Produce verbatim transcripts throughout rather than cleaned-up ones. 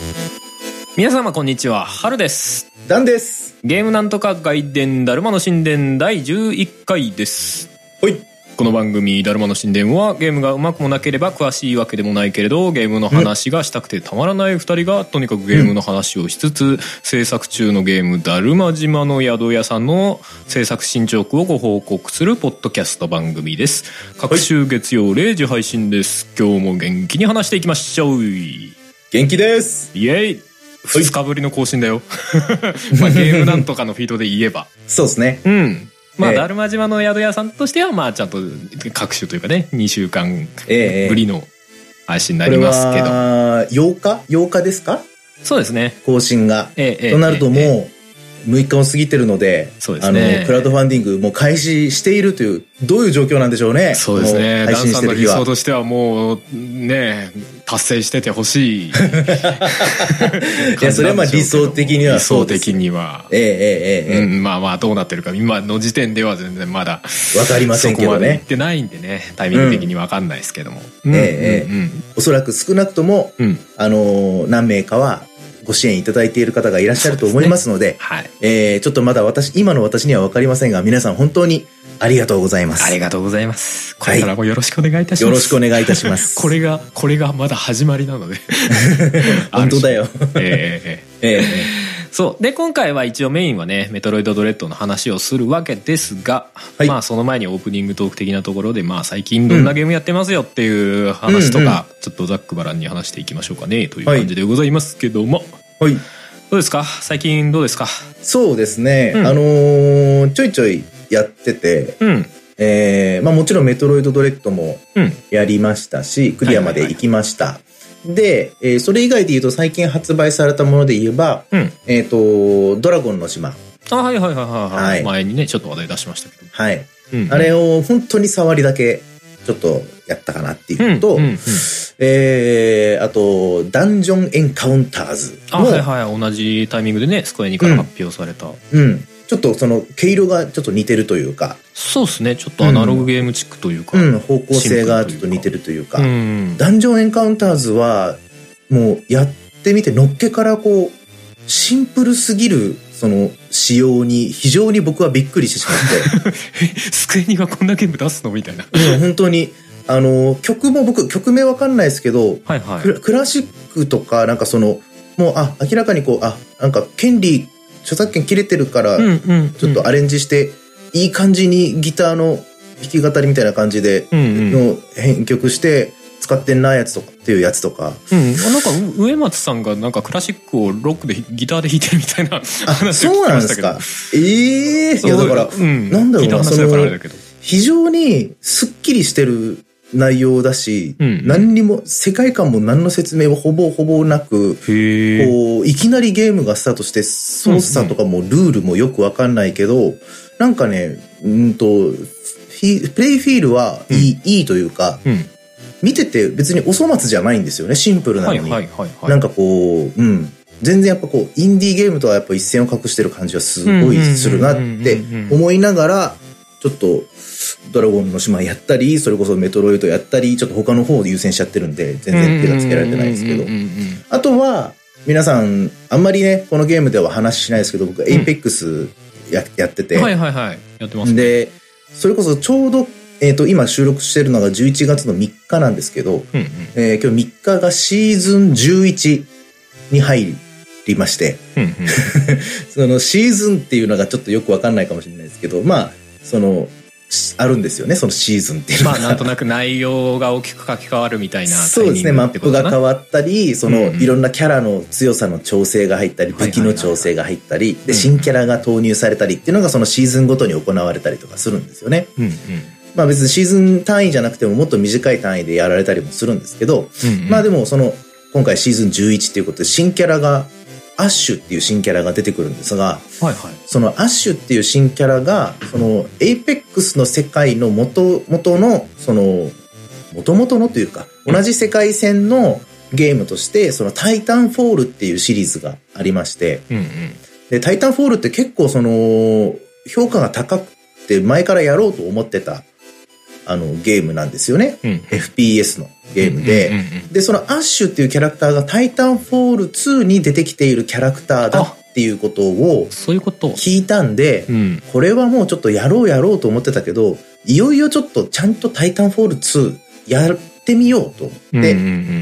皆様こんにちは、春です。 ダンです。 ゲームなんとか外伝だるまの神殿だいじゅういっかいです。 はい。 この番組だるまの神殿はゲームがうまくもなければ詳しいわけでもないけれど、ゲームの話がしたくてたまらないふたりがとにかくゲームの話をしつつ、うん、制作中のゲームだるま島の宿屋さんの制作進捗をご報告するポッドキャスト番組です。各週月曜れいじ配信です。今日も元気に話していきましょう。 元気です。 イエイ。ふつかぶりの更新だよ。まあゲームなんとかのフィードで言えばそうですね。 うん。まあ、えー、だるま島の宿屋さんとしてはまあちゃんと各種というかねにしゅうかんぶりの配信になりますけど、えー、これはようかようかですか？ そうですね、 更新が、 えー、 となるともう、 えーむいかも過ぎてるので、 そうですね、 あのクラウドファンディングもう開始しているという、どういう状況なんでしょうね。 そうですね、 配信してる日はダンさんの理想としてはもうね達成しててほしい。いやそれはまあ理想的にはそうです。 理想的にはええええええ、 うん、まあまあどうなってるか今の時点では全然まだわかりませんけどね。 そこまでいってないんでね、タイミング的にわかんないですけども、 うん、ええ、うんうん、おそらく少なくとも、うん、あの何名かはご支援いただいている方がいらっしゃると思いますので、で、ね、はい、えー、ちょっとまだ私今の私には分かりませんが、皆さん本当にありがとうございます。 ありがとうございます。これからもよろしくお願いいたします。 よろしくお願いいたします。 これがこれがまだ始まりなので本当だよ。 えー、えー、えー、そうで今回は一応メインはねメトロイドドレッドの話をするわけですが、はい、まあその前にオープニングトーク的なところで、まあ最近どんなゲームやってますよっていう話とか、うんうんうん、ちょっとざっくばらんに話していきましょうかねという感じでございますけども、 はい、 どうですか最近どうですか？ そうですね、うん、あのー、ちょいちょいやってて、うん、えーまあ、もちろんメトロイドドレッドもやりましたし、うん、クリアまで行きました、はいはいはい、で、えー、それ以外で言うと最近発売されたもので言えば、うん、えっとドラゴンの島、 あ、はいはいはいはい、はい、前にねちょっと話題出しましたけど、 はい、うんうん、あれを本当に触りだけちょっとやったかなっていうのと、うんうんうん、えー、あとダンジョンエンカウンターズも、あ、はいはい、同じタイミングでねスクエニから発表された、 うん、うん、ちょっとその毛色がちょっと似てるというか、 そうですね、ちょっとアナログゲームチックというか、 うんうん、方向性がちょっと似てるというか、うん、ダンジョンエンカウンターズはもうやってみてのっけからこうシンプルすぎるその仕様に非常に僕はびっくりしてしまってスクエニがこんなゲーム出すのみたいな、 うん、本当にあの曲も僕曲名わかんないですけど、はいはい、ク, クラシックとかなんかそのもうあ明らかにこうあなんか権利著作権切れてるからちょっとアレンジしていい感じにギターの弾き語りみたいな感じでの編曲して使ってんなやつとかっていうやつとか、 うん、なんか植松さんがなんかクラシックをロックでギターで弾いてるみたいな話を聞きましたけど、そうなんですか。ええー、いやだから、うん、なんだろうな、その非常にすっきりしてる内容だし、うんうん、何にも世界観も何の説明もほぼほぼなく、こういきなりゲームがスタートして操作とかもルールもよくわかんないけど、うんうん、なんかね、うんとプレイフィールはいい、うん、いいというか、うん、見てて別にお粗末じゃないんですよね、シンプルなのに、はいはいはいはい、なんかこう、うん、全然やっぱこうインディーゲームとはやっぱ一線を画してる感じはすごいするなって思いながら、ちょっとドラゴンの島やったり、それこそメトロイドやったり、ちょっと他の方で優先しちゃってるんで全然手がつけられてないですけど、あとは皆さんあんまりねこのゲームでは話しないですけど、僕エイペックス や, やってて、はいはいはいやってますね。 でそれこそちょうどえー、と今収録してるのがじゅういちがつのみっかなんですけど、うんうん、えー、今日みっかがシーズンじゅういちに入りまして、うんうん、そのシーズンっていうのがちょっとよくわかんないかもしれないですけど、まあそのあるんですよね、そのシーズンっていうのが。 まあなんとなく内容が大きく書き換わるみたいなタイミングってことかな。 そうですね、マップが変わったり、その、うんうん、いろんなキャラの強さの調整が入ったり、武器の調整が入ったり、で新キャラが投入されたりっていうのがそのシーズンごとに行われたりとかするんですよね。うんうん、まあ別にシーズン単位じゃなくてももっと短い単位でやられたりもするんですけど、うんうん、まあでもその今回シーズンじゅういちっていうことで新キャラがアッシュっていう新キャラが出てくるんですが、はいはい、そのアッシュっていう新キャラがそのエイペックスの世界の元々のその元々のというか同じ世界線のゲームとしてそのタイタンフォールっていうシリーズがありまして、うんうん、でタイタンフォールって結構その評価が高くて前からやろうと思ってたあのゲームなんですよね、うん、エフピーエス のゲームで、うんうんうんうん、でそのアッシュっていうキャラクターがタイタンフォールツーに出てきているキャラクターだっていうことを聞いたんで、うん、これはもうちょっとやろうやろうと思ってたけど、いよいよちょっとちゃんとタイタンフォールツーやってみようと思って、うんうんうん、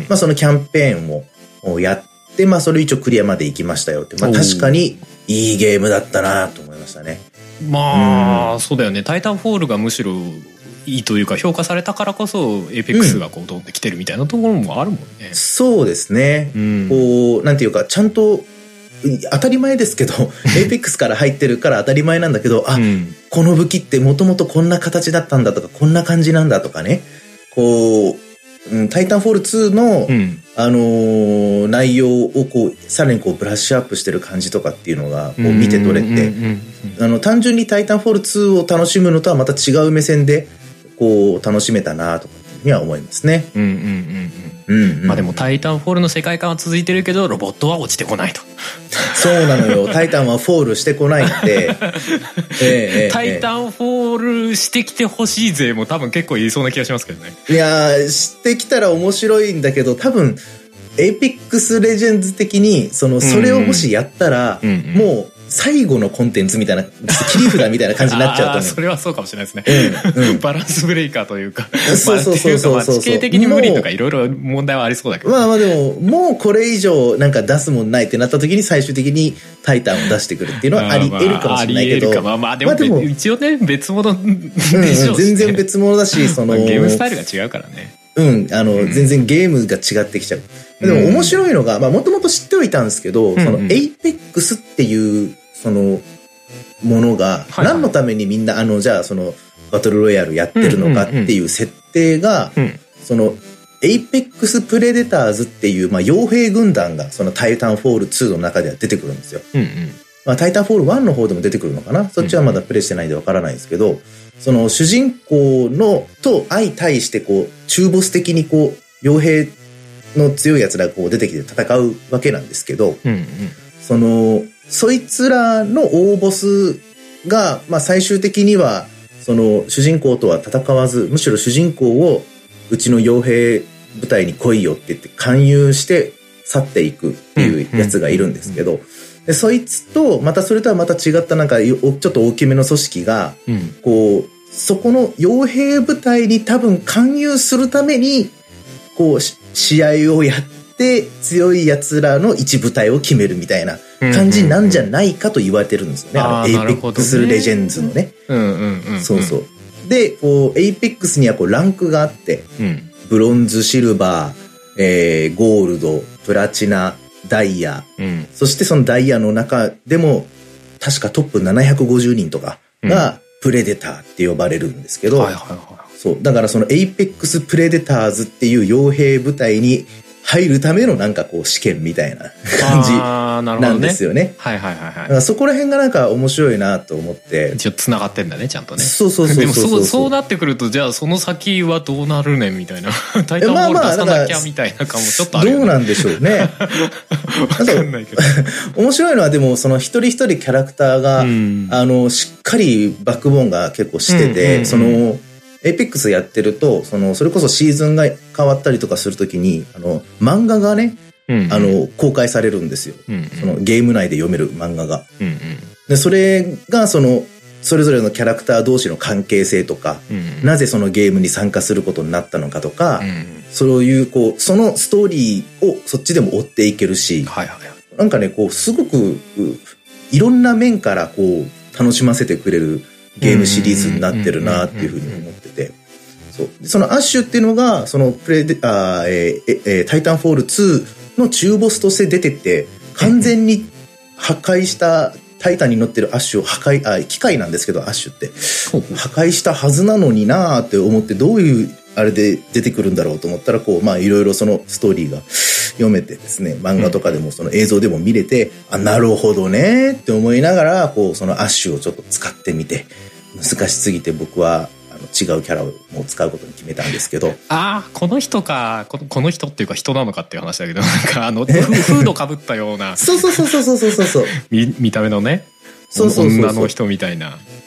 まあ、そのキャンペーンをやってで、まあ、それ一応クリアまで行きましたよって。まあ、確かにいいゲームだったなと思いましたね。 まあ、うん、そうだよね。タイタンフォールがむしろいいというか、評価されたからこそ、エイペックスがこう、どんできてるみたいなところもあるもんね。 うん、そうですね。うん、こう、なんていうか、ちゃんと、当たり前ですけど、エイペックスから入ってるから当たり前なんだけど、あ、うん、この武器ってもともとこんな形だったんだとか、こんな感じなんだとかね。こう、うん、タイタンフォールツーの、うん、あのー、内容をこうさらにこうブラッシュアップしてる感じとかっていうのがこう見て取れて、あの単純にタイタンフォールツーを楽しむのとはまた違う目線でこう楽しめたなとかには思いますね。うんうんうんうんうん、まあでもタイタンフォールの世界観は続いてるけどロボットは落ちてこないと。 そうなのよ。タイタンはフォールしてこないんで、 えー、タイタンフォールしてきてほしい勢も多分結構いそうな気がしますけどね。 いやー、してきたら面白いんだけど、多分エイペックスレジェンズ的にそのそれをもしやったら、うんうん、もう最後のコンテンツみたいな切り札みたいな感じになっちゃうと思う。 それはそうかもしれないですね、うんうん、バランスブレイカーというか、 そうそうそうそうそう、 地形的に無理とかいろいろ問題はありそうだけど、 まあまあでももうこれ以上なんか出すもんないってなった時に最終的にタイタンを出してくるっていうのはあり得るかもしれないけど、 まあまあでも、まあ、でも一応ね別物でしょうし、ね、 うん、全然別物だし、そのゲームスタイルが違うからね。 うん、あの、うん、全然ゲームが違ってきちゃう。でも面白いのが、まあもともと知っておいたんですけど、うん、そのエイペックスっていうそのものが何のためにみんなあのじゃあそのバトルロイヤルやってるのかっていう設定が、そのエイペックスプレデターズっていうまあ傭兵軍団がそのタイタンフォールツーの中では出てくるんですよ。うんうん、まあ、タイタンフォールワンの方でも出てくるのかな。そっちはまだプレイしてないんでわからないんですけど、その主人公のと相対してこう中ボス的にこう傭兵の強いやつらがこう出てきて戦うわけなんですけど、うんうん、そのそいつらの大ボスが、まあ、最終的にはその主人公とは戦わず、むしろ主人公をうちの傭兵部隊に来いよって言って勧誘して去っていくっていうやつがいるんですけど、でそいつとまたそれとはまた違ったなんかちょっと大きめの組織が、うん、こうそこの傭兵部隊に多分勧誘するためにこう試合をやって強いやつらの一部隊を決めるみたいな感じなんじゃないかと言われてるんですよね。あのエイペックスレジェンズのね。そうそう。で、こうエイペックスにはこうランクがあって、うん、ブロンズ、シルバー、えー、ゴールド、プラチナ、ダイヤ、うん、そしてそのダイヤの中でも確かトップななひゃくごじゅうにんとかがプレデターって呼ばれるんですけど、そうだからそのエイペックスプレデターズっていう傭兵部隊に入るためのなんかこう試験みたいな感じなんですよね。ね、はいはいはいはい。だからそこら辺がなんか面白いなと思って。 一応繋がってんだねちゃんとね。 そうそうそうそうそう。 でもそうそうなってくるとじゃあその先はどうなるねんみたいな。タイタンボール出さなきゃみたいな感もちょっとあるよね。 どうなんでしょうね。わかんないけど。面白いのはでもその一人一人キャラクターが、うん、あのしっかりバックボーンが結構してて、うんうんうん、その。エイペックスやってると、その、それこそシーズンが変わったりとかするときに、あの、漫画がね、うんうん、あの、公開されるんですよ。うんうん、その、ゲーム内で読める漫画が。うんうん、で、それが、その、それぞれのキャラクター同士の関係性とか、うんうん、なぜそのゲームに参加することになったのかとか、うんうん、そういう、こう、そのストーリーをそっちでも追っていけるし、はいはい、なんかね、こう、すごく、いろんな面から、こう、楽しませてくれる、ゲームシリーズになってるなっていうふうに思ってて、そうそのアッシュっていうのがそのプレデあ、えーえー、タイタンフォールツーの中ボスとして出てって完全に破壊したタイタンに乗ってるアッシュを破壊あ機械なんですけどアッシュって破壊したはずなのになーって思ってどういうあれで出てくるんだろうと思ったらこうまあいろいろそのストーリーが読めてですね漫画とかでもその映像でも見れて、うん、あなるほどねって思いながらこうそのアッシュをちょっと使ってみて難しすぎて僕はあの違うキャラをもう使うことに決めたんですけどああこの人かこの、この人っていうか人なのかっていう話だけどなんかあのフードかぶったようなそうそうそうそうそうそうそう見, 見た目のねそうそうそうそう女の人みたいな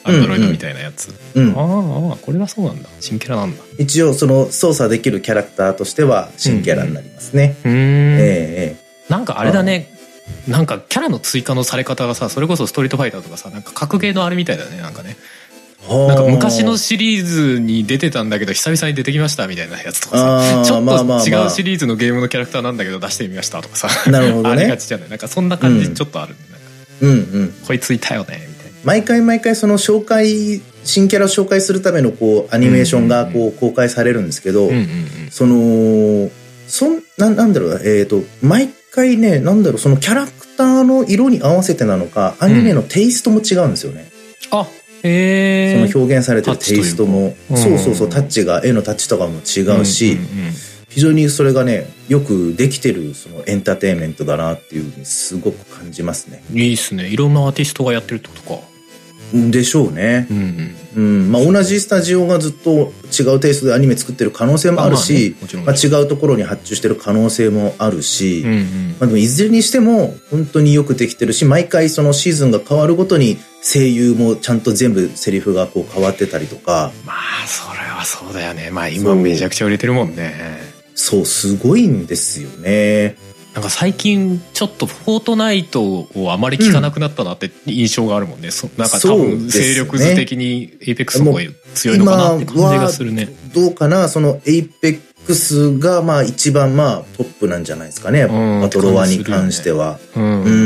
アンドロイドみたいなやつ、うんうん、ああこれはそうなんだ、新キャラなんだ。 一応その操作できるキャラクターとしては新キャラになりますね。うん、うん、 えー、なんかあれだね、なんかキャラの追加のされ方がさ、それこそストリートファイターとかさ、なんか格ゲーのあれみたいだね、なんかね。なんか昔のシリーズに出てたんだけど久々に出てきましたみたいなやつとかさ、ちょっと違うシリーズのゲームのキャラクターなんだけど出してみましたとかさ、なるほどね、ありがちじゃない。なんかそんな感じちょっとある、うん、なんか、うんうん、こいついたよねみたいな。 毎回毎回その紹介、新キャラを紹介するためのこうアニメーションがこう公開されるんですけど、そのそん な, なんだろうえっ、ー、と毎回ね、なんだろう、そのキャラクターの色に合わせてなのかアニメのテイストも違うんですよね、 うん、あへその表現されてるテイストも、うん、そうそうそう、タッチが絵のタッチとかも違うし、うんうんうん、非常にそれがねよくできてるそのエンターテインメントだなっていうふうにすごく感じますね。 いいっすね。いろんなアーティストがやってるってことかでしょうね、うんうんうん、まあ、同じスタジオがずっと違うテイストでアニメ作ってる可能性もあるし、まあまあ、違うところに発注してる可能性もあるし、うんうん、まあ、でもいずれにしても本当によくできてるし、毎回そのシーズンが変わるごとに声優もちゃんと全部セリフがこう変わってたりとか。 まあそれはそうだよね。まあ今めちゃくちゃ売れてるもんね。 そう、すごいんですよね。 なんか最近ちょっとフォートナイトをあまり聞かなくなったなって印象があるもんね、うん、なんか多分勢力図的にエイペックスの方が強いのかなって感じがするね。 どうかな、そのエイペックスがまあ一番まあトップなんじゃないですかね、うん、バトロワに関しては、ね、うん、うん、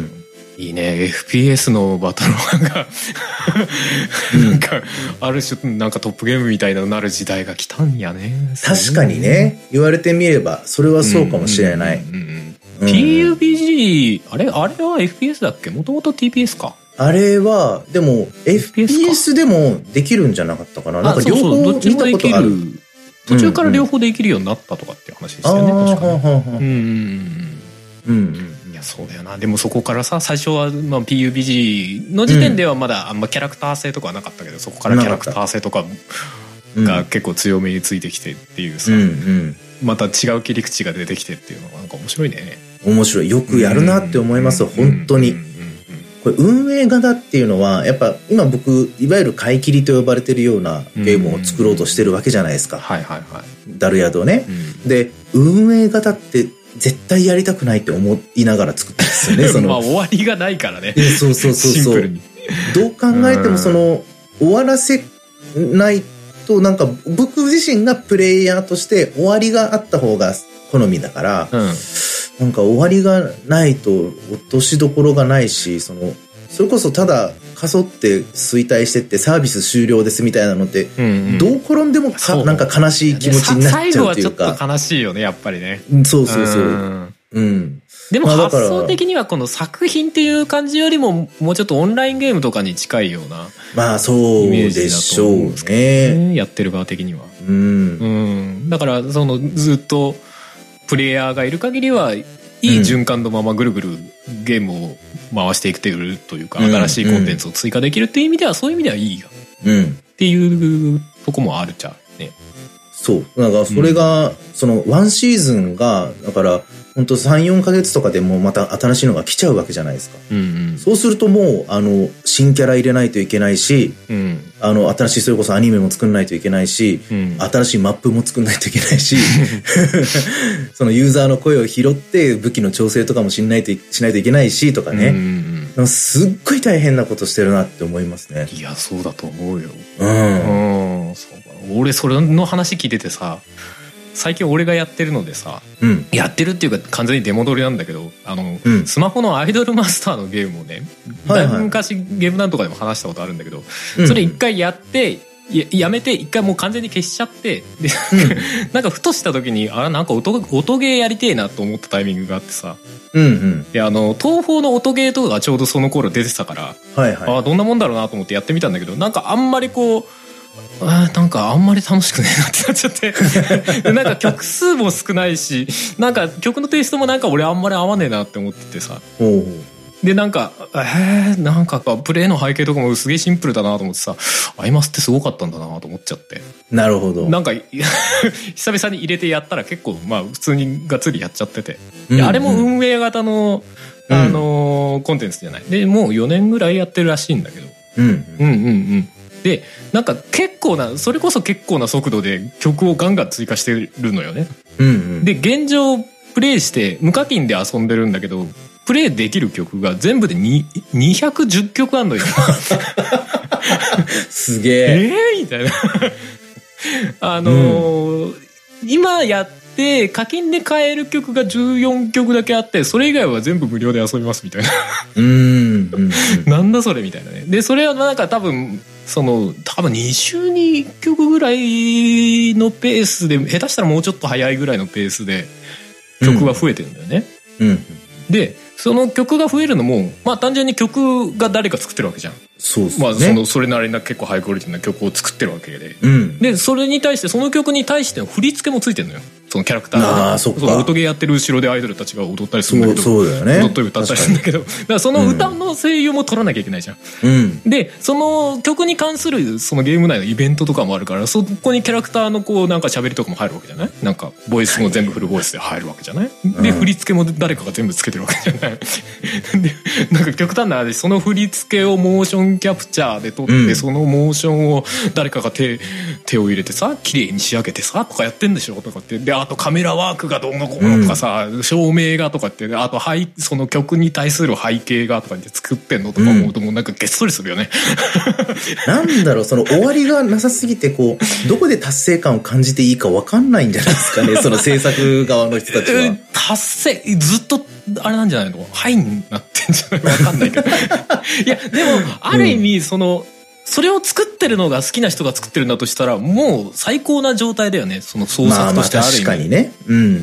いいね。 エフピーエス のバトロワがなんかある種なんかトップゲームみたいになる時代が来たんやね。 確かにね、言われてみればそれはそうかもしれない。 ピーユービージー、あれあれは エフピーエス だっけ？もともと ティーピーエス か。 あれはでも エフピーエス でもできるんじゃなかったかな。なんか両方見たことある。 途中から両方できるようになったとかっていう話ですよね、確かに。うんうんうん。いやそうだよな。でもそこからさ、最初はまあ ピーユービージー の時点ではまだあんまキャラクター性とかはなかったけど、そこからキャラクター性とかが結構強めについてきてっていうさ、うんうん、また違う切り口が出てきてっていうのがなんか面白いね。 面白い。よくやるなって思います、うん、本当に。これ運営型っていうのはやっぱ今僕いわゆる買い切りと呼ばれてるようなゲームを作ろうとしてるわけじゃないですか。はいはいはい。ダルヤドね、うん、で運営型って絶対やりたくないって思いながら作ったんですよね。そのまあ終わりがないからね。 そうそうそうそう。シンプルにどう考えてもその終わらせないと、なんか僕自身がプレイヤーとして終わりがあった方が好みだから、うん、なんか終わりがないと落としどころがないし、そのそれこそただかそって衰退してってサービス終了ですみたいなのって、うんうん、どう転んでもかなんか悲しい気持ちになっちゃうっていうか、最後はちょっと悲しいよねやっぱりね。 そうそうそう。うんうん、 でも発想的にはこの作品っていう感じよりももうちょっとオンラインゲームとかに近いようなまあそうでしょうね、 やってる側的には、うん、うん、だからそのずっとプレイヤーがいる限りはいい循環のままぐるぐるゲームを回していくというというか、うん、新しいコンテンツを追加できるっていう意味ではそういう意味ではいいよ、うん、っていうとこもあるじゃんね。 そうだからそれが、うん、そのワンシーズンがだから本当さん、よんかげつとかでもうまた新しいのが来ちゃうわけじゃないですか、うんうん、そうするともうあの新キャラ入れないといけないし、うん、あの新しいそれこそアニメも作んないといけないし、うん、新しいマップも作んないといけないしそのユーザーの声を拾って武器の調整とかもしないとしないといけないしとかね、うんうん、すっごい大変なことしてるなって思いますね。 いやそうだと思うよ、うん、うん、そう俺それの話聞いててさ、最近俺がやってるのでさ、うん、やってるっていうか完全に出戻りなんだけど、あの、うん、スマホのアイドルマスターのゲームをね、だいぶ昔ゲームなんとかでも話したことあるんだけど、うん、それ一回やってや, やめて一回もう完全に消しちゃってで、うん、なんかふとした時にあらなんか 音, 音ゲーやりてえなと思ったタイミングがあってさ、うんうん、であの東宝の音ゲーとかがちょうどその頃出てたから、はいはい、あどんなもんだろうなと思ってやってみたんだけど、なんかあんまりこうあなんかあんまり楽しくねえなってなっちゃってなんか曲数も少ないし、なんか曲のテイストもなんか俺あんまり合わねえなって思っててさ、おでなんかえー、なんかプレイの背景とかもすげえシンプルだなと思ってさ、アイマスってすごかったんだなと思っちゃって。 なるほど。 なんか久々に入れてやったら結構まあ普通にがっつりやっちゃってて、うんうん、あれも運営型のあのーうん、コンテンツじゃないでもうよねんぐらいやってるらしいんだけど、 うん、うんうんうんでなんか結構なそれこそ結構な速度で曲をガンガン追加してるのよね、 うんうん、 で現状プレイして無課金で遊んでるんだけどプレイできる曲が全部でににひゃくじゅっきょくあんのよすげええー、みたいなあのーうん、今やって課金で買える曲がじゅうよんきょくだけあってそれ以外は全部無料で遊びますみたいなうん、うん、 なんだそれみたいなね。でそれはなんか多分その多分に週にいっきょくぐらいのペースで下手したらもうちょっと早いぐらいのペースで曲が増えてるんだよね、 うんうん、 でその曲が増えるのもまあ単純に曲が誰か作ってるわけじゃん。 そうですね。 まあそのそれなりな結構ハイクオリティな曲を作ってるわけで、 うん、 でそれに対してその曲に対しての振り付けもついてるのよ。そのキャラクターが、 あ、そっか、 その音ゲーやってる後ろでアイドルたちが踊ったりするんだけど、 そう、そうだよね、 踊ったり歌ったりするんだけど、だからその歌の声優も取らなきゃいけないじゃん、 うん、 でその曲に関するそのゲーム内のイベントとかもあるからそこにキャラクターのこうなんか喋りとかも入るわけじゃない。なんかボイスも全部フルボイスで入るわけじゃない、はい、で、うん、振り付けも誰かが全部つけてるわけじゃないでなんか極端な話その振り付けをモーションキャプチャーで撮って、うん、そのモーションを誰かが 手, 手を入れてさ綺麗に仕上げてさとかやってんでしょとかってであとカメラワークがどうのこうのとかさ、うん、照明がとかってあとその曲に対する背景がとかって作ってんのとか思うともうなんかげっそりするよね、 うん、なんだろうその終わりがなさすぎてこうどこで達成感を感じていいか分かんないんじゃないですかねその制作側の人たちは、えー、 達成ずっとあれなんじゃないのハイになってんじゃない分かんないけどいやでもある意味その、うんそれを作ってるのが好きな人が作ってるんだとしたらもう最高な状態だよねその創作としてある意味、 まあまあ確かにね、うんうんうん、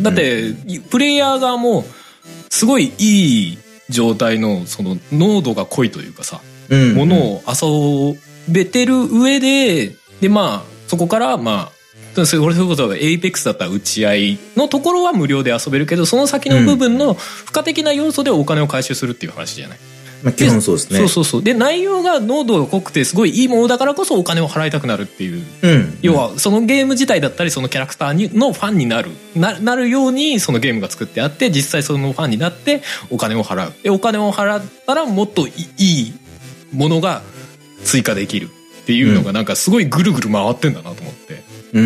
だってプレイヤー側もすごいいい状態のその濃度が濃いというかさ、うんうん、ものを遊べてる上ででまあそこからまあそれこそエイペックスだったら打ち合いのところは無料で遊べるけどその先の部分の付加的な要素でお金を回収するっていう話じゃない。 まあ、基本そうですね。 そうそうそう。で内容が濃度が濃くてすごいいいものだからこそお金を払いたくなるっていう、うん、要はそのゲーム自体だったりそのキャラクターにのファンになる な, なるようにそのゲームが作ってあって実際そのファンになってお金を払うでお金を払ったらもっといいものが追加できるっていうのがなんかすごいぐるぐる回ってんだなと思って、 うんうん、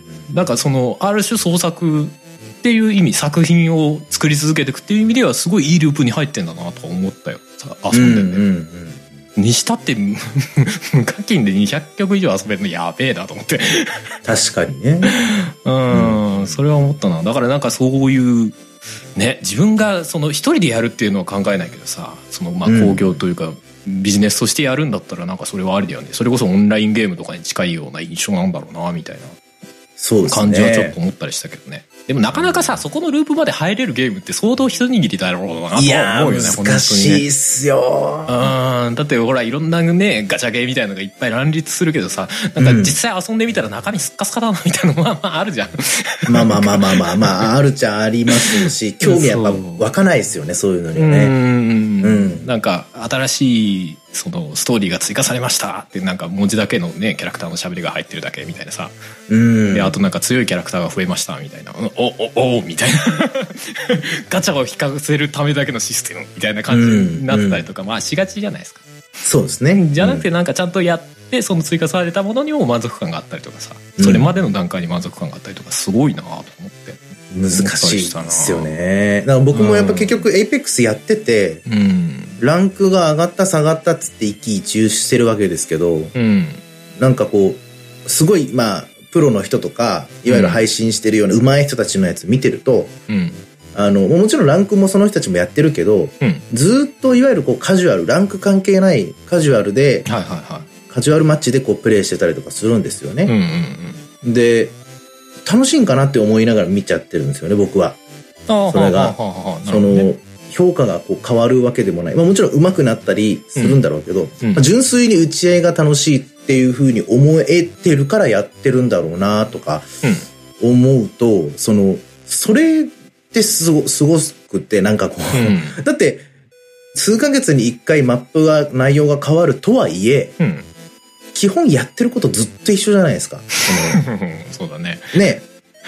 なんかそのある種創作っていう意味作品を作り続けていくっていう意味ではすごいいいループに入ってんだなと思ったよ遊んでんで、うんうんうん、にしたって無課金でにひゃっきょく以上遊べるのやべえなと思って確かにねうん、うん、それは思ったな。だからなんかそういうね自分がその一人でやるっていうのは考えないけどさそのまあ興行というかビジネスとしてやるんだったらなんかそれはありだよね。それこそオンラインゲームとかに近いような印象なんだろうなみたいなそうですね、 感じはちょっと思ったりしたけどね。でもなかなかさそこのループまで入れるゲームって相当一握りだろうなと思うよね。 いやー難しいっすよ。 うんだってほらいろんなねガチャゲーみたいなのがいっぱい乱立するけどさなんか実際遊んでみたら中身スッカスカだなみたいなのまあまああるじゃんまあまあまあまあまあまああるっちゃありますし興味やっぱ湧かないですよねそういうのにはね。うん、 うん、なんか新しいそのストーリーが追加されましたってなんか文字だけのねキャラクターの喋りが入ってるだけみたいなさ、 うん、 であとなんか強いキャラクターが増えましたみたいなおおおみたいなガチャを引かせるためだけのシステムみたいな感じになったりとか、うん、まあしがちじゃないですか。 そうですね。 じゃなくてなんかちゃんとやってその追加されたものにも満足感があったりとかさそれまでの段階に満足感があったりとかすごいなと思って。 難しいですよね。だから僕もやっぱ結局エイペックスやってて、うん、ランクが上がった下がったっつって一喜一憂してるわけですけど、うん、なんかこうすごいまあプロの人とかいわゆる配信してるような上手い人たちのやつ見てると、うん、あのもちろんランクもその人たちもやってるけど、うん、ずっといわゆるこうカジュアルランク関係ないカジュアルで、はいはいはい、カジュアルマッチでこうプレイしてたりとかするんですよね。うんうんうん、で楽しいんかなって思いながら見ちゃってるんですよね僕は。それがその評価がこう変わるわけでもない、まあ、もちろん上手くなったりするんだろうけど、うんうんまあ、純粋に打ち合いが楽しいっていう風に思えてるからやってるんだろうなとか思うと、うん、そのそれってすごすごくてなんかこう、うん、だって数ヶ月にいっかいマップが内容が変わるとはいえ、うん基本やってることずっと一緒じゃないですか。 そうだね。 ね。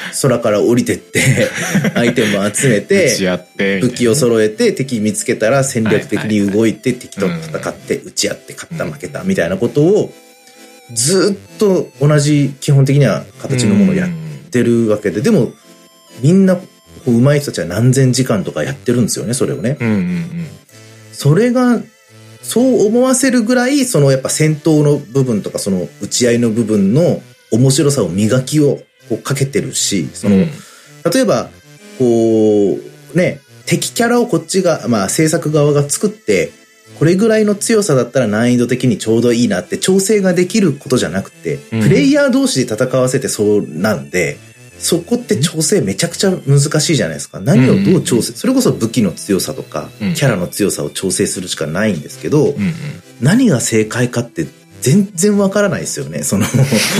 空から降りてって、アイテムを集めて、武器を揃えて、敵見つけたら戦略的に動いて、敵と戦って、打ち合って、勝った負けた、みたいなことを、ずっと同じ基本的には形のものをやってるわけで、でも、みんな、上手い人たちは何千時間とかやってるんですよね、それをね。うんうんうん、それが、そう思わせるぐらい、そのやっぱ戦闘の部分とか、その打ち合いの部分の面白さを磨きをこうかけてるし、その、うん、例えば、こう、ね、敵キャラをこっちが、まあ制作側が作って、これぐらいの強さだったら難易度的にちょうどいいなって調整ができることじゃなくて、うん、プレイヤー同士で戦わせてそうなんで、そこって調整めちゃくちゃ難しいじゃないですか。何をどう調整、それこそ武器の強さとか、キャラの強さを調整するしかないんですけど、何が正解かって全然わからないですよね、その。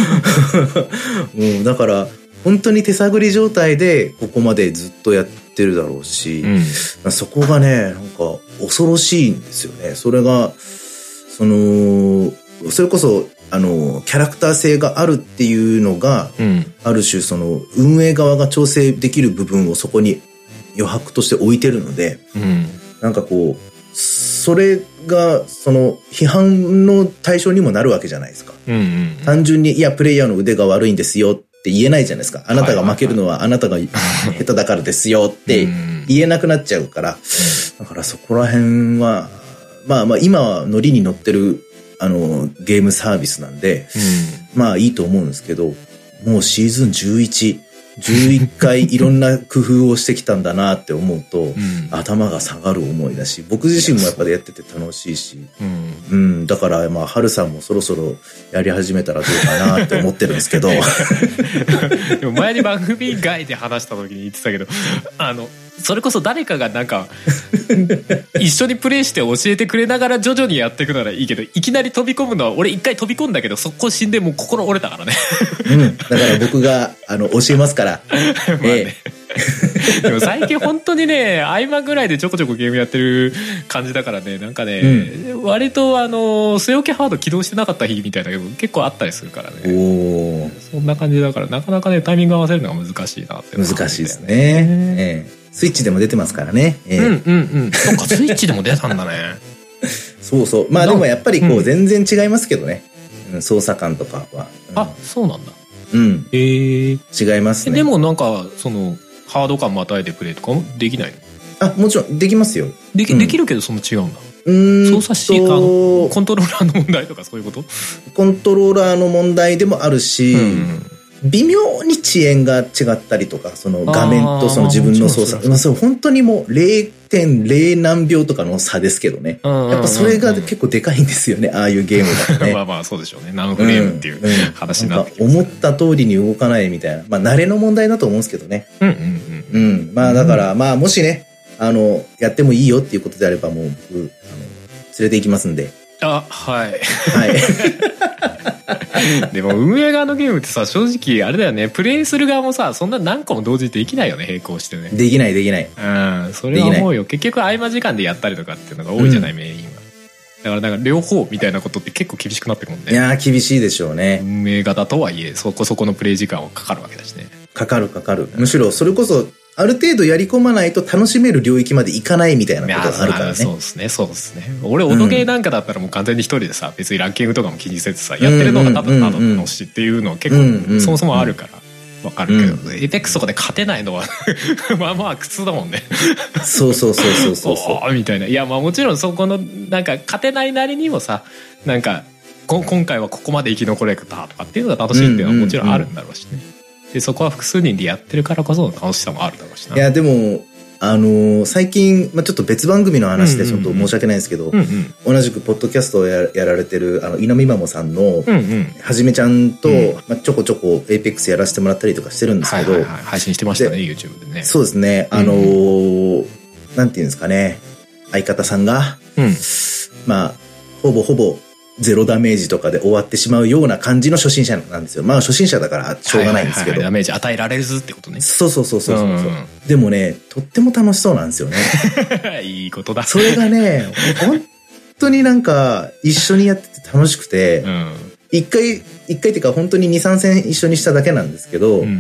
もうだから、本当に手探り状態でここまでずっとやってるだろうし、うん、そこがね、なんか恐ろしいんですよね。それが、その、それこそ、あの、キャラクター性があるっていうのが、うん、ある種その、運営側が調整できる部分をそこに余白として置いてるので、うん、なんかこう、それが、その、批判の対象にもなるわけじゃないですか。うんうんうん、単純に、いや、プレイヤーの腕が悪いんですよって言えないじゃないですか。あなたが負けるのはあなたが下手だからですよって言えなくなっちゃうから、だからそこら辺は、まあまあ今はノリに乗ってる、あの、ゲームサービスなんで、うん、まあいいと思うんですけど、もうシーズンじゅういち、じゅういっかいいろんな工夫をしてきたんだなって思うと、うん、頭が下がる思いだし、僕自身もやっぱりやってて楽しいし、うん、うん、だからまあ、春さんもそろそろやり始めたらどうかなって思ってるんですけど。 でも前に番組外で話した時に言ってたけど、あの、それこそ誰かがなんか一緒にプレイして教えてくれながら徐々にやっていくならいいけど、いきなり飛び込むのは俺一回飛び込んだけどそこ死んでもう心折れたからね。 うん、だから僕があの教えますから。まあね、 でも最近本当にね、合間ぐらいでちょこちょこゲームやってる感じだからね、なんかね、うん、割とあの据え置きハード起動してなかった日みたいなのが結構あったりするからね。おそんな感じだからなかなかねタイミング合わせるのが難しいなって、 ね、難しいですね。ええ、スイッチでも出てますからね。 えー、うんうんうん。そっか、スイッチでも出たんだね。 そうそう。まあでもやっぱりこう全然違いますけどね。うん、操作感とかは。 うん、あ、そうなんだ。 うん。へえ。違いますね。 でもなんか、その、ハード感またいでプレイとかもできないの？ あ、もちろん、できますよ。 でき、うん、できるけどそんな違うんだ。うん。操作シーカーのコントローラーの問題とかそういうこと？ コントローラーの問題でもあるし、うんうん、微妙に遅延が違ったりとか、その画面とその自分の操作。まあそう、本当にもう れいてんれい 何秒とかの差ですけどね。やっぱそれが結構でかいんですよね、ああいうゲームだとね。 まあまあそうでしょうね。何フレームっていう話になってきます、ね、 うんうん、思った通りに動かないみたいな。まあ慣れの問題だと思うんですけどね。うんうんうん。うん。まあだから、まあもしね、あの、やってもいいよっていうことであればもう僕、あの、連れて行きますんで。 あ、はい。はい。でも運営側のゲームってさ、正直あれだよね、プレイする側もさ、そんな何個も同時にできないよね、並行してね。 できないできない。 うん、それは思うよ。結局合間時間でやったりとかっていうのが多いじゃない、うん、メインは。だからなんか両方みたいなことって結構厳しくなってくるもんね。 いやー厳しいでしょうね。 運営型とはいえそこそこのプレイ時間はかかるわけだしね。 かかるかかる。むしろそれこそある程度やり込まないと楽しめる領域までいかないみたいなことがあるからね。 そうですね、そうですね。俺音ゲーなんかだったらもう完全に一人でさ、別にランキングとかも気にせずさ、やってるのがただただ楽しいっていうのは結構そもそもあるからわかるけど、エイペックスとかで勝てないのはまあまあ苦痛だもんね。 そうそうそうそうそうそうみたいな。いやまあもちろんそこのなんか勝てないなりにもさ、なんか今回はここまで生き残れたとかっていうのが楽しいっていうのはもちろんあるんだろうしね。でそこは複数人でやってるからこその楽しさもあるだろうしな。 いやでもあのー、最近、まあ、ちょっと別番組の話でちょっと申し訳ないんですけど、うんうんうん、同じくポッドキャストを や, やられてるあの稲見マモさんの、うんうん、はじめちゃんと、うんまあ、ちょこちょこエイペックスやらせてもらったりとかしてるんですけど、はいはいはい、 配信してましたね YouTube でね。 そうですね、あのーうん、なんていうんですかね、相方さんが、うん、まあほぼほぼゼロダメージとかで終わってしまうような感じの初心者なんですよ。まあ初心者だからしょうがないんですけど、はいはいはいはい、 ダメージ与えられずってことね。 そうそうそうそうそう、うん、でもねとっても楽しそうなんですよね。 いいことだ。 それがね本当になんか一緒にやってて楽しくて、うん、一回一回っていうか本当ににさん戦一緒にしただけなんですけど、うん、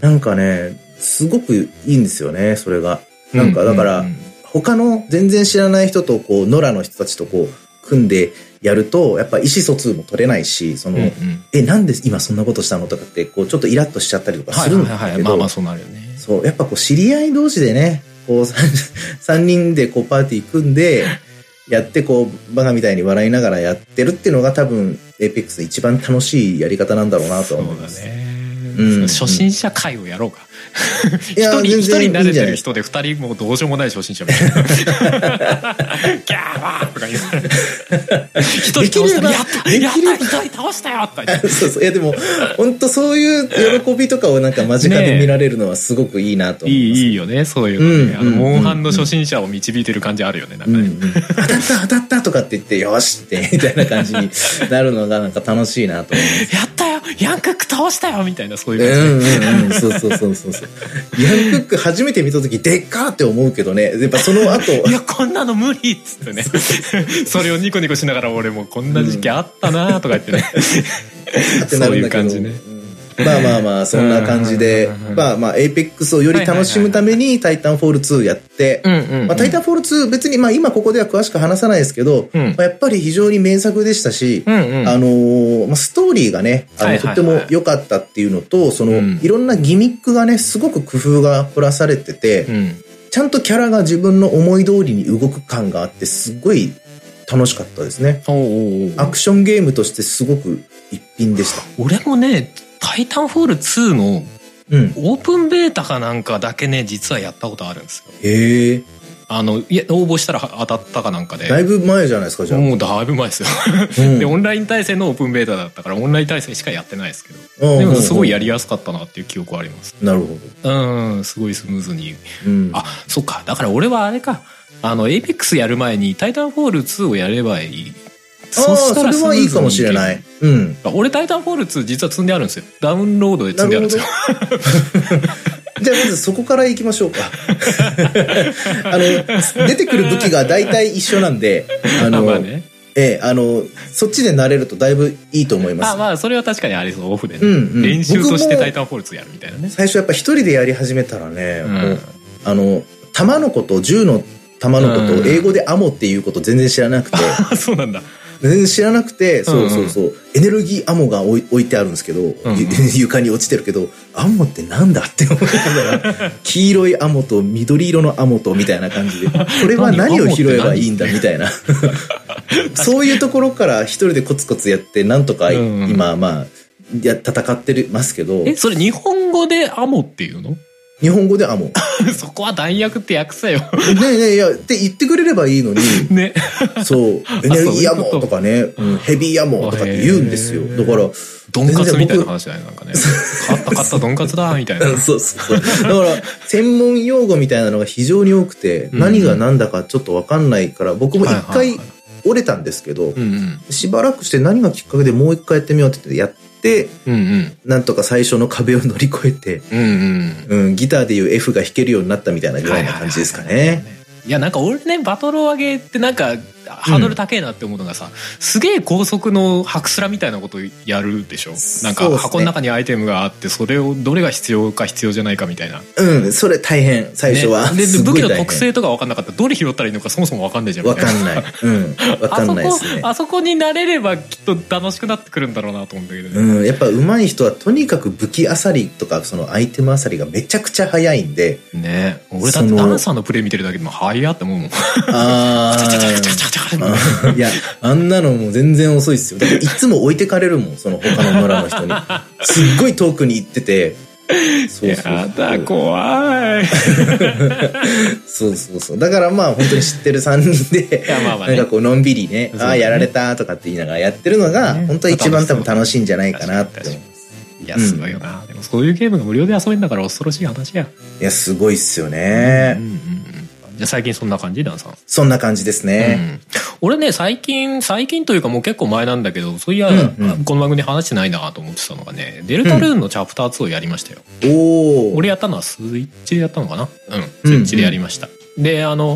なんかね、すごくいいんですよね、それが。なんかだから、うんうんうん、他の全然知らない人とこう、野良の人たちとこう、組んでやると、やっぱ意思疎通も取れないし、その、うんうん、え、なんで今そんなことしたのとかって、こう、ちょっとイラッとしちゃったりとかするんだけど、はいはいはい、まあまあそうなるよね。そう、やっぱこう、知り合い同士でね、こう、さんにんでこう、パーティー組んで、やって、こう、バカみたいに笑いながらやってるっていうのが多分、エーペックスで一番楽しいやり方なんだろうなと思います。そうだね。うん、初心者会をやろうか。一人一人慣れてる人で二人もうどうしようもない初心者みたいな。ギャーワーとか言う。一人倒したらやったやった一人倒したよとか言って。 そうそう。いやでも本当そういう喜びとかをなんか間近で見られるのはすごくいいなと思います。 いいいいよねそういうのね。あのモンハンの初心者を導いてる感じあるよね。なんかね。 当たった当たったとかって言ってよしってみたいな感じになるのがなんか楽しいなと思います。 やったよヤンクック倒したよみたいなそういう感じ。 うんうんうん。そうそうそうそうそう。ヤンクック初めて見た時でっかーって思うけどね。やっぱその後いやこんなの無理っつってね。それをニコニコしながら俺もこんな時期あったなとか言ってね。そういう感じね。 まあまあまあそんな感じでまあまあエイペックスをより楽しむためにタイタンフォールツーやってまあタイタンフォールツー別にまあ今ここでは詳しく話さないですけど、うん、まあ、やっぱり非常に名作でしたし、うんうん、あのー、まあストーリーがねあのとっても良かったっていうのとその、うん、いろんなギミックがねすごく工夫が凝らされてて、うん、ちゃんとキャラが自分の思い通りに動く感があってすごい楽しかったですね。おうおうおうアクションゲームとしてすごく一品でした。 俺もねタイタンフォールツーのオープンベータかなんかだけね実はやったことあるんですよ。 へえ。 あのいや応募したら当たったかなんかで。 だいぶ前じゃないですかじゃあ。 もうだいぶ前ですよ。うん、でオンライン対戦のオープンベータだったからオンライン対戦しかやってないですけど、でもすごいやりやすかったなっていう記憶はあります。 なるほど。うんすごいスムーズに。うん、あそっかだから俺はあれかあのエイペックスやる前にタイタンフォールツーをやればいい。 そしたらそれはいいかもしれない。うん。 俺タイタンフォールツー実は積んであるんですよ。ダウンロードで積んであるんですよ。 じゃあまずそこから行きましょうか。あの出てくる武器が大体一緒なんで、あの、まあね、ええあのそっちで慣れるとだいぶいいと思います。 あまあそれは確かにありそうオフでね、うんうん、練習としてタイタンフォールツーやるみたいなね。 最初やっぱ一人でやり始めたらね、うん、もうあの弾のこと銃の弾のことを英語でアモっていうこと全然知らなくて。 そうなんだ。 全然知らなくて、そうそうそう、うんうん、エネルギーアモが置い、置いてあるんですけど、うんうん、床に落ちてるけど、アモってなんだって思いながら、黄色いアモと緑色のアモとみたいな感じで、これは何を拾えばいいんだみたいな。そういうところから一人でコツコツやって、なんとか今、まあ、や、戦ってますけど。 え、それ日本語でアモっていうの？ 日本語でアモ。 そこは弾薬って訳せよ。ねえねえ、いや、って言ってくれればいいのに。ね。そう。エネルギーアモとかね、うん、ヘビーアモとかって言うんですよ。だから、 ドンカツみたいな話じゃないなんかね。買った買ったドンカツだみたいな。 そうそうそう。だから、専門用語みたいなのが非常に多くて、何が何だかちょっとわかんないから、僕も一回折れたんですけど、しばらくして何がきっかけでもう一回やってみようって言ってやって、で、うんうん、なんとか最初の壁を乗り越えて、うんうんうん、ギターでいう F が弾けるようになったみたいなぐらいな感じですかね。 いやなんか俺ねバトルを上げってなんかハードル高いなって思うのがさ、うん、すげえ高速のハクスラみたいなことやるでしょ。なんか箱の中にアイテムがあってそれをどれが必要か必要じゃないかみたいな。 うんそれ大変最初は、 ね、で武器の特性とか分かんなかったらどれ拾ったらいいのかそもそも分かんないじゃん。 分かんない。うん分かんないですね。 あそこあそこになれればきっと楽しくなってくるんだろうなと思うんだけどね。 うんやっぱ上手い人はとにかく武器あさりとかそのアイテムあさりがめちゃくちゃ早いんで。 ね俺だってダンサーのプレイ見てるだけでも早って思うもん。 ああ。いや、あんなのもう全然遅いっすよ。だっていつも置いてかれるもん、その他の村の人に。すっごい遠くに行ってて。 そうそうそう。やだ、怖い。 そうそうそう。だからまあ本当に知ってるさんにんで、まあまあね、なんかこうのんびりね、ああ、やられたとかって言いながらやってるのが、本当は一番多分楽しいんじゃないかなって思います。 いや、すごいよな。うん、でもそういうゲームが無料で遊べるんだから恐ろしい話や。 いや、すごいっすよね。 うんうんうん、じゃあ最近そんな感じダンさん。 そんな感じですね。うん、 俺ね、最近、最近というかもう結構前なんだけど、そういや、うんうん、この番組で話してないなと思ってたのがね、デルタルーンのチャプターツーをやりましたよ。うん、お俺やったのはスイッチでやったのかなうん、スイッチでやりました。うんうん、で、あの、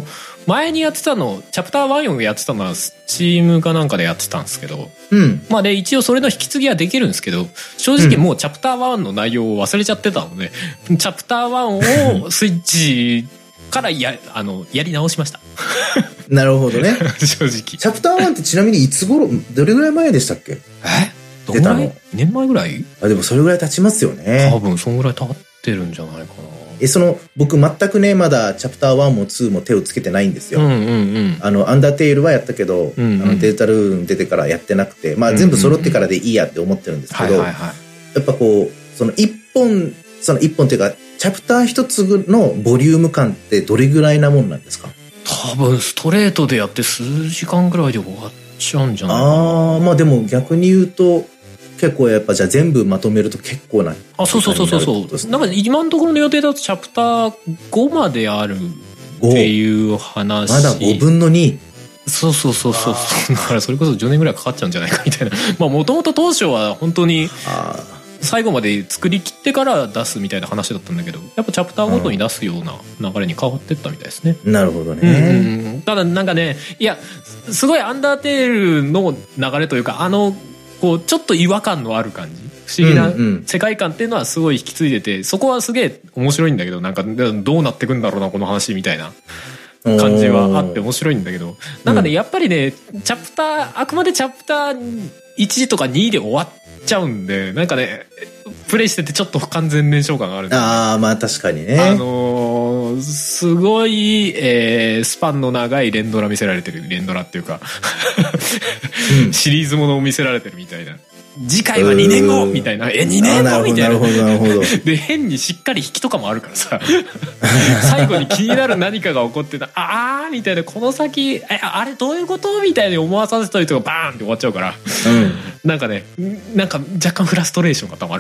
前にやってたのチャプターワンをやってたのはチームかなんかでやってたんですけど、 うん、 まあで一応それの引き継ぎはできるんですけど、正直もうチャプターワンの内容を忘れちゃってたので、うん、チャプターワンをスイッチからやあのやり直しましたなるほどね正直チャプターワンってちなみにいつ頃どれぐらい前でしたっけ？ えどんぐらい？年前ぐらい？ あ、でもそれぐらい経ちますよね。 多分そんぐらい経ってるんじゃないかな。 え、その僕全くねまだチャプターワンもツーも手をつけてないんですよ。 うんうんうん、 あのアンダーテールはやったけど、うんうん、あのデータルーン出てからやってなくて、まあ全部揃ってからでいいやって思ってるんですけど、やっぱこうその一本その一本っていうかチャプター一つのボリューム感ってどれぐらいなもんなんですか？ 多分ストレートでやって数時間ぐらいで終わっちゃうんじゃないかな。 ああ、まあでも逆に言うと結構やっぱじゃあ全部まとめると結構な。 あ、そうそうそうそうそう。なんか今のところの予定だとチャプターごまであるっていう話。 まだごぶんのに。 そうそうそうそう。だからそれこそじゅうねんぐらいかかっちゃうんじゃないかみたいな。まあもともと当初は本当に最後まで作り切ってから出すみたいな話だったんだけど、やっぱチャプターごとに出すような流れに変わってったみたいですね。 なるほどね。 うんうん、ただなんかね、いやすごいアンダーテールの流れというか、あのこうちょっと違和感のある感じ、不思議な世界観っていうのはすごい引き継いでて、そこはすげえ面白いんだけど、なんかどうなってくんだろうなこの話みたいな感じはあって面白いんだけど、なんかねやっぱりねチャプターあくまでチャプターいちとかにで終わっちゃうんで、なんかねプレイしててちょっと不完全燃焼感があるんで、 ああまあ確かにね、 あのー、すごい、えー、スパンの長い連ドラ見せられてる、連ドラっていうかうん、シリーズものを見せられてるみたいな、次回はにねんごみたいな、えにねんごみたいな、 なるほどなるほどで変にしっかり引きとかもあるからさ最後に気になる何かが起こってたあーみたいな、この先えあれどういうことみたいに思わさせたりとかバーンって終わっちゃうから、うん、なんかねなんか若干フラストレーションがたまる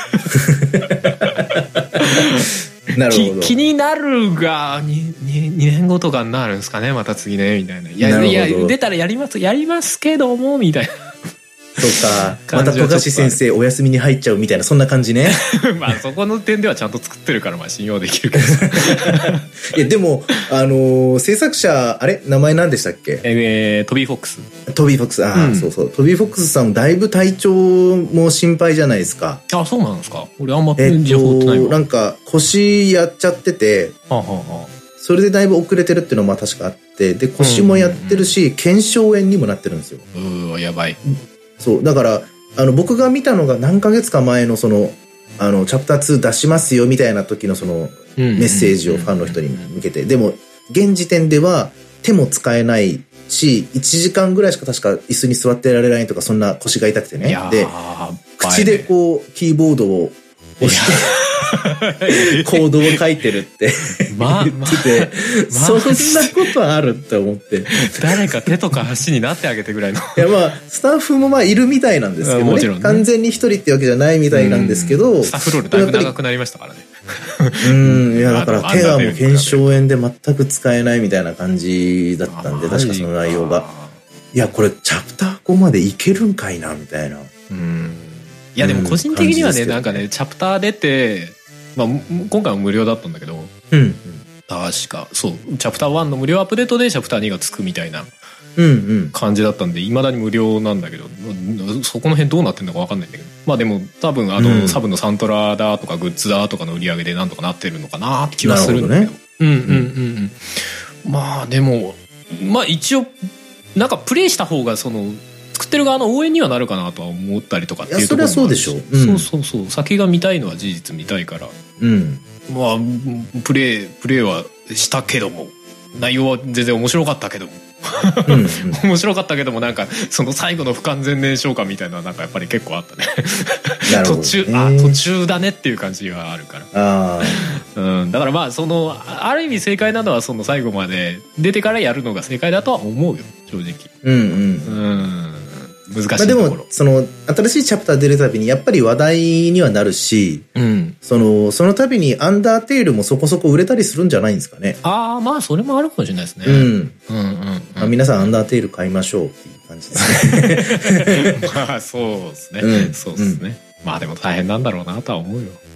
なるほど。 気になるが 2, 2年後とかになるんですかね、また次ねみたいな、いやいや出たらやりますやりますけどもみたいなそうか、また富樫先生お休みに入っちゃうみたいな、そんな感じねまあそこの点ではちゃんと作ってるからまあ信用できるけどいやでもあのー、制作者あれ名前何でしたっけ？ えー、トビー・フォックストビー・フォックスああ、うん、そうそうトビー・フォックスさんだいぶ体調も心配じゃないですか。 あ、そうなんですか。俺あんま情報ってないわ。 えっとなんか腰やっちゃってて、はあはあ、それでだいぶ遅れてるっていうのも確かあって、で腰もやってるし、腱鞘炎にもなってるんですよ。 うわやばい。 そうだからあの僕が見たのが何ヶ月か前のそのあのチャプターツー出しますよみたいな時のそのメッセージをファンの人に向けて、でも現時点では手も使えないしいちじかんぐらいしか確か椅子に座ってられないとか、そんな腰が痛くてね、で口でこうキーボードを押してコードを書いてるってまあ、 言ってて、まあ、そんなことあるって思って誰か手とか足になってあげてぐらいのいやまあスタッフもまあいるみたいなんですけど ね, もちろんね完全に一人ってわけじゃないみたいなんですけど、 スタッフロールだいぶ長くなりましたからねうんいやだから手がもう腱鞘炎で全く使えないみたいな感じだったんで、確かその内容がいやこれチャプターごまでいけるんかいなみたいな。 うんいやでも個人的にはね、うん、なんかねチャプター出て、まあ、今回は無料だったんだけど、うん、確かそうチャプターワンの無料アップデートでチャプターにがつくみたいな感じだったんで、いまだに無料なんだけど、そこの辺どうなってんのか分かんないんだけど、まあでも多分あの、うん、サブのサントラだとかグッズだとかの売り上げでなんとかなってるのかなって気はするんだけど、ね、うんうんうんうんまあでもまあ一応なんかプレイした方がその作ってる側の応援にはなるかなとは思ったりとかっていうところもあるし、 そりゃそうでしょ、うん、 そうそうそう先が見たいのは事実見たいから、うん、まあプレイプレイはしたけども内容は全然面白かったけどもうん、うん、面白かったけどもなんかその最後の不完全燃焼感みたいなのはなんかやっぱり結構あったね途中あ途中だねっていう感じがあるからあ、うん、だからまあそのある意味正解なのはその最後まで出てからやるのが正解だとは思うよ正直。うんうん、うん難しいところ、まあ、でもその新しいチャプター出るたびにやっぱり話題にはなるし、うん、そのその度にアンダーテールもそこそこ売れたりするんじゃないんですかね。 ああまあそれもあるかもしれないですね、うん、うんうんうんまあ、皆さんアンダーテール買いましょうっていう感じですねまあそうですね、うん、そうですね、うん、まあでも大変なんだろうなとは思うよ。 い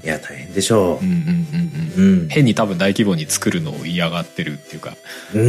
いや大変でしょう。うんうんうんうん。変に多分大規模に作るのを嫌がってるっていうか、うん、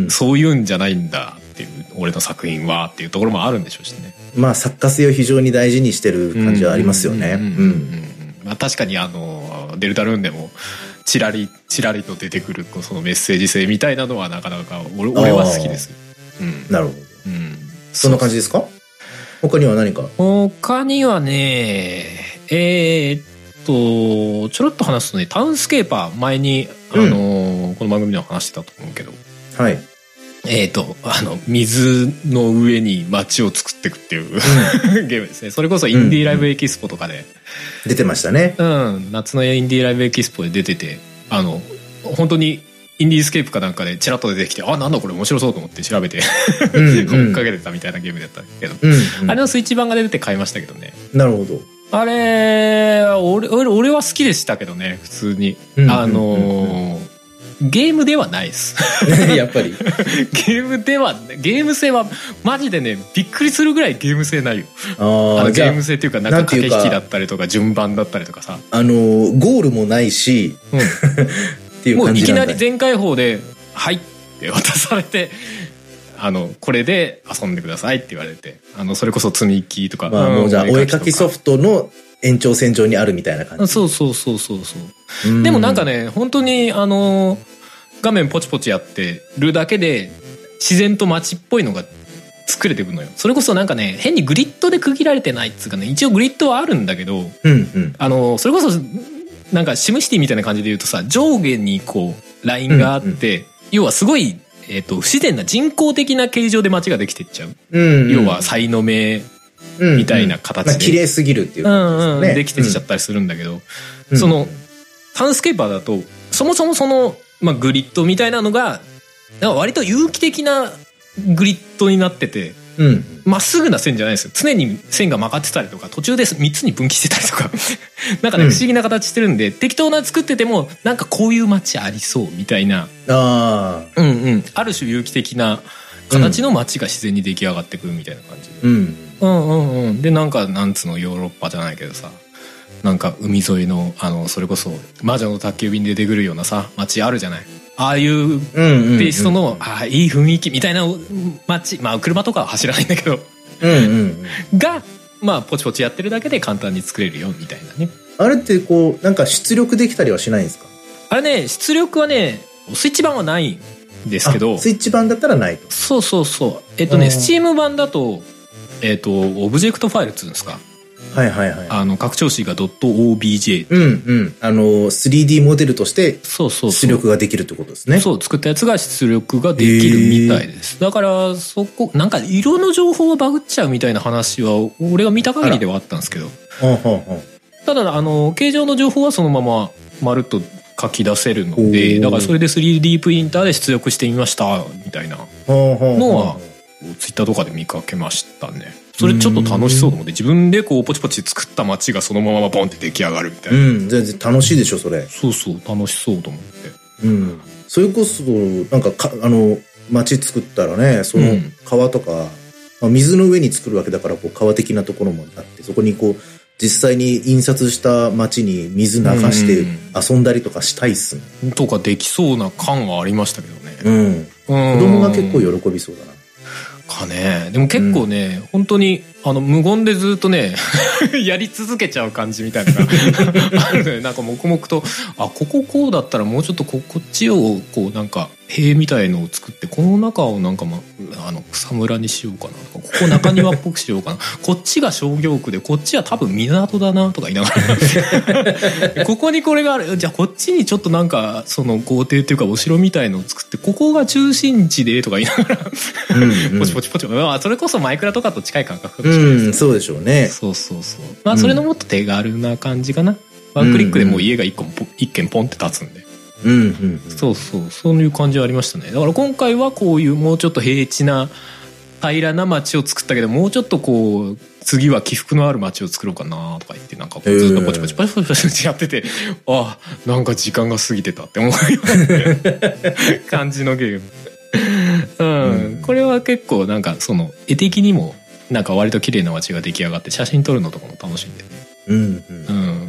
そういうんじゃないんだっていう俺の作品はっていうところもあるんでしょうしね。 まあ作家性を非常に大事にしてる感じはありますよね。 まあ確かにあのデルタルーンでもちらりちらりと出てくるそのメッセージ性みたいなのはなかなか 俺, 俺は好きです。 うん、なるほど。うん、そんな感じですか？他には何か？ 他にはね、えー、っとちょろっと話すとね、タウンスケーパー前にあの、うん、この番組では話してたと思うけど、 はい。 えー、っとあの水の上に街を作っていくっていう、うん、ゲームですね。それこそインディーライブエキスポとかで、うんうん、 出てましたね。 うん、夏のインディーライブエキスポで出てて、あの本当にインディースケープかなんかでチラッと出てきて、あ、なんだこれ面白そうと思って調べて追っかけてたみたいなゲームだったけど、うんうん、あれのスイッチ版が出て買いましたけどね。 なるほど。 あれ 俺, 俺は好きでしたけどね、普通に、うんうんうんうん、あのゲームではないですやっぱりゲームではゲーム性はマジでねびっくりするぐらいゲーム性ないよ。ああのゲーム性っていうかなんか駆け引きだったりとか順番だったりとかさ、 あのゴールもないし、うんっていう感じなんだ。 もういきなり全開放で「はい」って渡されて、あのこれで遊んでくださいって言われて、あのそれこそ積み木とか、 まあ、もうじゃあお絵描きソフトの延長線上にあるみたいな感じ。 そうそうそうそうそう。でもなんかね本当にあの画面ポチポチやってるだけで自然と街っぽいのが作れていくのよ。それこそなんかね変にグリッドで区切られてないっつうかね、一応グリッドはあるんだけど、うんうん、あのそれこそなんかシムシティみたいな感じで言うとさ、上下にこうラインがあって、うんうん、要はすごい、えーと、不自然な人工的な形状で街ができてっちゃう、うんうん、要は才の目みたいな形で、うんうん、 綺麗すぎるっていう感じですね、うんうん、 できてきちゃったりするんだけど、うん、そのタウンスケーパーだとそもそもその、まあ、グリッドみたいなのがなんか割と有機的なグリッドになってて、うん、まっすぐな線じゃないですよ。常に線が曲がってたりとか途中でみっつに分岐してたりとかなんかね、うん、不思議な形してるんで、適当な作っててもなんかこういう街ありそうみたいな、あ、うんうん、ある種有機的な形の街が自然に出来上がってくるみたいな感じで、うん、うんうんうんでなんかなんつうのヨーロッパじゃないけどさ、なんか海沿いのあのそれこそ魔女の宅急便で出てくるようなさ街あるじゃない。ああいうテイストの、ああいい雰囲気みたいな街、まあ車とかは走らないんだけど、うんうんうん、がまあポチポチやってるだけで簡単に作れるよみたいなね。 あれってこうなんか出力できたりはしないんですか？ あれね出力はねスイッチ版はないんですけど、 スイッチ版だったらないと。 そうそうそう。えっとねスチーム版だとえっとオブジェクトファイルっつうんですか。 はいはいはい。 あの拡張子が .obj。 うんうん。あの スリーディー モデルとして出力ができるってことですね。 そう、作ったやつが出力ができるみたいです。だからそこなんか色の情報がバグっちゃうみたいな話は俺が見た限りではあったんですけど。ただあの形状の情報はそのまままるっと書き出せるので、だからそれで スリーディー プリンターで出力してみましたみたいなのはツイッターとかで見かけましたね。それちょっと楽しそうと思って、自分でこうポチポチ作った街がそのままボンって出来上がるみたいな。 うん、全然楽しいでしょそれ。 そうそう楽しそうと思って。 うん。それこそなんかかあの街作ったらね、その川とか、うんまあ、水の上に作るわけだからこう川的なところもあって、そこにこう実際に印刷した街に水流して遊んだりとかしたいっすね。 うん、とかできそうな感はありましたけどね。 うん。うん、子供が結構喜びそうだな。 かね。でも結構ね、うん、本当にあの無言でずっとねやり続けちゃう感じみたいなのがあるのよ。なんか黙々とあこここうだったらもうちょっと こ, こっちをこうなんか塀みたいのを作ってこの中をなんか、ま、あの草むらにしようかなとかここ中庭っぽくしようかなこっちが商業区でこっちは多分港だなとか言いながらここにこれがあるじゃあこっちにちょっとなんかその豪邸っていうかお城みたいのを作ってここが中心地でとか言いながらうん、ポチポチポチ、まあ、それこそマイクラとかと近い感覚かもしれないです、ね、うんそうでしょうね。 そうそうそう。まあそれのもっと手軽な感じかな。ワンクリックでもう家が一個一軒ポンって立つんで。うんうんうん、そうそうそういう感じはありましたね。だから今回はこういうもうちょっと平地な平らな街を作ったけどもうちょっとこう次は起伏のある街を作ろうかなとか言ってなんかずっとポチポチポチポチポチってやってて、あなんか時間が過ぎてたって思うような感じのゲーム。うん、うん、これは結構なんかその絵的にもなんか割と綺麗な街が出来上がって写真撮るのとかも楽しんでね。うんうん、うん、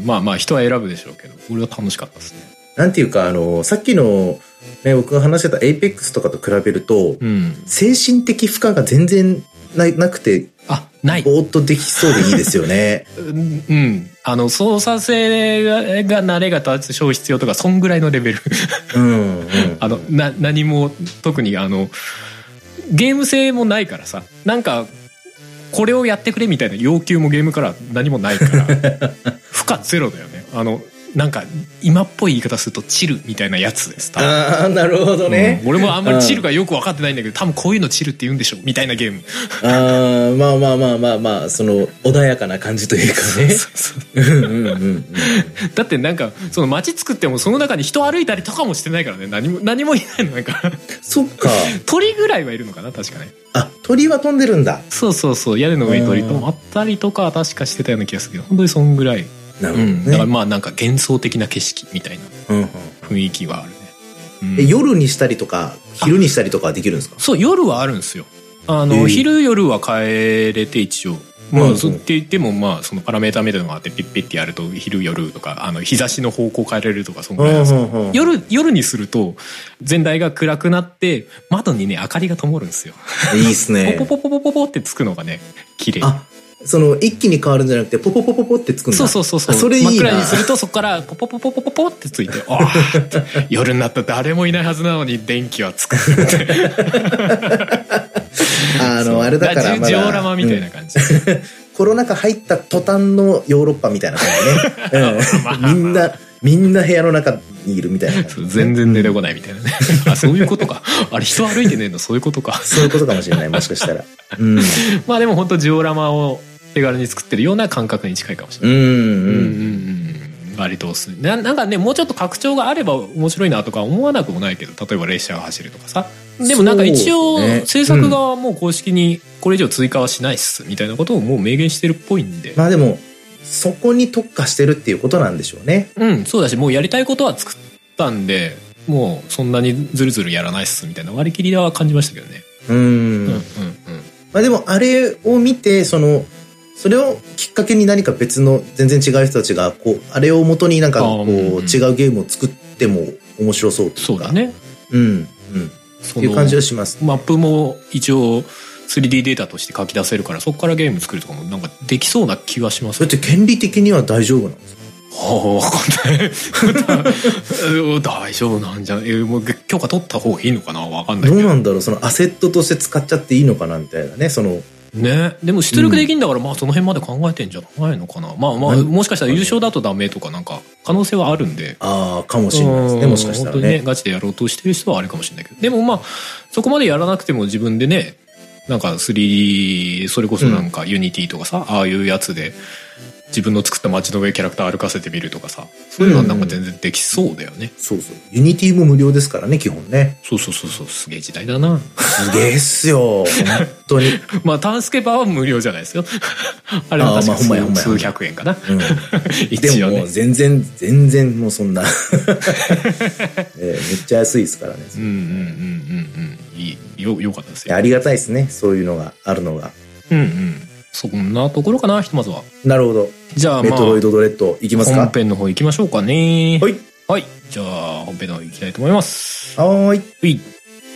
まあまあ人は選ぶでしょうけど、俺は楽しかったですね。 なんていうか、あの、さっきの、ね、僕が話してた エイペックス とかと比べると、うん、精神的負荷が全然な, なくて、 あ、ない。 ぼーっとできそうでいいですよね。 うん、うん。あの、操作性が、が慣れが多少必要とか、そんぐらいのレベル。うん、うん。あの、な、何も、特にあの、ゲーム性もないからさ、なんか、これをやってくれみたいな要求もゲームから何もないから、負荷ゼロだよね。あの、なんか今っぽい言い方するとチルみたいなやつです。 ああ、なるほどね、 うん、俺もあんまりチルがよく分かってないんだけど、多分こういうのチルって言うんでしょみたいなゲーム。 ああ、まあまあまあまあまあ、その穏やかな感じというかね。そうそうそうだってなんかその街作ってもその中に人歩いたりとかもしてないからね。何も何もいないの。なんかそっか。 鳥ぐらいはいるのかな、確かね。 あ、鳥は飛んでるんだ。 そうそうそう、屋根の上に鳥とあったりとか確かしてたような気がするけど、本当にそんぐらい。 なるほどね、うん、 だからまあなんか幻想的な景色みたいな雰囲気はあるね、 うんうん、え夜にしたりとか昼にしたりとかできるんですか？ そう、夜はあるんですよ。あの、えー、昼夜は変えれて一応、まあ、うん、そうって言ってもまあそのパラメーターみたいなのがあってピッピッてやると昼夜とか、あの日差しの方向変えれるとか、そんぐらいなんですけど、うんうんうん、夜夜にすると全体が暗くなって窓にね明かりが灯るんですよ。 いいっすね。 ポポポポポポってつくのがね綺麗。 あ、その一気に変わるんじゃなくてポポポポポってつくんだ。 そうそうそうそう。 それいいな。 真っ暗にするとそこからポポポポポポポってついて、ああ夜になったら誰もいないはずなのに電気はつくって。 あのあれだからまだジオラマみたいな感じ。 うん、コロナ禍入った途端のヨーロッパみたいな感じね。うん、みんなみんな部屋の中にいるみたいな感じ、ね、 全然出てこないみたいなね。あ、そういうことか。あれ人歩いてねえの、そういうことか。 そういうことかもしれない、もしかしたら。うん、 まあでも本当ジオラマを手軽に作ってるような感覚に近いかもしれない。うんうんうんうん。割とな、なんかね、もうちょっと拡張があれば面白いなとか思わなくもないけど、例えば列車が走るとかさ。でもなんか一応制作側はもう公式にこれ以上追加はしないっすみたいなことをもう明言してるっぽいんで。 まあでもそこに特化してるっていうことなんでしょうね。 うん、そうだし、もうやりたいことは作ったんで、もうそんなにずるずるやらないっすみたいな割り切りは感じましたけどね。 うん。うんうんうん。まあでもあれを見て、そのそれをきっかけに何か別の全然違う人たちがこうあれを元になんかこう、うんうん、違うゲームを作っても面白そうというか。 そうだね。 うんうん。っていう感じはします。 マップも一応 スリーディー データとして書き出せるから、そこからゲーム作るとかもなんかできそうな気はします、 ね。だって権利的には大丈夫なんですか？ はあ、分かんない。大丈夫なんじゃない？もう許可取った方がいいのかな、分かんないけど。 どうなんだろう、そのアセットとして使っちゃっていいのかなみたいなね、その。 ね、でも出力できんだから、うん、まあその辺まで考えてんじゃないのかな。まあまあ、もしかしたら優勝だとダメとかなんか可能性はあるんで。 ああ、かもしれないですね、もしかしたらね。 本当にね、ガチでやろうとしてる人はあれかもしれないけど。でもまあ、そこまでやらなくても自分でね、なんか スリーディー、それこそなんかユニティとかさ、うん、ああいうやつで自分の作った街の上キャラクター歩かせてみるとかさ、そういうのはなんか全然できそうだよね。うんうん、 そうそう。ユニティも無料ですからね、基本ね。 そうそうそうそう、すげえ時代だな。 すげえっすよ、本当に。 まあターンスケーパーは無料じゃないですよ。あれは確か数、まあ、数百円かな。うん、 一応ね。でももう全然全然もうそんな、えー、めっちゃ安いですからね。 うんうんうんうんうん。いいよよかったですよ。 ありがたいですね、そういうのがあるのが。 うんうん。そんなところかな、ひとまずは。 なるほど。 じゃあ、 まあ、メトロイドドレッドいきますか。 本編の方いきましょうかね。 はい。 はい。じゃあ、本編の方いきたいと思います。 はーい。 はい。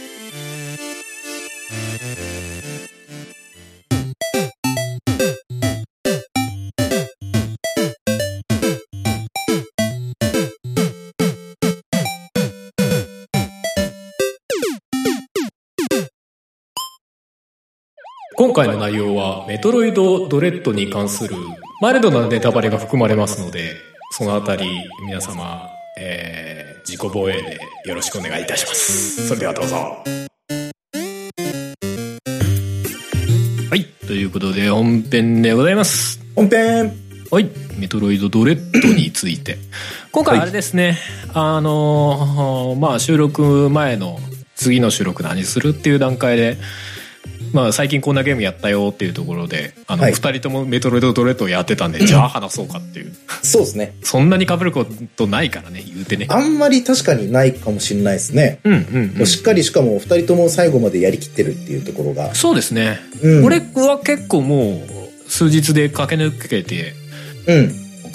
今回の内容はメトロイドドレッドに関するマイルドなネタバレが含まれますので、そのあたり皆様、えー、自己防衛でよろしくお願いいたします。それではどうぞ。はい、ということで本編でございます。 本編。 はい、メトロイドドレッドについて今回あれですね、はい、あのー、まあ収録前の次の収録何するっていう段階で、まあ、最近こんなゲームやったよっていうところで、あの、はい、ふたりともメトロイドドレッドをやってたんで、じゃあ話そうかっていう。 そうですね。 そんなに被ることないからね、言うてね。 あんまり確かにないかもしれないですね。うんうんうん。しっかりしかもふたりとも最後までやりきってるっていうところが。 そうですね。うん、俺は結構もう数日で駆け抜けて、うん。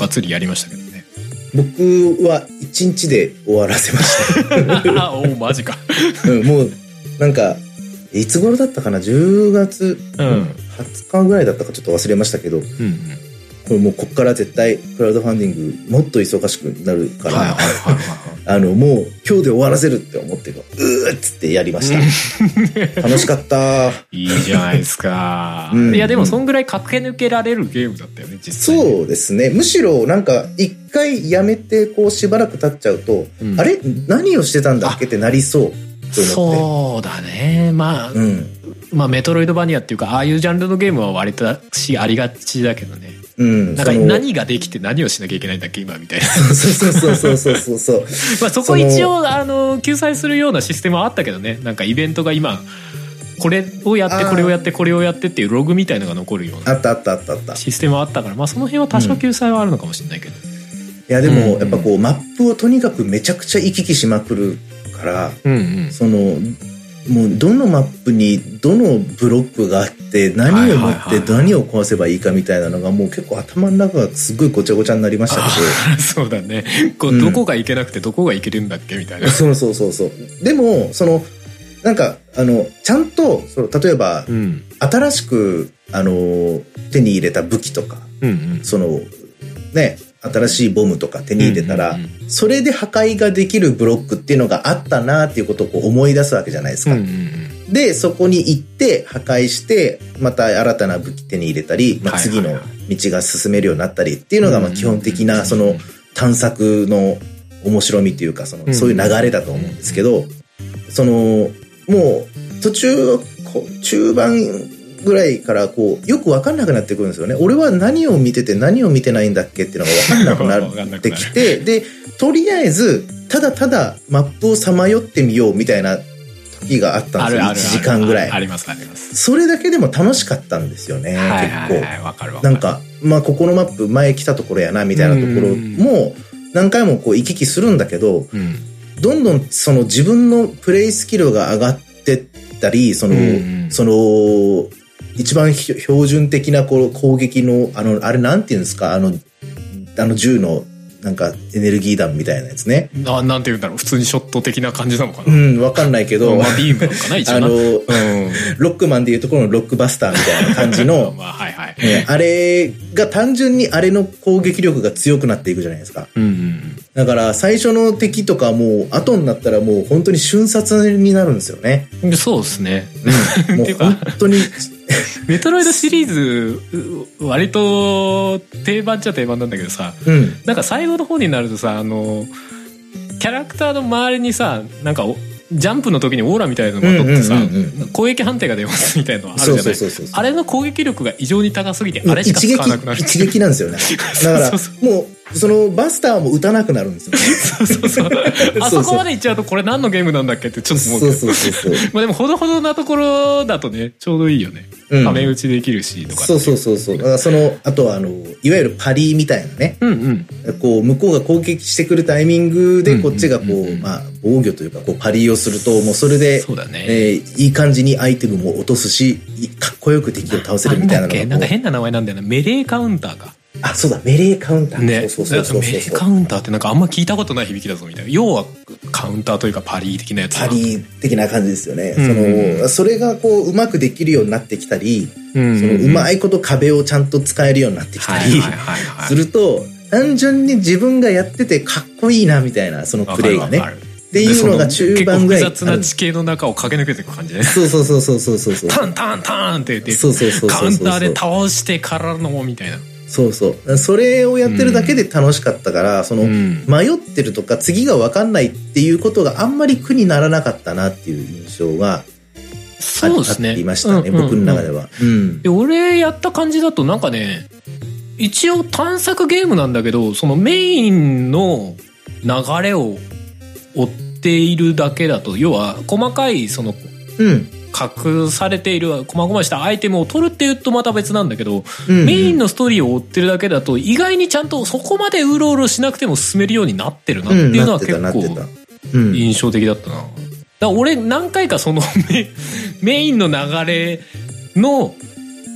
がっつりやりましたけどね。 僕はいちにちで終わらせましたおおマジか、 うん、もうなんかいつ頃だったかな、じゅうがつはつかぐらいだったかちょっと忘れましたけど、うんうん、これもうこっから絶対クラウドファンディングもっと忙しくなるから、あのもう今日で終わらせるって思ってうーっつってやりました楽しかった。 いいじゃないですか、うん、いやでもそんぐらい駆け抜けられるゲームだったよね実際。 そうですね、むしろなんか一回やめてこうしばらく経っちゃうと、うん、あれ何をしてたんだっけってなりそうそうだね。まあ、うん、まあメトロイドバニアっていうかああいうジャンルのゲームは割としありがちだけどね。うん、なんか何ができて何をしなきゃいけないんだっけ今みたいな。 そうそうそうそうそうそう。 まあそこ一応あの救済するようなシステムはあったけどね。なんかイベントが今これをやってこれをやってこれをやってっていうログみたいのが残るようなあったあったあったあったシステムはあったから、まあその辺は多少救済はあるのかもしれないけど。うん、 いやでもやっぱこうマップをとにかくめちゃくちゃ行き来しまくるから、うんうん、そのもうどのマップにどのブロックがあって何を持って何を壊せばいいかみたいなのがもう結構頭の中がすごいごちゃごちゃになりましたけどそうだねこうどこがいけなくてどこがいけるんだっけみたいな、うん、 そうそうそうそう。でもそのなんかあのちゃんとその例えば、うん、新しくあの手に入れた武器とか、うんうん、そのね新しいボムとか手に入れたら、うんうんうん、それで破壊ができるブロックっていうのがあったなっていうことをこう思い出すわけじゃないですか、うんうんうん、でそこに行って破壊してまた新たな武器手に入れたり、まあ、次の道が進めるようになったりっていうのがまあ基本的なその探索の面白みというかそのそういう流れだと思うんですけど、そのもう途中中盤ぐらいからこうよく分かんなくなってくるんですよね。俺は何を見てて何を見てないんだっけっていうのが分かんなくなってきてでとりあえずただただマップをさまよってみようみたいな時があったんですよ。いちじかんぐらいありますあります。 それだけでも楽しかったんですよね、はいはいはい、結構、はい、分かる分かる。なんかまあここのマップ前来たところやなみたいなところも何回もこう行き来するんだけど、うん、どんどんその自分のプレイスキルが上がってったりその、うんうん、その一番標準的なこう攻撃のあのあれなんていうんですか、あのあの銃のなんかエネルギー弾みたいなやつね。 あ、なんていうんだろう、普通にショット的な感じなのかな。 うん、わかんないけど、 まあ、ビームなのかな一応な。 あの、うん、ロックマンでいうところのロックバスターみたいな感じの、 まあはいはい、 ね、あれが単純にあれの攻撃力が強くなっていくじゃないですか。うんうん、だから最初の敵とかもう後になったらもう本当に瞬殺になるんですよね。 そうですね。 うん、もう本当に。 メトロイドシリーズ割と定番っちゃ定番なんだけどさ、うん、なんか最後の方になるとさ、あのキャラクターの周りにさ、なんかジャンプの時にオーラみたいなのが取ってさ、攻撃判定が出ますみたいなのあるじゃない。あれの攻撃力が異常に高すぎてあれしか使わなくなる。 一撃なんですよね。だからもうそのバスターも撃たなくなるんですよね。 そうそうそう。あそこまで行っちゃうとこれ何のゲームなんだっけってちょっと思うけど。そうそうそうそう。まあでもほどほどなところだとねちょうどいいよね。うん、はめ打ちできるしとか。 そうそうそうそう。だからそのあとはあのいわゆるパリみたいなね。うんうん。こう向こうが攻撃してくるタイミングでこっちがこうまあ防御というかこうパリをするともうそれでそうだね、えー、いい感じにアイテムも落とすしかっこよく敵を倒せるみたいなのが。 なんか変な名前なんだよな、メレーカウンターか。 あ、そうだ、メレーカウンター。 ね、そうそうそうそう。メレーカウンターってなんかあんま聞いたことない響きだぞみたいな。要はカウンターというかパリー的なやつ。 パリー的な感じですよね。うんうん、そのそれがこううまくできるようになってきたり、うんうん、そのうまいこと壁をちゃんと使えるようになってきたりすると、単純に自分がやっててかっこいいなみたいなそのプレイがね。っていうのが中盤ぐらい。 複雑な地形の中を駆け抜けていく感じね。 そうそうそうそうそうそう。 タンタンタンって言って、そうそうそうそうカウンターで倒してからのみたいな。 そうそう。それをやってるだけで楽しかったから、うん、その、迷ってるとか次が分かんないっていうことがあんまり苦にならなかったなっていう印象がそうですね。 ありましたね、うんうんうん、僕の中では。うん、 で俺やった感じだとなんかね、一応探索ゲームなんだけど、そのメインの流れを追っているだけだと、要は細かいその、うん隠されている細々したアイテムを取るっていうとまた別なんだけど、うんうん、メインのストーリーを追ってるだけだと意外にちゃんとそこまでうろうろしなくても進めるようになってるなっていうのは結構印象的だったな。だから俺何回かそのメインの流れの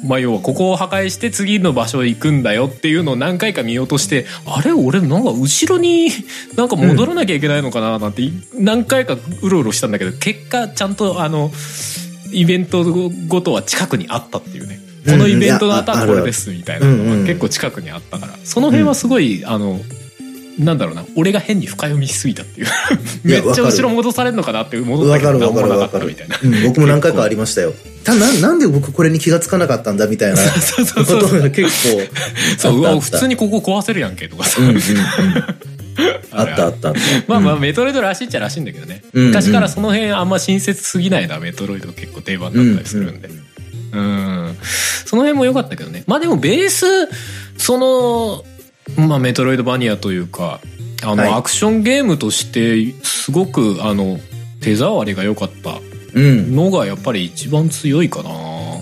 まあ要はここを破壊して次の場所へ行くんだよっていうのを何回か見落として、あれ俺なんか後ろになんか戻らなきゃいけないのかななんて何回かうろうろしたんだけど、結果ちゃんとあのイベントごとは近くにあったっていうね。このイベントの後はこれですみたいなのが結構近くにあったから、その辺はすごいあのなんだろうな、俺が変に深読みしすぎたっていうめっちゃ後ろ戻されるのかなって戻ったけど何もなかったみたいな、 うん、僕も何回かありましたよ。たななんで僕これに気がつかなかったんだみたいなことが結構そううわ普通にここ壊せるやんけとかさ、うんうんうん、 あったあった。 まあまあメトロイドらしいっちゃらしいんだけどね、うんうん、昔からその辺あんま親切すぎないなメトロイド結構定番だったりするんで、うんうんうん、その辺も良かったけどね。まあでもベースそのまあ、メトロイドバニアというかあの、はい、アクションゲームとしてすごくあの手触りが良かったのがやっぱり一番強いかな、うん、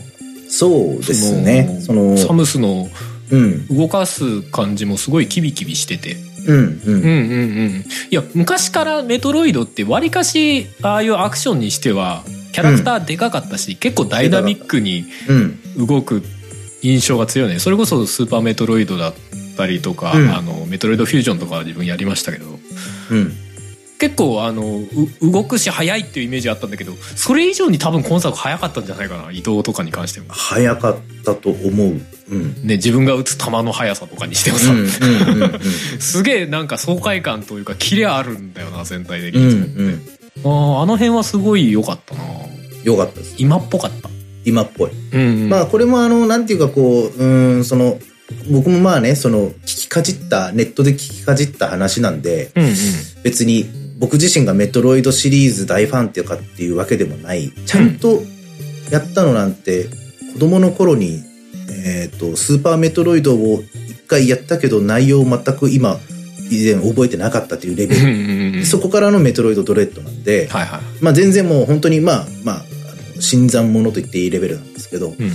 そうですね。 そのサムスの動かす感じもすごいキビキビしてて、うんうんうんうんうんいや昔からメトロイドってわりかしああいうアクションにしてはキャラクターでかかったし、うん、結構ダイナミックに動く印象が強いね。それこそスーパーメトロイドだったりとか、うん、あのメトロイドフュージョンとか自分やりましたけど、うん、結構あの動くし速いっていうイメージあったんだけど、それ以上に多分今作速かったんじゃないかな。移動とかに関しても速かったと思う、うんね、自分が打つ球の速さとかにしてもさ、うんうんうんうん、すげえなんか爽快感というかキレあるんだよな全体的に、うんうん、あ, あの辺はすごい良かったな。 良かったです。 今っぽかった。 今っぽい、うんうん、まあこれもあのなんていうかこううんその僕もまあねその聞きかじったネットで聞きかじった話なんで、うんうん、別に僕自身がメトロイドシリーズ大ファンっていうかっていうわけでもない。ちゃんとやったのなんて子供の頃に、えーと、スーパーメトロイドを一回やったけど内容を全く今以前覚えてなかったっていうレベル、うんうんうん、そこからのメトロイドドレッドなんで、はいはい、まあ全然もう本当にまあまあ新参者と言っていいレベルなんですけど、うんうんうん、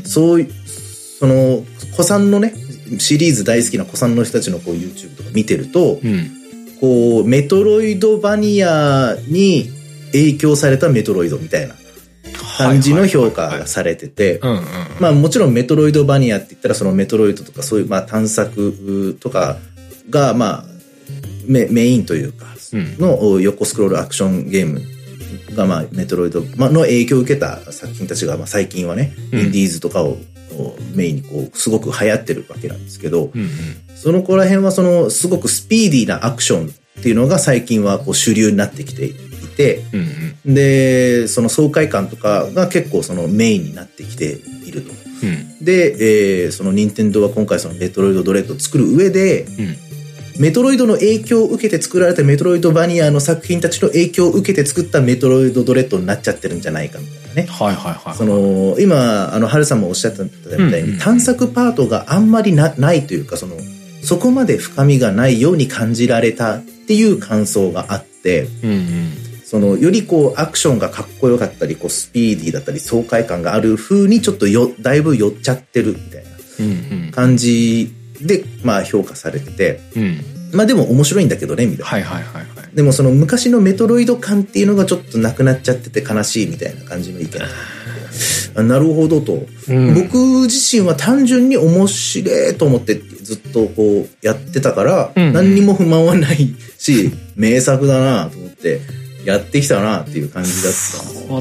そういうその子さんのねシリーズ大好きな子さんの人たちのこう YouTube とか見てると、うん、こうメトロイドバニアに影響されたメトロイドみたいな感じの評価がされてて、まあもちろんメトロイドバニアって言ったらそのメトロイドとかそういうまあ探索とかがまあ メ, メインというかの横スクロールアクションゲームがまあメトロイドの影響を受けた作品たちがまあ最近はね、うん、インディーズとかをメインにこうすごく流行ってるわけなんですけど、うんうん、その子ら辺はそのすごくスピーディーなアクションっていうのが最近はこう主流になってきていて、うんうん、でその爽快感とかが結構そのメインになってきていると、うん、で、えー、その任天堂は今回そのメトロイドドレッドを作る上で、うんメトロイドの影響を受けて作られたメトロイドバニアの作品たちの影響を受けて作ったメトロイドドレッドになっちゃってるんじゃないかみたいなね。はいはいはい。その今あのハルさんもおっしゃったみたいに、うんうん、探索パートがあんまり な, ないというかそのそこまで深みがないように感じられたっていう感想があって、うんうん、そのよりこうアクションがかっこよかったりこうスピーディーだったり爽快感がある風にちょっとよだいぶ寄っちゃってるみたいな感じで、まあ、評価されてて、うん、まあでも面白いんだけどねみたいな、はいはいはいはい、でもその昔のメトロイド感っていうのがちょっとなくなっちゃってて悲しいみたいな感じの意見あなるほどと、うん、僕自身は単純に面白いと思ってずっとこうやってたから、うんうん、何にも不満はないし名作だなと思ってやってきたなっていう感じだった。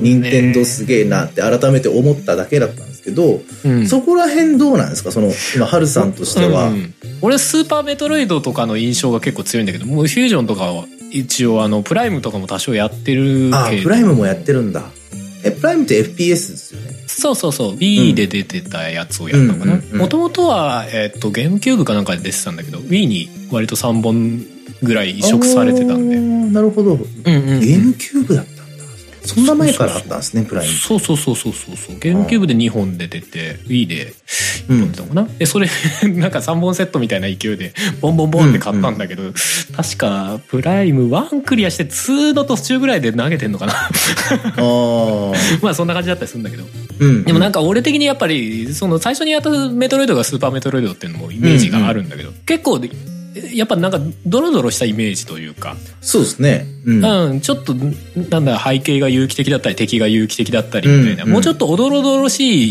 任天堂すげえなって改めて思っただけだったんですけど、うん、そこら辺どうなんですかその今ハルさんとしては、うん、 俺スーパーメトロイドとかの印象が結構強いんだけどもうフュージョンとかは一応あのプライムとかも多少やってるけど。 あプライムもやってるんだ。えプライムって エフピーエス ですよね。 そうそうそう Wii で出てたやつをやったのかな。もともとは、えー、とゲームキューブかなんかで出てたんだけど Wii に割とさんぼんぐらい移植されてたんで。 なるほど、うんうんうん、ゲームキューブだったんだ。そんな前からあったんですねプライム。 そうそうそうそうそうそうゲームキューブでにほんで出て Wii でいっぽん出たのかな、うん、でそれなんかさんぼんセットみたいな勢いでボンボンボンって買ったんだけど、うんうん、確かプライムワンクリアしてツーの途中ぐらいで投げてんのかなあまあそんな感じだったりするんだけど、うんうん、でもなんか俺的にやっぱりその最初にやったメトロイドがスーパーメトロイドっていうのもイメージがあるんだけど、うんうん、結構やっぱなんかドロドロしたイメージというかそうですね、 うんうん、ちょっとなんだ背景が有機的だったり敵が有機的だったりみたいな、うんうん、もうちょっとおどろどろしい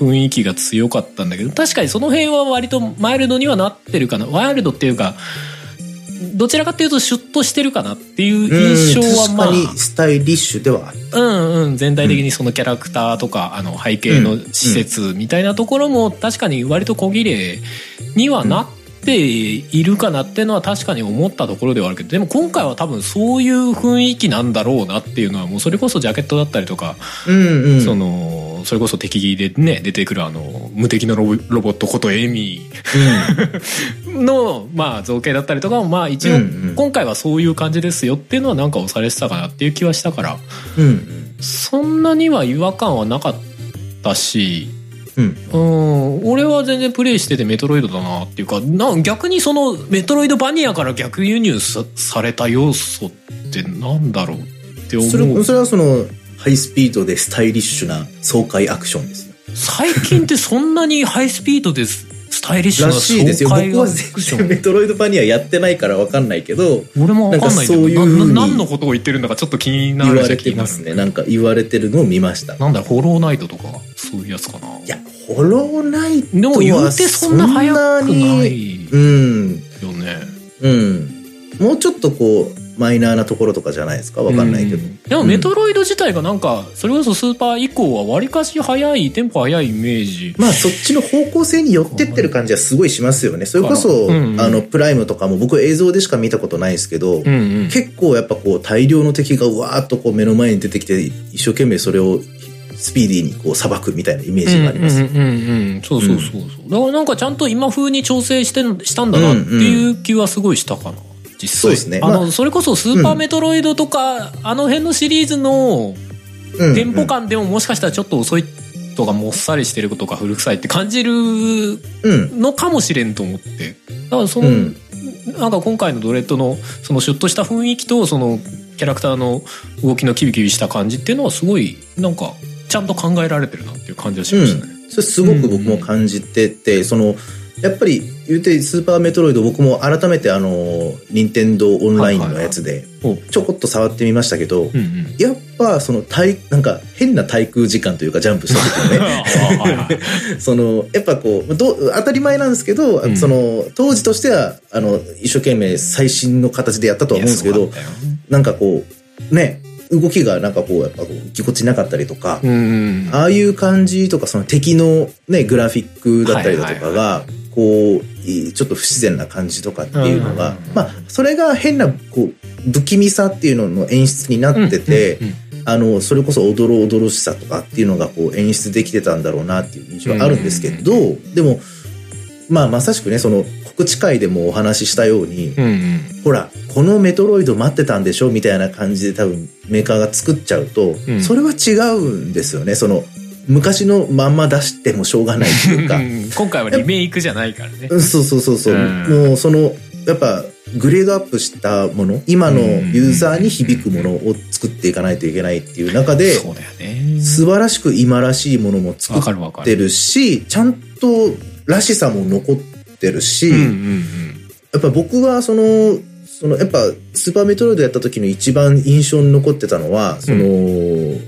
雰囲気が強かったんだけど、確かにその辺は割とマイルドにはなってるかな。ワイルドっていうか、どちらかっていうとシュッとしてるかなっていう印象はまあ、 確かにスタイリッシュではある。 うんうん、全体的にそのキャラクターとか、あの背景の施設みたいなところも確かに割と小綺麗にはなっているかなっていうのは確かに思ったところではあるけど、でも今回は多分そういう雰囲気なんだろうなっていうのはもうそれこそジャケットだったりとか、うんうん、そのそれこそ敵でね出てくるあの無敵のロボ、ロボットことエミー、うん、のまあ造形だったりとかもまあ一応今回はそういう感じですよっていうのはなんか押されてたかなっていう気はしたから、うんうん、そんなには違和感はなかったし、うん、うん俺は全然プレイしててメトロイドだなっていうか、な逆にそのメトロイドバニアから逆輸入 さ, された要素ってなんだろうって思う。 それ、それはそのハイスピードでスタイリッシュな爽快アクションですよ。 最近ってそんなにハイスピードでスタイリッシュな爽快アクション。らしいですよ。 僕は全然メトロイドバニアやってないから分かんないけど、 俺も分かんないんだけど、そういうなな何のことを言ってるんだかちょっと気になる。 言われてますね。なんか言われてるのを見ました。 なんだホローナイトとかそういうやつかな。 いやホローナイトはでも言うてそんな速くないうんよね。 うん。もうちょっとこうマイナーなところとかじゃないですか、わかんないけど、うん、 でもメトロイド自体がなんかそれこそスーパー以降はわりかし速いテンポ速いイメージ、 まあそっちの方向性に寄ってってる感じはすごいしますよね。それこそ、うんうん、あのプライムとかも僕映像でしか見たことないですけど、うんうん、結構やっぱこう大量の敵がうわーっとこう目の前に出てきて一生懸命それをスピーディーにこう裁くみたいなイメージがあります。うんうんうんうん、 そうそうそうそう、うん、だからなんかちゃんと今風に調整してしたんだなっていう気はすごいしたかな。うんうんそうですね。 あの、まあ、それこそスーパーメトロイドとか、うん、あの辺のシリーズのテンポ感でももしかしたらちょっと遅いとかもっさりしてるとか古臭いって感じるのかもしれんと思って、だからその、うん、なんか今回のドレッドのそのシュッとした雰囲気とそのキャラクターの動きのキビキビした感じっていうのはすごいなんかちゃんと考えられてるなっていう感じはしましたね。 うん、それすごく僕も感じてて、うん、そのやっぱり言うてスーパーメトロイド僕も改めてあの任天堂オンラインのやつでちょこっと触ってみましたけど、やっぱその対なんか変な滞空時間というかジャンプした時のねそのやっぱこうど当たり前なんですけど、うん、その当時としてはあの一生懸命最新の形でやったとは思うんですけど、なんかこうね動きがなんかこうやっぱこうぎこちなかったりとか、うんうん、ああいう感じとかその敵のねグラフィックだったりだとかがこうちょっと不自然な感じとかっていうのが、まあそれが変なこう不気味さっていうのの演出になってて、うんうんうん、あのそれこそおどろおどろしさとかっていうのがこう演出できてたんだろうなっていう印象はあるんですけど、うんうんうん、でもまあまさしくねその告知会でもお話ししたように、うんうん、ほらこのメトロイド待ってたんでしょみたいな感じで多分メーカーが作っちゃうと、うん、それは違うんですよね。その昔のまんま出してもしょうがないっていうか今回はリメイクじゃないからね。 そうそうそうそう、うん、もうそのやっぱグレードアップしたもの今のユーザーに響くものを作っていかないといけないっていう中で、 そうだよね、 素晴らしく今らしいものも作ってるしちゃんとらしさも残ってるし、うんうんうん、やっぱ僕はそのそのやっぱスーパーメトロイドやった時の一番印象に残ってたのはその、うん、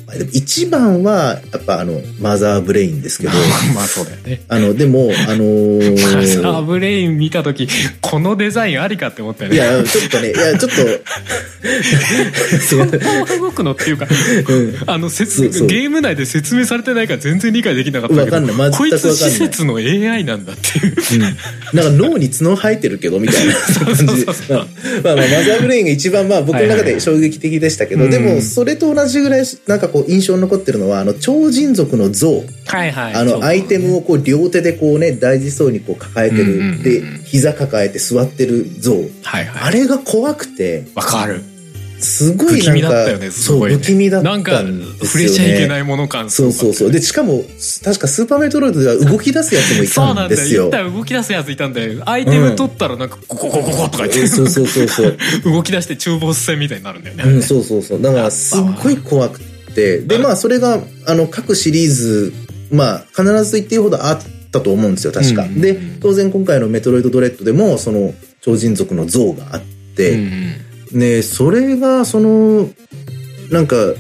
でも一番はやっぱあのマザーブレインですけどまあそうだよね。 あのでもあのー、 マザーブレイン見た時このデザインありかって思ったよね。 いやちょっとねいやちょっとそんな動くのっていうか、うん、あの説そうそうゲーム内で説明されてないから全然理解できなかったけど、 わかんない全くわかんない。 こいつ施設の エーアイ なんだっていう、うん、 なんか脳に角生えてるけどみたいな感じでまあまあマザーブレインが一番まあ僕の中で衝撃的でしたけど、はいはいはい、でもそれと同じぐらいなんかこう印象に残ってるのはあの超人族の像、はいはい、あのアイテムをこう両手でこうね大事そうにこう抱えてる、うんうんうん、で膝抱えて座ってる像、はいはい、あれが怖くてわかる。 すごいなんか不気味だったよね。すごいね。そう不気味だったんですよね。 なんか触れちゃいけないもの感。 そうそうそう。でしかも確かスーパーメトロイドでは動き出すやつもいたんですよ。 そうなんだよ。動き出すやついたんだよ。アイテム取ったらなんかコココココとか言って、うん、 そうそうそうそう動き出して中ボス戦みたいになるんだよね。 うん、そうそうそう。だからすっごい怖くて、でまあそれがあの各シリーズまあ必ず言っていいほどあったと思うんですよ確か。うんうんうん、で当然今回のメトロイドドレッドでもその超人族の像があって。うんうんね、それがそのなんか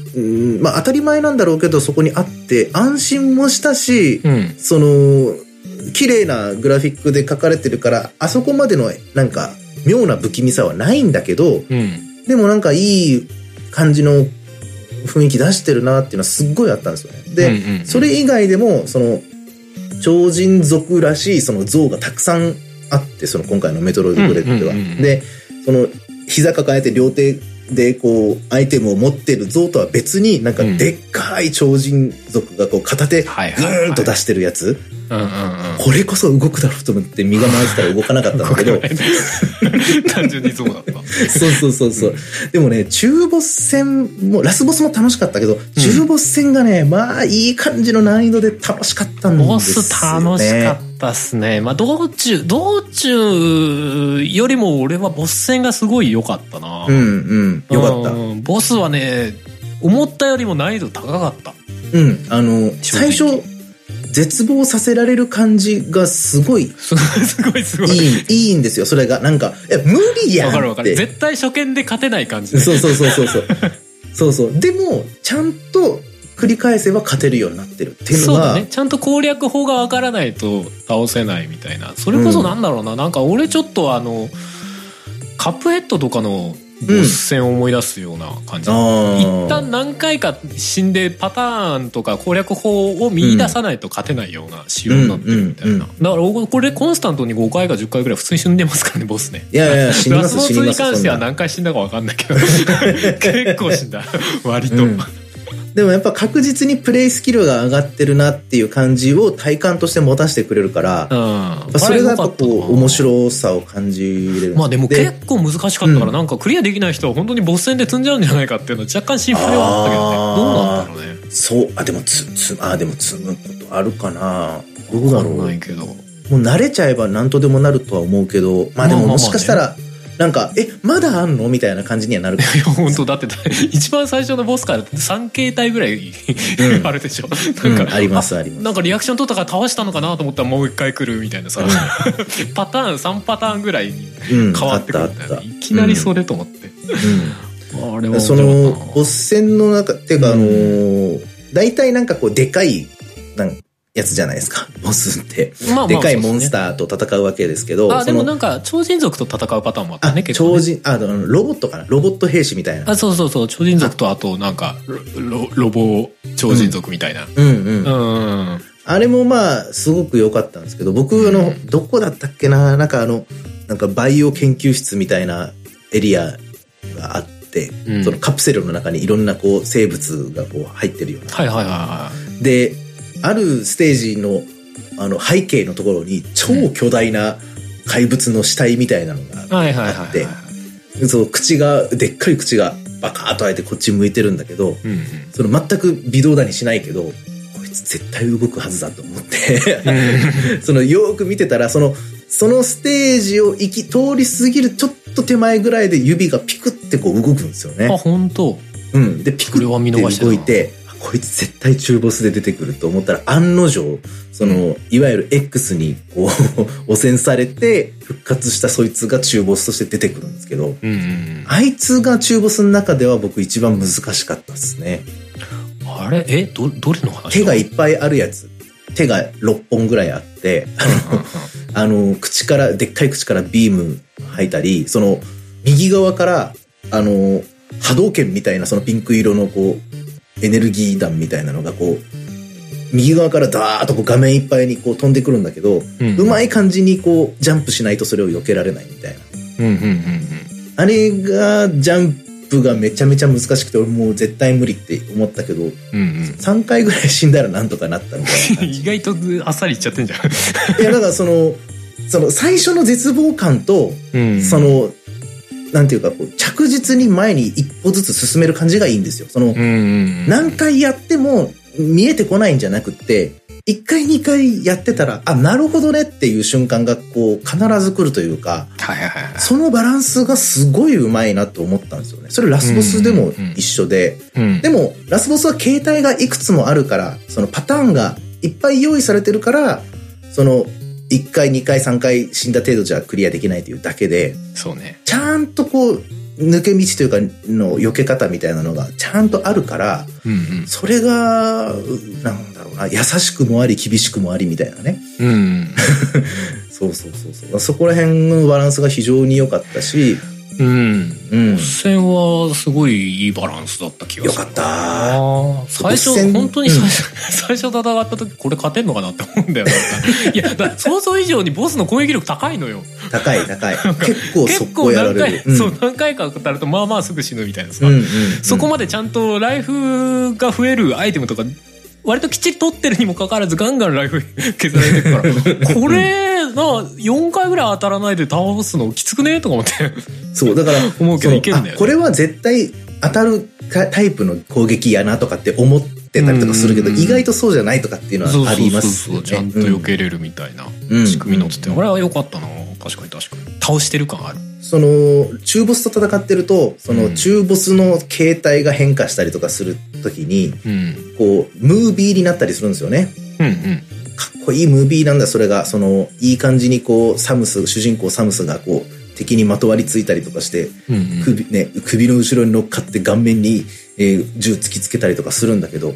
うん、まあ当たり前なんだろうけどそこにあって安心もしたし、うん、その綺麗なグラフィックで描かれてるからあそこまでのなんか妙な不気味さはないんだけど、うん、でもなんかいい感じの雰囲気出してるなっていうのはすっごいあったんですよね。で、うんうんうん、それ以外でもその超人族らしいその像がたくさんあってその今回のメトロイドドレッドでは、うんうんうん、でその膝抱えて両手でこうアイテムを持ってる像とは別になんかでっかい超人族がこう片手グーンと出してるやつ、これこそ動くだろうと思って身構えてたら動かなかったんだけど単純に像だったそうそうそうそう、うん、でもね中ボス戦もラスボスも楽しかったけど、うん、中ボス戦がねまあいい感じの難易度で楽しかったんですよね。 ボス楽しかったっすね。まあ道中道中よりも俺はボス戦がすごい良かったな。 うんうん良かった、うん、 ボスはね思ったよりも難易度高かった。 うんあの最初絶望させられる感じがすごいすごいすごいいいいいんですよ。それがなんかいや無理やんって。 わかるわかる。絶対初見で勝てない感じ、 ね、そうそうそうそうそうそうそうでもちゃんと繰り返せば勝てるようになってるっていうのがそうだね。ちゃんと攻略法がわからないと倒せないみたいな。それこそなんだろうな、うん、なんか俺ちょっとあのカップヘッドとかのボス戦を思い出すような感じ、うん、一旦何回か死んでパターンとか攻略法を見出さないと勝てないような仕様になってるみたいな、うんうんうん、だからこれコンスタントにごかいかじゅっかいぐらい普通に死んでますからねボスね。 いやいや死にます死にます。 ラスボスに関しては何回死んだか分かんないけど結構死んだ割と、うんでもやっぱ確実にプレイスキルが上がってるなっていう感じを体感として持たせてくれるから、うん、それがやっぱこう面白さを感じれる。 まあでも結構難しかったから、うん、なんかクリアできない人は本当にボス戦で積んじゃうんじゃないかっていうのは若干心配はあったけどね。どうなんだろうね。 そうあでもつつあでも積むことあるかな。どうだろう。 分かんないけど。 もう慣れちゃえば何とでもなるとは思うけど、まあでももしかしたら。まあまあまあねなんかえまだあんのみたいな感じにはなるかも。いや本当だって一番最初のボスからさん形態ぐらい、うん、あるでしょ。なんか、 うん、ありますあります。 なんかリアクション取ったから倒したのかなと思ったらもう一回来るみたいなさ、うん、パターンさんパターンぐらいに変わってくるんだよね、うん、いきなりそれと思って、 うん、あれはそのボス戦の中っていうか、うん、あのー、大体なんかこうでかいなんやつじゃないですかボスって、まあまあでかいモンスターと戦うわけですけど、 あでもなんか超人族と戦うパターンもあったね。結構ね超人あロボットかなロボット兵士みたいな。 あそうそうそう超人族とあとなんか ロ, ロボ超人族みたいな、 うん、うんうんうんうんあれもまあすごく良かったんですけど僕あの、うん、どこだったっけななんかあのなんかバイオ研究室みたいなエリアがあって、うん、そのカプセルの中にいろんなこう生物がこう入ってるような。 はいはいはいはい。 であるステージのあの背景のところに超巨大な怪物の死体みたいなのがあって、そう口がでっかい口がバカーッと開いてこっち向いてるんだけど、うんうん、その全く微動だにしないけどこいつ絶対動くはずだと思ってそのよく見てたらそのそのステージを行き通り過ぎるちょっと手前ぐらいで指がピクってこう動くんですよね。 あ本当。 うんでピクって動いて。こいつ絶対中ボスで出てくると思ったら案の定そのいわゆる X にこう汚染されて復活したそいつが中ボスとして出てくるんですけど、うんうんうん、あいつが中ボスの中では僕一番難しかったですね。 あれえどどれの話？ 手がいっぱいあるやつ。手がろっぽんぐらいあってあの口からでっかい口からビーム吐いたりその右側からあの波動拳みたいなそのピンク色のこうエネルギー弾みたいなのがこう右側からダーッとこう画面いっぱいにこう飛んでくるんだけど、うん、うまい感じにこうジャンプしないとそれを避けられないみたいな、うんうんうんうん、あれがジャンプがめちゃめちゃ難しくて俺もう絶対無理って思ったけど、うんうん、さんかいぐらい死んだらなんとかなったみたいな感じ意外とあっさりいっちゃってんじゃんいやだからそのその最初の絶望感と、うんうん、そのなんていうかこう着実に前に一歩ずつ進める感じがいいんですよ。その何回やっても見えてこないんじゃなくっていっかいにかいやってたらあなるほどねっていう瞬間がこう必ず来るというか、はいはいはい、そのバランスがすごいうまいなと思ったんですよね。それラスボスでも一緒で、うんうん、でもラスボスは形態がいくつもあるからそのパターンがいっぱい用意されてるからそのいっかいにかいさんかい死んだ程度じゃクリアできないというだけで、 そうね。 ちゃんとこう抜け道というかの避け方みたいなのがちゃんとあるから、うんうん、それがなんだろうな、優しくもあり厳しくもありみたいなね、うん、そうそうそうそう、そこら辺のバランスが非常に良かったし、うん、 うん、ボス戦はすごいいいバランスだった気がする。 よかった。 最初本当に最初、うん、最初戦った時これ勝てんのかなって思うんだよ。いやだ想像以上にボスの攻撃力高いのよ。 高い高い。結構速攻やられる。 結構何回、うん、そう何回か当たるとまあまあすぐ死ぬみたいなさ、うんうんうん、そこまでちゃんとライフが増えるアイテムとか割ときっちり取ってるにもかかわらずガンガンライフ削られてるからこれなよんかいぐらい当たらないで倒すのきつくねとか思ってそうだから思うけどいけるんだよね。 これは絶対当たるタイプの攻撃やなとかって思ってたりとかするけど、意外とそうじゃないとかっていうのはありますよね。 ちゃんと避けれるみたいな仕組みのつって、これは良かったな。確かに確かに倒してる感ある。 その中ボスと戦ってるとその中ボスの形態が変化したりとかするときに、うん、こうムービーになったりするんですよね、うんうん、かっこいいムービーなんだそれが。そのいい感じにこうサムス主人公サムスがこう敵にまとわりついたりとかして、うんうん、首, ね、首の後ろに乗っかって顔面に、えー、銃突きつけたりとかするんだけど、うん、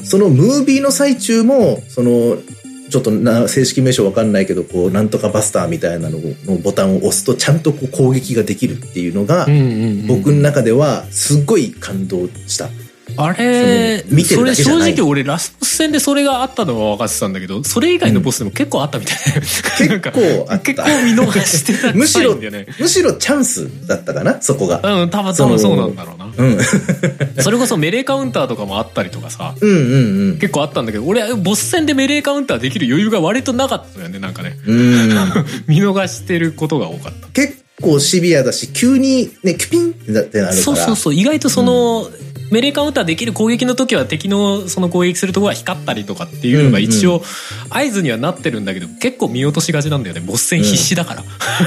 そのムービーの最中もそのちょっとな正式名称わかんないけどこうなんとかバスターみたいなののボタンを押すとちゃんとこう攻撃ができるっていうのが、うんうんうん、僕の中ではすっごい感動した。 あれ見てるだけじゃない。それ正直俺ラスボス戦でそれがあったのは分かってたんだけど、それ以外のボスでも結構あったみたいな、うん、結構あった結構見逃してたむしろむしろチャンスだったかなそこが。 うん多分多分そうなんだろうな。うん、それこそメレーカウンターとかもあったりとかさ、うんうんうん、結構あったんだけど俺ボス戦でメレーカウンターできる余裕が割となかったんだよね。なんかね、うん見逃してることが多かった。 結構シビアだし急にねキュピンってなるから。 そうそうそう意外とその、うんメレーカウンターできる攻撃の時は敵のその攻撃するところが光ったりとかっていうのが一応合図にはなってるんだけど、結構見落としがちなんだよね。ボス戦必死だから、うん、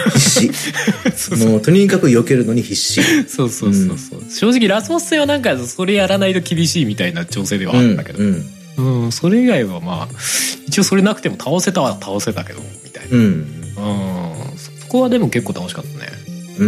必死もうとにかく避けるのに必死そうそうそうそう、うん、正直ラスボス戦はなんかそれやらないと厳しいみたいな調整ではあったけど、うんうんうん、それ以外はまあ一応それなくても倒せたは倒せたけどみたいな、うん、うん、そこはでも結構楽しかったね。 うん、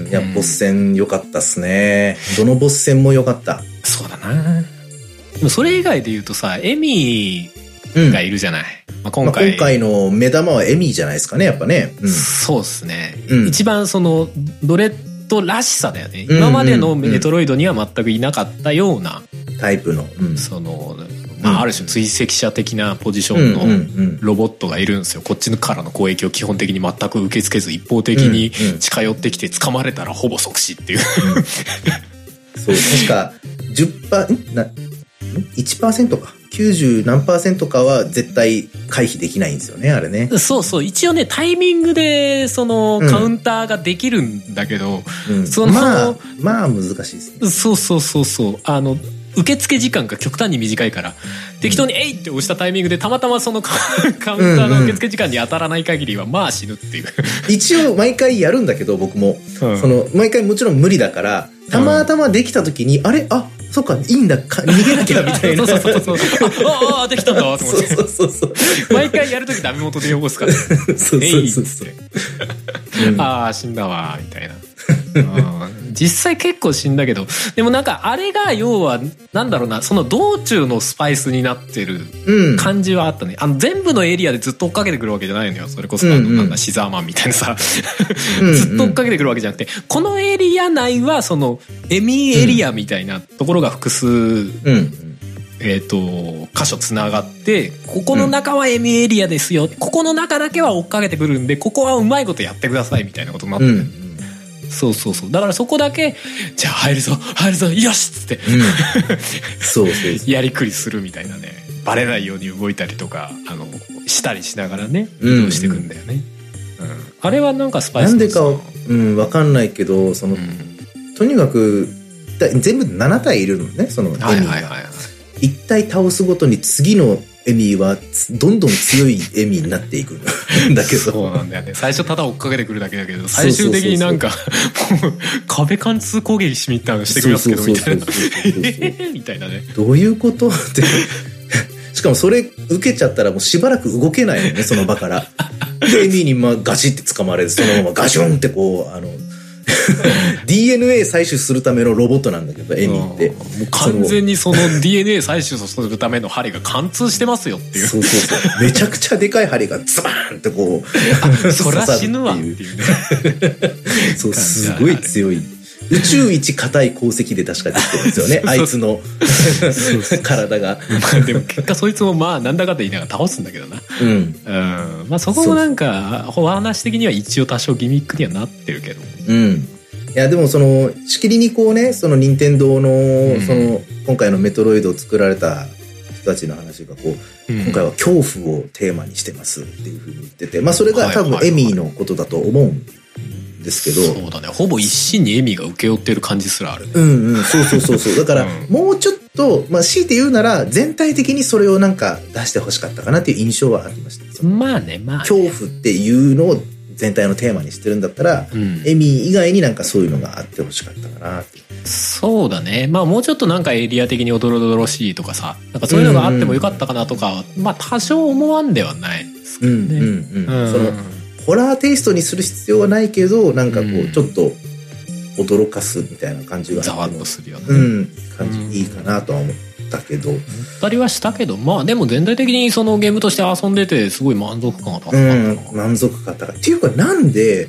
いや、ボス戦良かったっすね。どのボス戦も良かった。 そうだな。でもそれ以外で言うとさ、エミーがいるじゃない。うん、まあ、今回、 まあ、今回の目玉はエミーじゃないですかね、やっぱね。 うん、そうですね、うん。一番そのドレッドらしさだよね。今までのメトロイドには全くいなかったようなタイプの、うん、 その。まあ、ある種追跡者的なポジションのロボットがいるんですよ。こっちからの攻撃を基本的に全く受け付けず一方的に近寄ってきて掴まれたらほぼ即死っていう、うん、 そう確か じゅっパーセント な いちパーセント かきゅうじゅう何パーセントかは絶対回避できないんですよねあれね。 そうそう一応ねタイミングでそのカウンターができるんだけど、うん、そのまあまあ難しいですね。 そうそうそうそうあの受付時間が極端に短いから、うん、適当に「えい!」って押したタイミングでたまたまそのカウンターの受付時間に当たらない限りはまあ死ぬっていう一応毎回やるんだけど僕も、うん、その毎回もちろん無理だからたまたまできた時に、うん、あれあそっかいいんだか逃げなきゃみたいなそうそうそうそうああできたんだと思ってそうそうそう毎回やる時ダメ元で汚すからそうそうそうそうああ死んだわみたいな実際結構死んだけどでもなんかあれが要はなんだろうなその道中のスパイスになってる感じはあったね、うん、あの全部のエリアでずっと追っかけてくるわけじゃないのよ。それこそあのなんだシザーマンみたいなさずっと追っかけてくるわけじゃなくてこのエリア内はそのエミーエリアみたいなところが複数、うんえー、と箇所つながってここの中はエミエリアですよ、うん、ここの中だけは追っかけてくるんでここはうまいことやってくださいみたいなことになって、うん、そうそうそうだからそこだけじゃあ入るぞ入るぞよしっつって、うん、そうそうそうやりくりするみたいなねバレないように動いたりとかあのしたりしながらね移動していくんだよね、うんうん、あれはなんかスパイスなんでかうん分かんないけどその、うん、とにかく全部なな体いるのねそのエミーが、はいはいはいはい、いち体倒すごとに次のエミーはどんどん強いエミーになっていくんだけどそうなんだよね。最初ただ追っかけてくるだけだけど最終的になんか壁貫通攻撃しみたいなのしてくるんですけどみたいなみたいなねどういうことってしかもそれ受けちゃったらもうしばらく動けないよねその場からでエミーにまあガチって掴まれずそのままガシュンってこうあのディーエヌエー 採取するためのロボットなんだけど、エミって。もう完全にその ディーエヌエー 採取するための針が貫通してますよっていう。 そうそうそう。めちゃくちゃでかい針がズバーンってこう。そら死ぬわっていうね。 そう、すごい強い。宇宙一硬い鉱石で確かできてるんですよね。あいつの体が。 まあでも結果そいつもまあなんだかって言いながら倒すんだけどな。うん。うん。まあそこもなんかお話的には一応多少ギミックにはなってるけど。 うん。いやでもそのしきりにこうね、その任天堂のその今回のメトロイドを作られた人たちの話がこう、うん、今回は恐怖をテーマにしてますっていうふうに言ってて、まあそれが多分エミーのことだと思うんですけど、 そうだね、ほぼ一身にエミが請け負ってる感じすらあるね。 うんうん、そうそうそうそう。だから、もうちょっと、まあ強いて言うなら全体的にそれをなんか出してほしかったかなっていう印象はありました。 まあね、まあ、ね。 恐怖っていうのを全体のテーマにしてるんだったら、うん、エミ以外になんかそういうのがあってほしかったかなって。 そうだね。まあもうちょっとなんかエリア的におどろどろしいとかさ、なんかそういうのがあってもよかったかなとか、うんうん、まあ多少思わんではないですけどね。うんうんうん。うん、 そのホラーテイストにする必要はないけど、なんかこうちょっと驚かすみたいな感じがざわっとするよね。 うん、感じいいかなとは思ったけど。思ったりはしたけど、まあでも全体的にそのゲームとして遊んでてすごい満足感が高かったな。 うん、満足感高い。っていうかなんで、うん、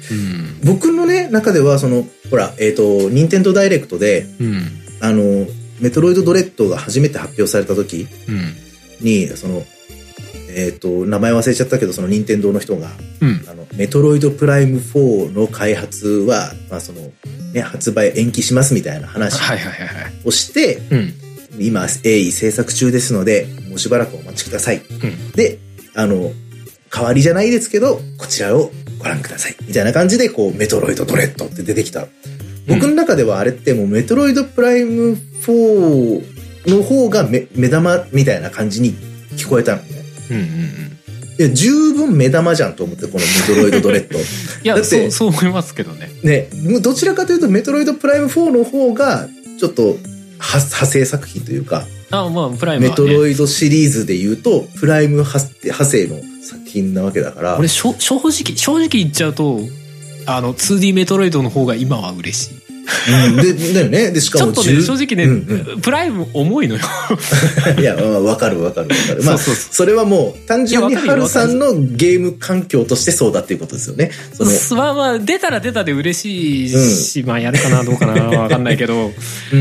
僕のね中ではそのほらえっと任天堂ダイレクトで、うん、あのメトロイドドレッドが初めて発表された時に、うん、そのえっと名前忘れちゃったけどその任天堂の人が、うん、あのメトロイドプライムフォーの開発はまあそのね発売延期しますみたいな話をして、今鋭意制作中ですのでもうしばらくお待ちください。うん、であの代わりじゃないですけどこちらをご覧くださいみたいな感じでこうメトロイドドレッドって出てきた。僕の中ではあれってもうメトロイドプライムフォーの方が目目玉みたいな感じに聞こえたのね。うんうんうん、いや十分目玉じゃんと思ってこのメトロイドドレッド。いやだってそうそう思いますけどね。 ねどちらかというとメトロイドプライムフォーの方がちょっと派生作品というか、 あ、まあプライムはね、 メトロイドシリーズで言うとプライム派生の作品なわけだから。 俺正直正直言っちゃうとあの ツーディー メトロイドの方が今は嬉しい。 うん、でだよね。でしかもちょっとね正直ね、うんうん、プライム重いのよ。 いやわかるわかるわかる。まあそうそうそう、それはもう単純にハルさんのゲーム環境としてそうだっていうことですよね。そのまあまあ出たら出たで嬉しいし、うん、まあやるかなどうかなわかんないけど、うん、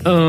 うん、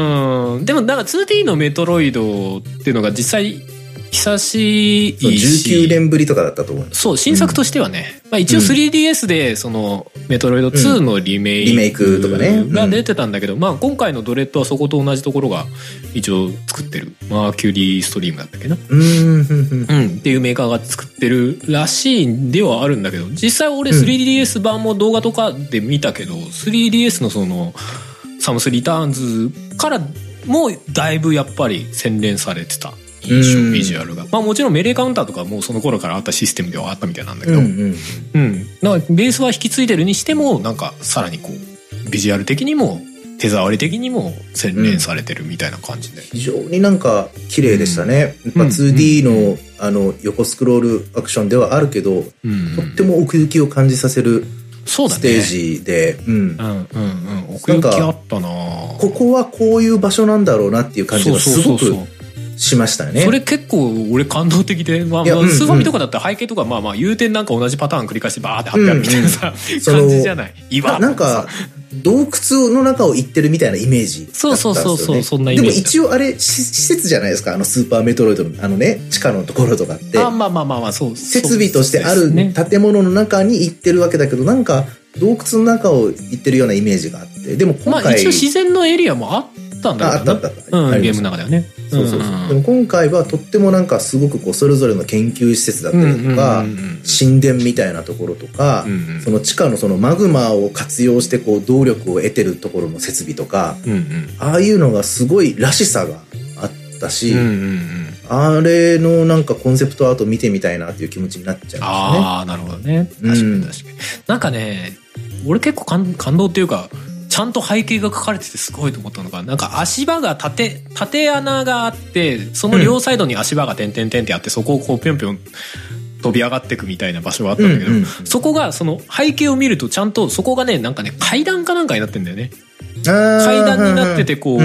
うんでもなんか ツーディー のメトロイドっていうのが実際久しいしじゅうきゅうねんぶりとかだったと思う。 そう新作としてはね、うん、まあ、一応 スリーディーエス でそのメトロイドツーのリメイク、 うん、リメイクとかねが出てたんだけど、まあ今回のドレッドはそこと同じところが一応作ってるマーキュリーストリームだったっけな、うん、うん、っていうメーカーが作ってるらしいんではあるんだけど、実際俺 スリーディーエス 版も動画とかで見たけど、うん、スリーディーエス のそのサムスリターンズからもだいぶやっぱり洗練されてた印象、ビジュアルが、まあもちろんメレーカウンターとかもうその頃からあったシステムではあったみたいなんだけど、うん、うんうん、だからベースは引き継いでるにしてもなんかさらにこうビジュアル的にも手触り的にも洗練されてるみたいな感じで、うん、 非常になんか綺麗でしたね、うん、やっぱ ツーディー の、うん、あの横スクロールアクションではあるけど、うん、とっても奥行きを感じさせるステージで、う、ね、うん、うんうんうん奥行きあったな。 ここはこういう場所なんだろうなっていう感じがすごくしましたね。 それ結構俺感動的で、まあ、まあスーファミとかだったら背景とかまあまあ言うてなんか同じパターン繰り返してバーって貼ってあるみたいなさ、うんうん、感じじゃない。岩なんか洞窟の中を行ってるみたいなイメージだったんですよね。 そうそうそうそう、そんなイメージ。 でも一応あれ施設じゃないですか、あのスーパーメトロイドのあのね地下のところとかって。 あまあまあまあまあそう。 設備としてある建物の中に行ってるわけだけど、なんか洞窟の中を行ってるようなイメージがあって、でも今回まあ一応自然のエリアもあったんだけど、あったあった、 うん、ゲームの中ではね。 そうそうそう、うんうん、でも今回はとってもなんかすごくこうそれぞれの研究施設だったりとか、うんうんうんうん、神殿みたいなところとか、うんうん、その地下のそのマグマを活用してこう動力を得てるところの設備とか、うんうん、ああいうのがすごいらしさがあったし、うんうんうん、あれのなんかコンセプトアート見てみたいなっていう気持ちになっちゃいましたね。 ああなるほどね。確かに確かに、うん、なんかね俺結構感、感動っていうかちゃんと背景が書かれててすごいと思ったのが、なんか足場が縦縦穴があって、その両サイドに足場が点々点ってあって、そこをこうぴょんぴょん飛び上がってくみたいな場所があったんだけど、うんうんうん、そこがその背景を見るとちゃんとそこがねなんかね階段かなんかになってんだよね。階段になっててこう、うん、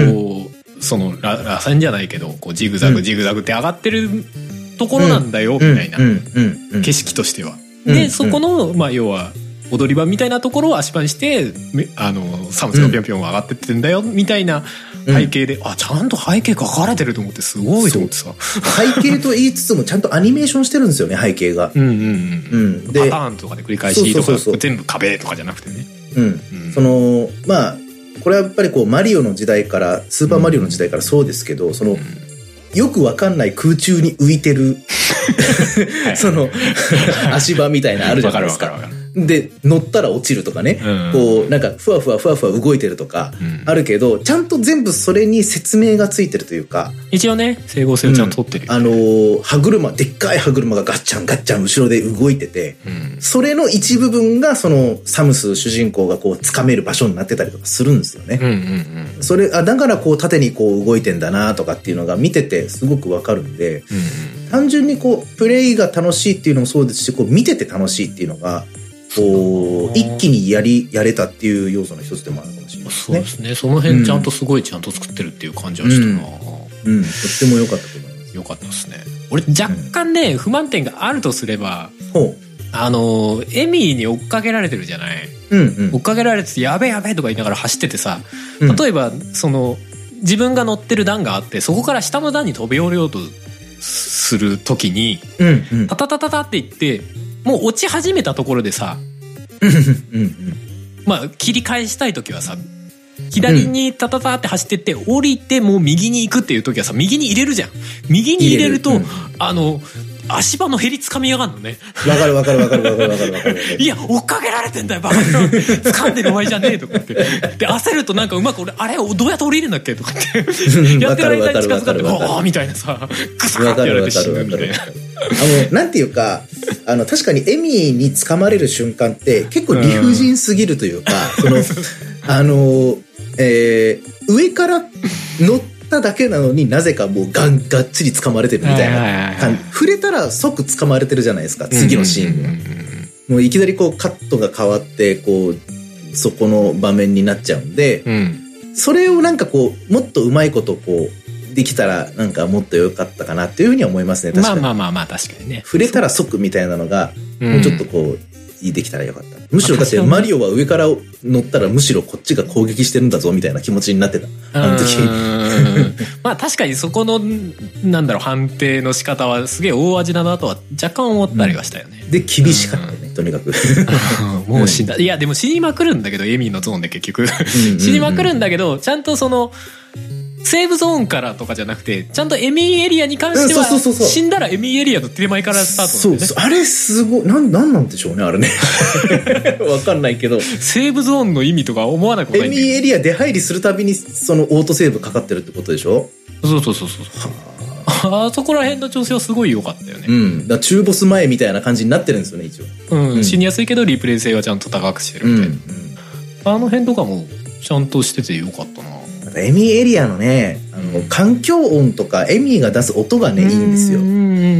その螺旋じゃないけどこうジグザグジグザグって上がってるところなんだよみたいな景色としては。でそこのまあ要は踊り場みたいなところを足場にしてあのサムスがぴょんぴょん上がってってんだよみたいな背景で、うん、あちゃんと背景書かれてると思ってすごいと思ってさ。 背景と言いつつもちゃんとアニメーションしてるんですよね背景が。うんうんうんうん。でパターンとかで繰り返しとかそうそうそうそう全部壁とかじゃなくてね。 うん。うん、そのまあこれはやっぱりこうマリオの時代からスーパーマリオの時代からそうですけど、その、うん、よくわかんない空中に浮いてるその足場みたいなあるじゃないですか。わかるわかるわかる。で乗ったら落ちるとかね、うん、こうなんかふわふわふわふわ動いてるとかあるけど、うん、ちゃんと全部それに説明がついてるというか、 一応ね整合性をちゃんと取ってる、 うん、あのー、歯車でっかい歯車がガッチャンガッチャン後ろで動いてて、うん、それの一部分がそのサムス主人公がこう掴める場所になってたりとかするんですよね、うんうんうん、それあだからこう縦にこう動いてんだなとかっていうのが見ててすごくわかるんで、うんうん、単純にこうプレイが楽しいっていうのもそうですし、こう見てて楽しいっていうのがこう一気にやりやれたっていう要素の一つでもあるかもしれないですね。 そうですね。その辺ちゃんとすごいちゃんと作ってるっていう感じはしたな。うん、うん、 とっても良かったと思います。 良かったですね。俺若干ね、うん、不満点があるとすれば、あのエミーに追っかけられてるじゃない。うんうん、追っかけられててやべえやべえとか言いながら走っててさ、例えばその自分が乗ってる段があってそこから下の段に飛び降りようとするときに、うんうん、タタタタタって言ってもう落ち始めたところでさうん、うん、まあ切り返したい時はさ左にタタタって走ってって降りてもう右に行くっていう時はさ右に入れるじゃん。右に入れると、うん、あの足場のヘリ掴みやがんのね。 わかるわかるわかるわかるわかるわかる。 いや追っかけられてんだよバカ野郎掴んでる場合じゃねえとかってで焦るとなんかうまく俺あれをどうやって降りるんだっけとかってやってる間に近づかってああみたいなさグサってやられて死ぬみたいな。あのなんていうかあの確かにエミーに掴まれる瞬間って結構理不尽すぎるというか、うん、そのあの、えー、上から乗っただけなのになぜかもうがんがっちり掴まれてるみたいな感じ、触れたら即掴まれてるじゃないですか次のシーンが、うんうんうんうん、もういきなりこうカットが変わってこうそこの場面になっちゃうんで、うん、それをなんかこうもっとうまいことこうできたらなんかもっと良かったかなっていうふうには思いますね。確かにまあまあまあまあ確かにね。 触れたら即みたいなのがもうちょっとこうできたらよかった。むしろだってマリオは上から乗ったらむしろこっちが攻撃してるんだぞみたいな気持ちになってた。あの時。 まあ確かにそこのなんだろう判定の仕方はすげえ大味だなとは若干思ったりはしたよね。 うん、で厳しかったねとにかく。 もう死んだ。いやでも死にまくるんだけどエミーのゾーンで結局死にまくるんだけどちゃんとその。セーブゾーンからとかじゃなくてちゃんとエミーエリアに関しては死んだらエミーエリアの手前からスタートなんだよね。 そうそうあれすごいなんなんなんでしょうねあれねわかんないけどセーブゾーンの意味とか思わなくもないんだけどエミーエリア出入りするたびにそのオートセーブかかってるってことでしょ。 そうそうそうそうあそこら辺の調整はすごい良かったよね。 うんだ中ボス前みたいな感じになってるんですよね一応、 うんうん、死にやすいけどリプレイ性はちゃんと高くしてるみたいな、うんうん、あの辺とかもちゃんとしてて良かったな。 エミーエリアのね、あの、環境音とかエミーが出す音がね、いいんですよ。うん、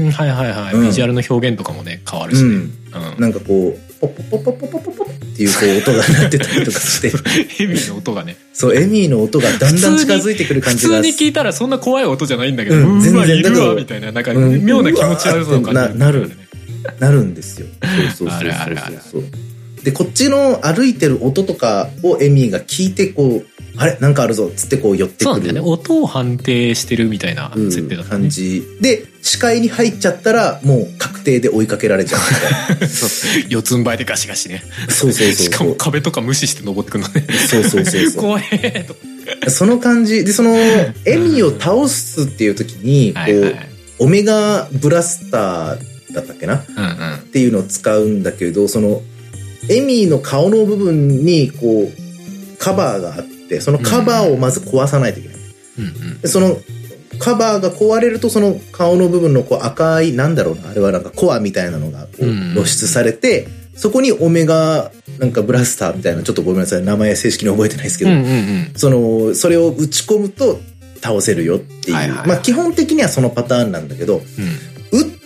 はいはいはい、うん。ビジュアルの表現とかもね、変わるしね。うんうん、 なんかこう、ポポポポポポポポっていうこう音が鳴ってたりとかして。 エミーの音がね。 そう、エミーの音がだんだん近づいてくる感じが。 普通に聞いたらそんな怖い音じゃないんだけど、うん、全然いるわみたいな、なんか妙な気持ち悪さを感じる、 ね。なる、なるんですよ。そうそうそうそうそう。あるあるある。で、こっちの歩いてる音とかをエミーが聞いてこう、あれなんかあるぞっつってこう寄ってくる。 そうなんだよね。音を判定してるみたいな設定だったね、うん、 感じで視界に入っちゃったらもう確定で追いかけられちゃうみたいなそう四つん這いでガシガシね。 そうそうそうそう。 しかも壁とか無視して登ってくるのね。 そうそうそうそう。 怖えと。 その感じでそのエミを倒すっていう時にこう、はいはい、オメガブラスターだったっけな、うんうん、っていうのを使うんだけどそのエミーの顔の部分にこうカバーがあってそのカバーをまず壊さないといけない、うんうん、でそのカバーが壊れるとその顔の部分のこう赤いなんだろうなあれはなんかコアみたいなのがこう露出されて、うんうん、そこにオメガなんかブラスターみたいなちょっとごめんなさい名前正式に覚えてないですけど、うんうんうん、そのそれを打ち込むと倒せるよっていう、はいはいはい、まあ基本的にはそのパターンなんだけど、うん、打って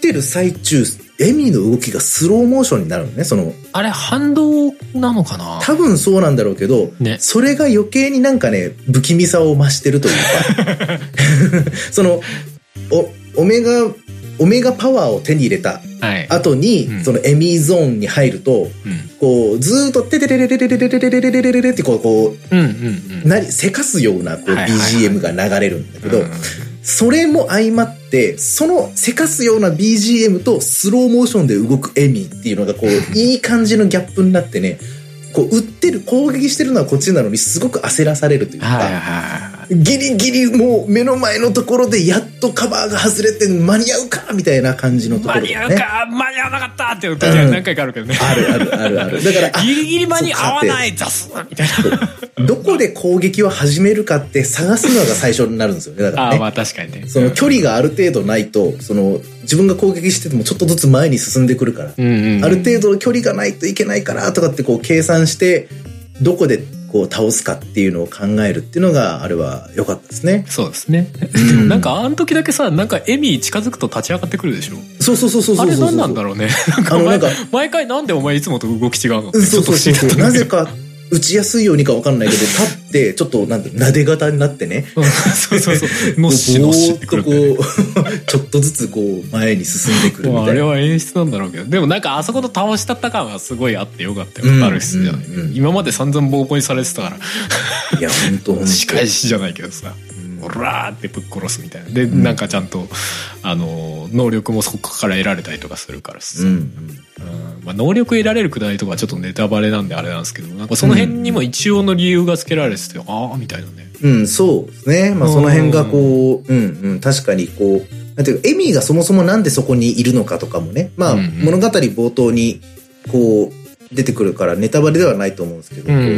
てる最中、エミーの動きがスローモーションになるのね、その。 あれ反動なのかな？ 多分そうなんだろうけど、ね、それが余計になんかね、不気味さを増してるというか、その、お、オメガ、オメガパワーを手に入れた後に、はい、そのエミーゾーンに入ると、うん、こう、ずーっとテテレレレレレレレレレレレレレレってこう、こう、うんうんうん、なり、せかすようなこう ビージーエム が流れるんだけど、それも相まって、そのせかすような ビージーエム とスローモーションで動くエミーっていうのがこう、いい感じのギャップになってね、こう、撃ってる、攻撃してるのはこっちなのにすごく焦らされるというか、ギリギリもう目の前のところでやっとカバーが外れて間に合うかみたいな感じのところ、ね、 間に合うか間に合わなかったっていう時は何回かあるけどね、うん、 あるあるあるある。だからギリギリ間に合わないザスみたいな。どこで攻撃を始めるかって探すのが最初になるんですよね。だからね。 あ、まあ確かにね。 その距離がある程度ないと、その自分が攻撃しててもちょっとずつ前に進んでくるから、うんうんうん、ある程度の距離がないといけないからとかってこう計算してどこでこう倒すかっていうのを考えるっていうのがあれは良かったですね。 そうですね。でもなんかあの時だけさ、なんかエミー近づくと立ち上がってくるでしょ。 そうそうそうそうそうそう。 あれ何なんだろうね。なんか毎回毎回なんでお前いつもと動き違うのって。 そうそうそうそう。なぜか打ちやすいようにか分かんないけど、立ってちょっとなんて撫で型になってね。 そうそうそう。のっしのっしってくる、 ね。こうちょっとずつこう前に進んでくるみたいな。 あれは演出なんだろうけど、でもなんかあそこの倒したった感はすごいあってよかったよ。うん、あるしじゃない、うんうん。今まで散々ボコボコにされてたから。 いや本当本当。 仕返しじゃないけどさ。オラーってぶっ殺すみたいなで、うん、なんかちゃんとあの能力もそこから得られたりとかするからさ、うんうんまあ、能力得られるくだりとかはちょっとネタバレなんであれなんですけど、なんかその辺にも一応の理由がつけられてて、うん、ああみたいなね。 うんそうですね。まあその辺がこう、うんうん確かにこうなんていうかエミーがそもそもなんでそこにいるのかとかもね、まあ、うんうん、物語冒頭にこう出てくるからネタバレではないと思うんですけど、うんうんうん、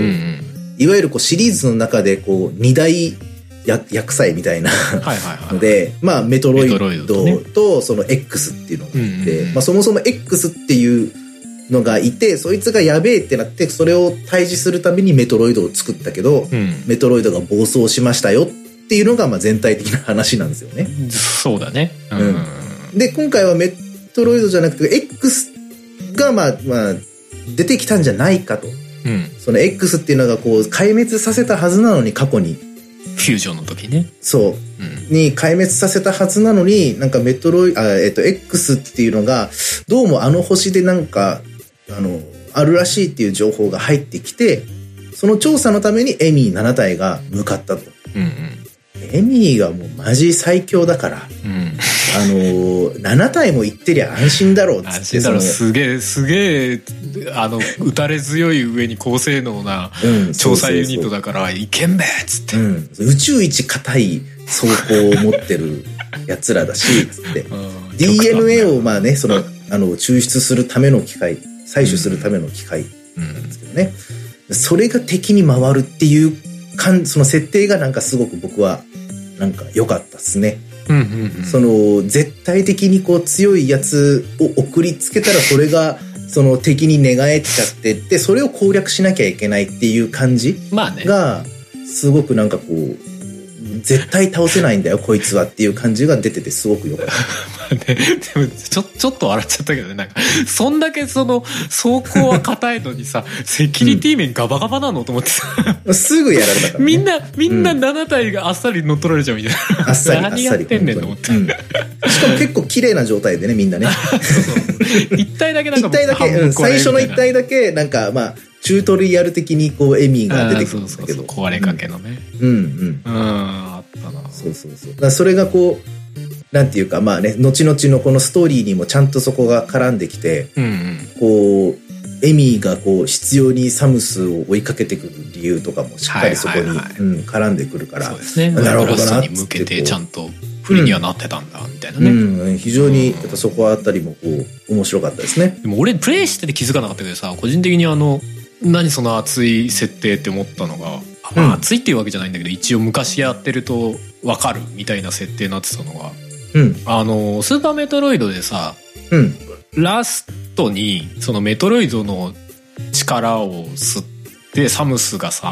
いわゆるこうシリーズの中でこう二大薬剤みたいなので、まあメトロイドとその X っていうのがいて、まあそもそも X っていうのがいて、そいつがやべえってなってそれを退治するためにメトロイドを作ったけど、うん、メトロイドが暴走しましたよっていうのがまあ全体的な話なんですよね。 そうだね。 うんうん、で今回はメトロイドじゃなくて X がまあまあ出てきたんじゃないかと。うん、その X っていうのがこう壊滅させたはずなのに過去に。 フュージョンの時ね。 そう、うん。に壊滅させたはずなのに、なんかメトロイ、あ、えっと、X っていうのが、どうもあの星でなんか、あの、あるらしいっていう情報が入ってきて、その調査のためにエミーなな体が向かったと。うんうん、エミーがもうマジ最強だから、うん、あの、なな体も行ってりゃ安心だろうっつって。 安心だろう、すげえ、すげえ、あの、打たれ強い上に高性能な調査ユニットだから、いけんべっつって、うん。 宇宙一硬い装甲を持ってる奴らだし、つって。ディーエヌエー をまあね、その、あの、抽出するための機械、採取するための機械なんですけどね。うん、それが敵に回るっていうか、その設定がなんかすごく僕は、なんか良かったですね。うんうんうん、その絶対的にこう強いやつを送りつけたらそれがその敵に寝返っちゃってってそれを攻略しなきゃいけないっていう感じがすごくなんかこう絶対倒せないんだよこいつはっていう感じが出ててすごく良かった。 まあね、でもちょちょっと笑っちゃったけどね、なんかそんだけその走行は硬いのにさセキュリティ面ガバガバなのと思ってさ、 うん、すぐやられたから、ね、 みんなみんななな体があっさり乗っ取られちゃうみたいな、うん、あっさり何やってんねんと思って、うん、しかも結構綺麗な状態でねみんなね一体だけなんか一体だけ、うん、最初の一体だけなんかまあチュートリアル的にこうエミーが出てくるんだけど、そうそうそう壊れかけのね、 うんうんうん、あったな。そうそうそう。だからそれがこうなんていうかまあね後々のこのストーリーにもちゃんとそこが絡んできて、うんうん、こうエミーがこう執拗にサムスを追いかけてくる理由とかもしっかりそこに、はいはいはい、うん、絡んでくるから、そうですね。なるほどなってに向けてちゃんと振りにはなってたんだ、うん、みたいなね、 うん、非常にやっぱそこあたりもこう面白かったですね。 でも俺プレイしてて気づかなかったけどさ、個人的にあの何その熱い設定って思ったのが、まあ、熱いっていうわけじゃないんだけど、うん、一応昔やってると分かるみたいな設定になってたのが、うん、あのスーパーメトロイドでさ、うん、ラストにそのメトロイドの力を吸ってサムスがさ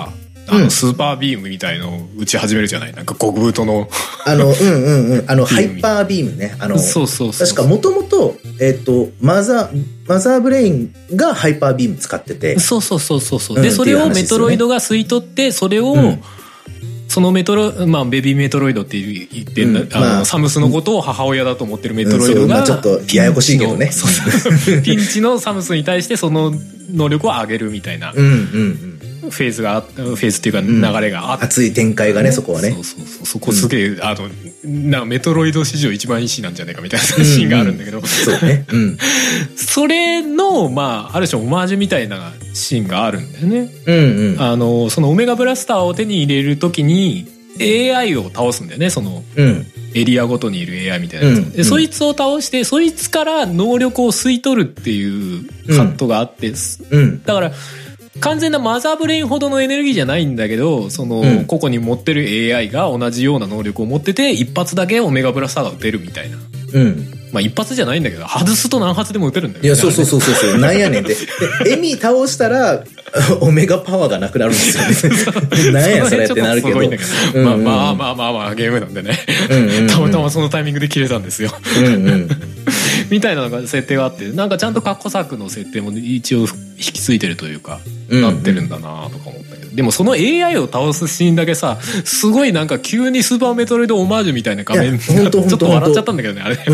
あのスーパービームみたいのを打ち始めるじゃない、なんか極太のあのうんうんうんあのハイパービームね、あのそうそうそう、 確かもともとえっとマザーマザーブレインがハイパービーム使ってて、 そうそうそうそうそう、うん、でそれをメトロイドが吸い取ってそれを、うん、そのメトロ、まあ、ベビーメトロイドって言って、うん、あの、まあ、サムスのことを母親だと思ってるメトロイドが、うん、 ちょっとややこしいけどねピンチのサムスに対してその能力を上げるみたいな、うんうんうんフェーズがフェーズっていうか流れがあって、うん、 熱い展開がねそこはね、 そうそうそう、そこすげえ、うん、あのなんかメトロイド史上一番いいシーンなんじゃないかみたいなシーンがあるんだけど、うんうん、そうね、うん、それのまあある種オマージュみたいなシーンがあるんだよね、うんうん、あのそのオメガブラスターを手に入れるときに エーアイ を倒すんだよね、その、うん、エリアごとにいる エーアイ みたいなやつ、うん、でそいつを倒してそいつから能力を吸い取るっていうカットがあって、うん、だから完全なマザーブレインほどのエネルギーじゃないんだけど、その、うん、個々に持ってる エーアイ が同じような能力を持ってて一発だけオメガブラスターが撃てるみたいな、うん、まあ一発じゃないんだけど外すと何発でも撃てるんだよね。 いやそうそうそうそうそうなんやねんってでエミ倒したらオメガパワーがなくなるんですよねなんやそれってなるけど、 うんうん、まあまあまあまあまあゲームなんでねうんうん、うん、たまたまそのタイミングで切れたんですようんうんみたいなのが設定があって、なんかちゃんと過去作の設定も一応引き継いでるというか、うん、なってるんだなとか思ったけど、でもその エーアイ を倒すシーンだけさすごいなんか急にスーパーメトロイドオマージュみたいな画面ちょっと笑っちゃったんだけどねあれ、うん、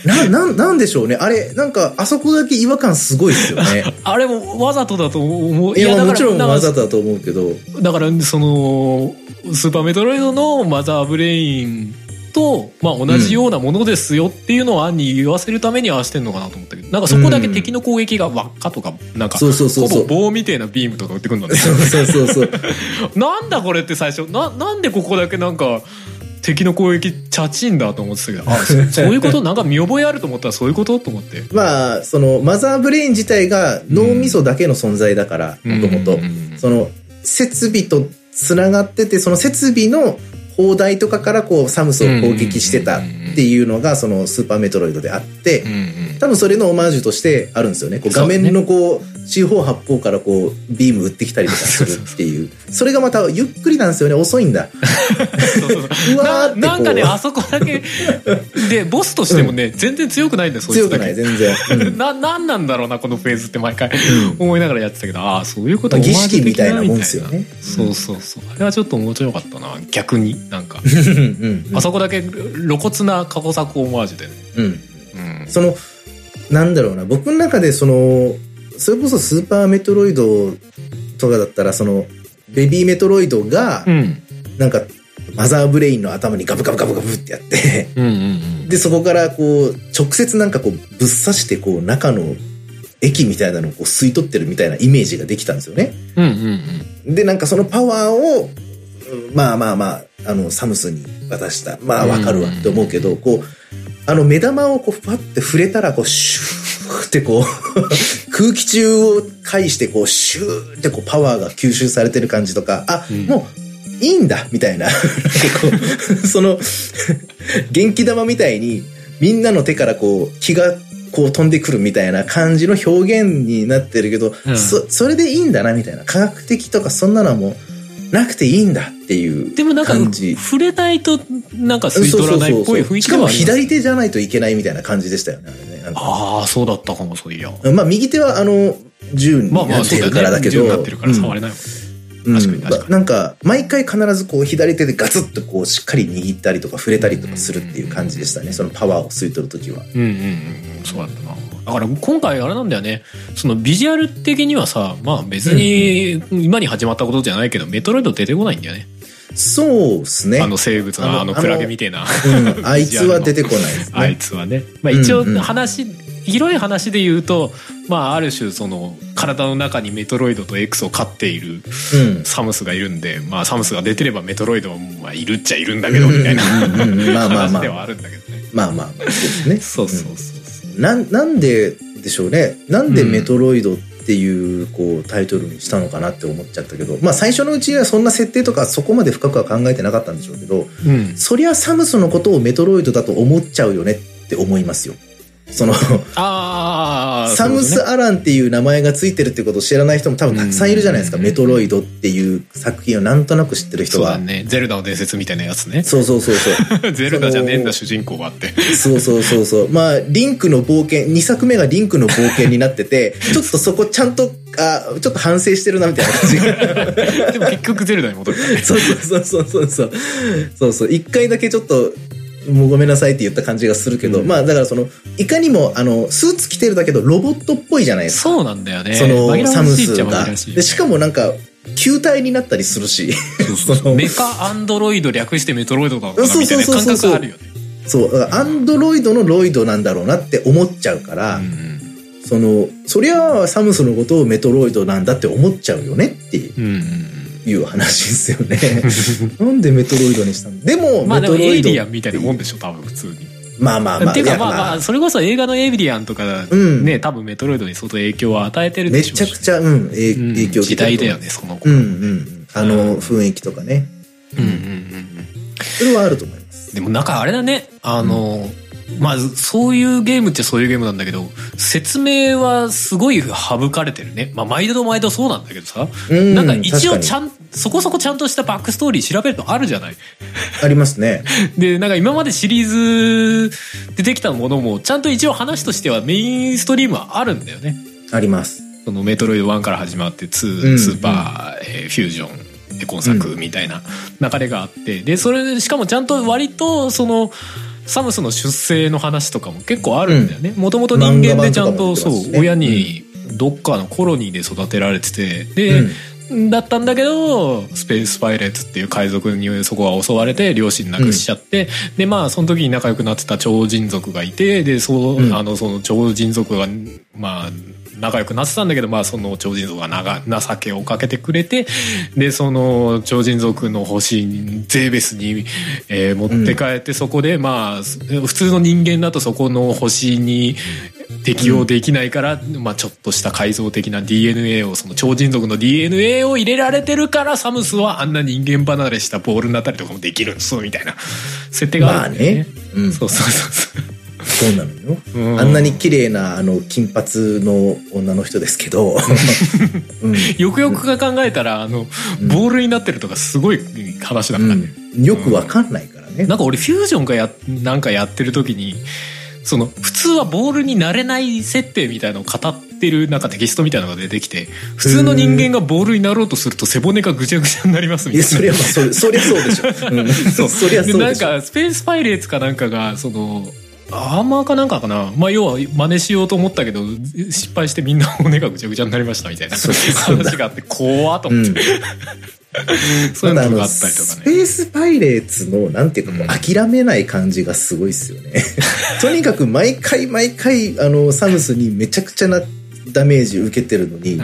な, な, なんでしょうねあれ、なんかあそこだけ違和感すごいですよねあれもわざとだと思う。 いや、いやもちろんわざとだと思うけど、 だからそのスーパーメトロイドのマザーブレインと、まあ、同じようなものですよっていうのをアンに言わせるためにああしてんのかなと思ったけど、なんかそこだけ敵の攻撃が輪っかとかなんかほぼ棒みたいなビームとか撃ってくるんだねそうそうそうそうなんだこれって最初 な, なんでここだけなんか敵の攻撃チャチンだと思ってたけど、あそういうことなんか見覚えあると思ったらそういうことと思ってまあそのマザーブレイン自体が脳みそだけの存在だからもともとその設備とつながってて、その設備の砲台とかからこうサムスを攻撃してたっていうのがそのスーパーメトロイドであって、多分それのオマージュとしてあるんですよね。こう画面のこう四方八方からこうビーム撃ってきたりとかするっていう、それがまたゆっくりなんですよね。遅いんだ。 うわーってこうなんかねあそこだけでボスとしてもね、うん、全然強くないんだよ。そいつだけ強くない全然。うん、 ななんなんだろうなこのフェーズって毎回思いながらやってたけど、ああそういうこと儀式みたいなもんですよね。 そうそうそう。あれはちょっと面白かったな逆に。なんか、うんうん、あそこだけ露骨な過去作オマージュでね、 うんうん、そのなんだろうな、僕の中でそのそれこそスーパーメトロイドとかだったらそのベビーメトロイドが、うん、なんかマザーブレインの頭にガブガブガブガブってやってうんうん、うん、でそこからこう直接なんかこうぶっ刺してこう中の液みたいなのをこう吸い取ってるみたいなイメージができたんですよね、うんうんうん、でなんかそのパワーをまあまあまああのサムスに渡した、まあわかるわって思うけど、こうあの目玉をこうパッて触れたらこうシューってこう空気中を介してこうシューってこうパワーが吸収されてる感じとか、あ、うん、もういいんだみたいなこうその元気玉みたいにみんなの手からこう気がこう飛んでくるみたいな感じの表現になってるけど、うん、そ, それでいいんだなみたいな、科学的とかそんなのはもうなくていいんだっていう感じ。 でもなんか触れないとなんか吸い取らないっぽい雰囲気ではあります。 しかも左手じゃないといけないみたいな感じでしたよね。あれね、なんかああそうだったかも。そういやまあ右手はあの銃になってるからだけど、 まあまあそうだね、銃になってるから触れないもん、うん、確かに確かに、 なんか毎回必ずこう左手でガツッとこうしっかり握ったりとか触れたりとかするっていう感じでしたね、そのパワーを吸い取るときは。 うんうんうん、そうだったな。だから今回あれなんだよね、そのビジュアル的にはさ、まあ別に今に始まったことじゃないけど、メトロイド出てこないんだよね。 そうですね。 あの生物のあのクラゲみたいな、 うん、あいつは出てこないですね。 あいつはね、まあ、一応話、うんうん、広い話で言うと、まあある種その体の中にメトロイドと X を飼っているサムスがいるんで、うん、まあサムスが出てればメトロイドはいるっちゃいるんだけどみたいな話ではあるんだけどね。 まあまあまあそうですね。 そうそうそう。 な, なんででしょうね。なんでメトロイドっていう、こうタイトルにしたのかなって思っちゃったけど、まあ最初のうちはそんな設定とかそこまで深くは考えてなかったんでしょうけど、うん、そりゃサムスのことをメトロイドだと思っちゃうよねって思いますよ。そのあサムス・アランっていう名前がついてるってことを知らない人も多分たくさんいるじゃないですか。メトロイドっていう作品をなんとなく知ってる人は。 そうだね。ゼルダの伝説みたいなやつね。 そうそうそうそう。 ゼルダじゃねえんだ主人公はって。 そうそうそうそう。まあ、リンクの冒険、にさくめがリンクの冒険になってて、ちょっとそこちゃんと、あ、ちょっと反省してるなみたいな感じが。 でも結局ゼルダに戻るからね。 そうそうそうそうそう。そうそう。一回だけちょっと、もうごめんなさいって言った感じがするけど、うん、まあだからそのいかにもあのスーツ着てるだけどロボットっぽいじゃないですか。 そうなんだよね。 そのサムスがでしかもなんか球体になったりするし、 そうそうそうメカアンドロイド略してメトロイドだみたいな感覚あるよね。 そうアンドロイドのロイドなんだろうなって思っちゃうから、うん、そのそりゃサムスのことをメトロイドなんだって思っちゃうよねっていう。うんうんいう話ですよね。なんでメトロイドにしたの？でもまあでもエイリアンみたいなもんでしょ多分普通に。 まあまあまあ。 っていうかまあまあそれこそ映画のエイリアンとかね、うん、多分メトロイドに相当影響を与えてるでしょうし。 めちゃくちゃうん影響を受けてる。 時代だよねその頃。 うんうんあの雰囲気とかね。うんうんうんうん。それはあると思います。 でもなんかあれだねあの。うんまあそういうゲームっちゃそういうゲームなんだけど説明はすごい省かれてるね。まあ毎度毎度そうなんだけどさ、んなんか一応ちゃんそこそこちゃんとしたバックストーリー調べるとあるじゃない。 ありますね。 でなんか今までシリーズでできたものもちゃんと一応話としてはメインストリームはあるんだよね。 あります。 そのメトロイドワンから始まってツー、うん、スーパー、えー、フュージョン今作みたいな流れがあって、でそれしかもちゃんと割とそのサムスの出生の話とかも結構あるんだよね。もともと人間でちゃんとそう親にどっかのコロニーで育てられててで、うん、だったんだけどスペースパイレーツっていう海賊にそこが襲われて両親亡くしちゃって、うん、でまあその時に仲良くなってた超人族がいてでそう、うん、あのその超人族がまあ仲良くなってたんだけど、まあその超人族が情けをかけてくれて、でその超人族の星ゼーベスに、えー、持って帰って、うん、そこでまあ普通の人間だとそこの星に適応できないから、うん、まあちょっとした改造的な ディーエヌエー をその超人族の ディーエヌエー を入れられてるからサムスはあんな人間離れしたボールになったりとかもできるんですみたいな設定があるんだよね。まあね、うん、そうそうそうそう。 そうなのよ、うん、あんなに綺麗なあの金髪の女の人ですけど、 うん、よくよく考えたらあの、うん、ボールになってるとかすごい話だからね、 うん、よくわかんないからね、 うん、なんか俺フュージョンがやなんかやってる時にその普通はボールになれない設定みたいなのを語ってるなんかテキストみたいなのが出てきて普通の人間がボールになろうとすると背骨がぐちゃぐちゃになりますみたいな。 いやそりゃそそりゃそうでしょ、うん、そうそりゃそうでしょ。 なんかスペースパイレーツかなんかがそのアーマーかなんかかな、まあ要は真似しようと思ったけど失敗してみんな骨がぐちゃぐちゃになりましたみたいな話があって怖っと思って、うん、そういうのがあったりとかね。 スペースパイレーツのなんていうかもう諦めない感じがすごいっすよね、うん、とにかく毎回毎回あのサムスにめちゃくちゃなダメージ受けてるのに、うん、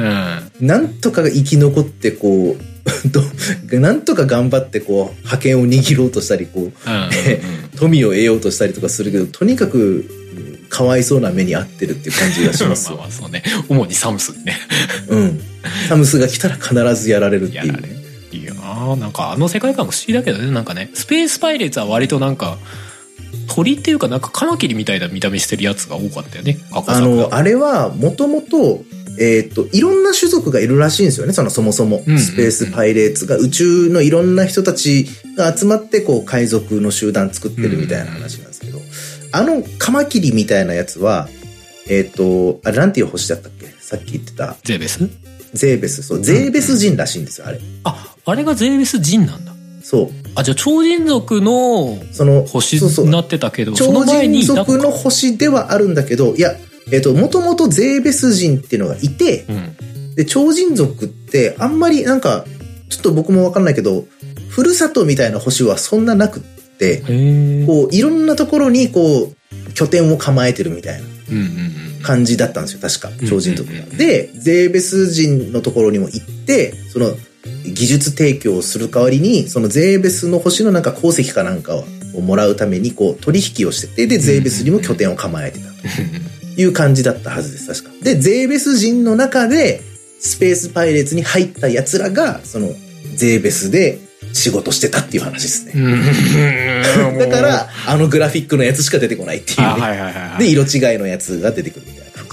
なんとか生き残ってこうなんとか頑張ってこう覇権を握ろうとしたりこう、うんうんうん、富を得ようとしたりとかするけどとにかくかわいそうな目に遭ってるっていう感じがしますよ。 まあまあそうね。主にサムスね。 うん。サムスが来たら必ずやられるっていうね。 いいよな。なんかあの世界観不思議だけどね。なんかねスペースパイレーツは割となんか鳥っていうかなんかカマキリみたいな見た目してるやつが多かったよね。 あのあれはもともとえっと、いろんな種族がいるらしいんですよね、そのそもそも。スペースパイレーツが宇宙のいろんな人たちが集まって、こう、海賊の集団作ってるみたいな話なんですけど、あのカマキリみたいなやつは、えっと、あれなんていう星だったっけ？さっき言ってた。 ゼーベス？ ゼーベス、そう。ゼーベス人らしいんですよ、あれ。 あ、あれがゼーベス人なんだ。 そう。 あ、じゃあ超人族の星になってたけど、 その超人族の星ではあるんだけど、いや、えっと、もともとゼーベス人っていうのがいて、うん、で、超人族ってあんまりなんか、ちょっと僕もわかんないけど、ふるさとみたいな星はそんななくって、こう、いろんなところにこう、拠点を構えてるみたいな感じだったんですよ、確か、超人族が。で、ゼーベス人のところにも行って、その、技術提供をする代わりに、そのゼーベスの星のなんか鉱石かなんかをもらうために、こう、取引をしてて、で、ゼーベスにも拠点を構えてたと。いう感じだったはずです、確か。で、ゼーベス人の中で、スペースパイレーツに入った奴らが、その、ゼーベスで仕事してたっていう話ですね。だから、あのグラフィックのやつしか出てこないっていう、ね。はいはいはいはい、で、色違いのやつが出てくるみたいな。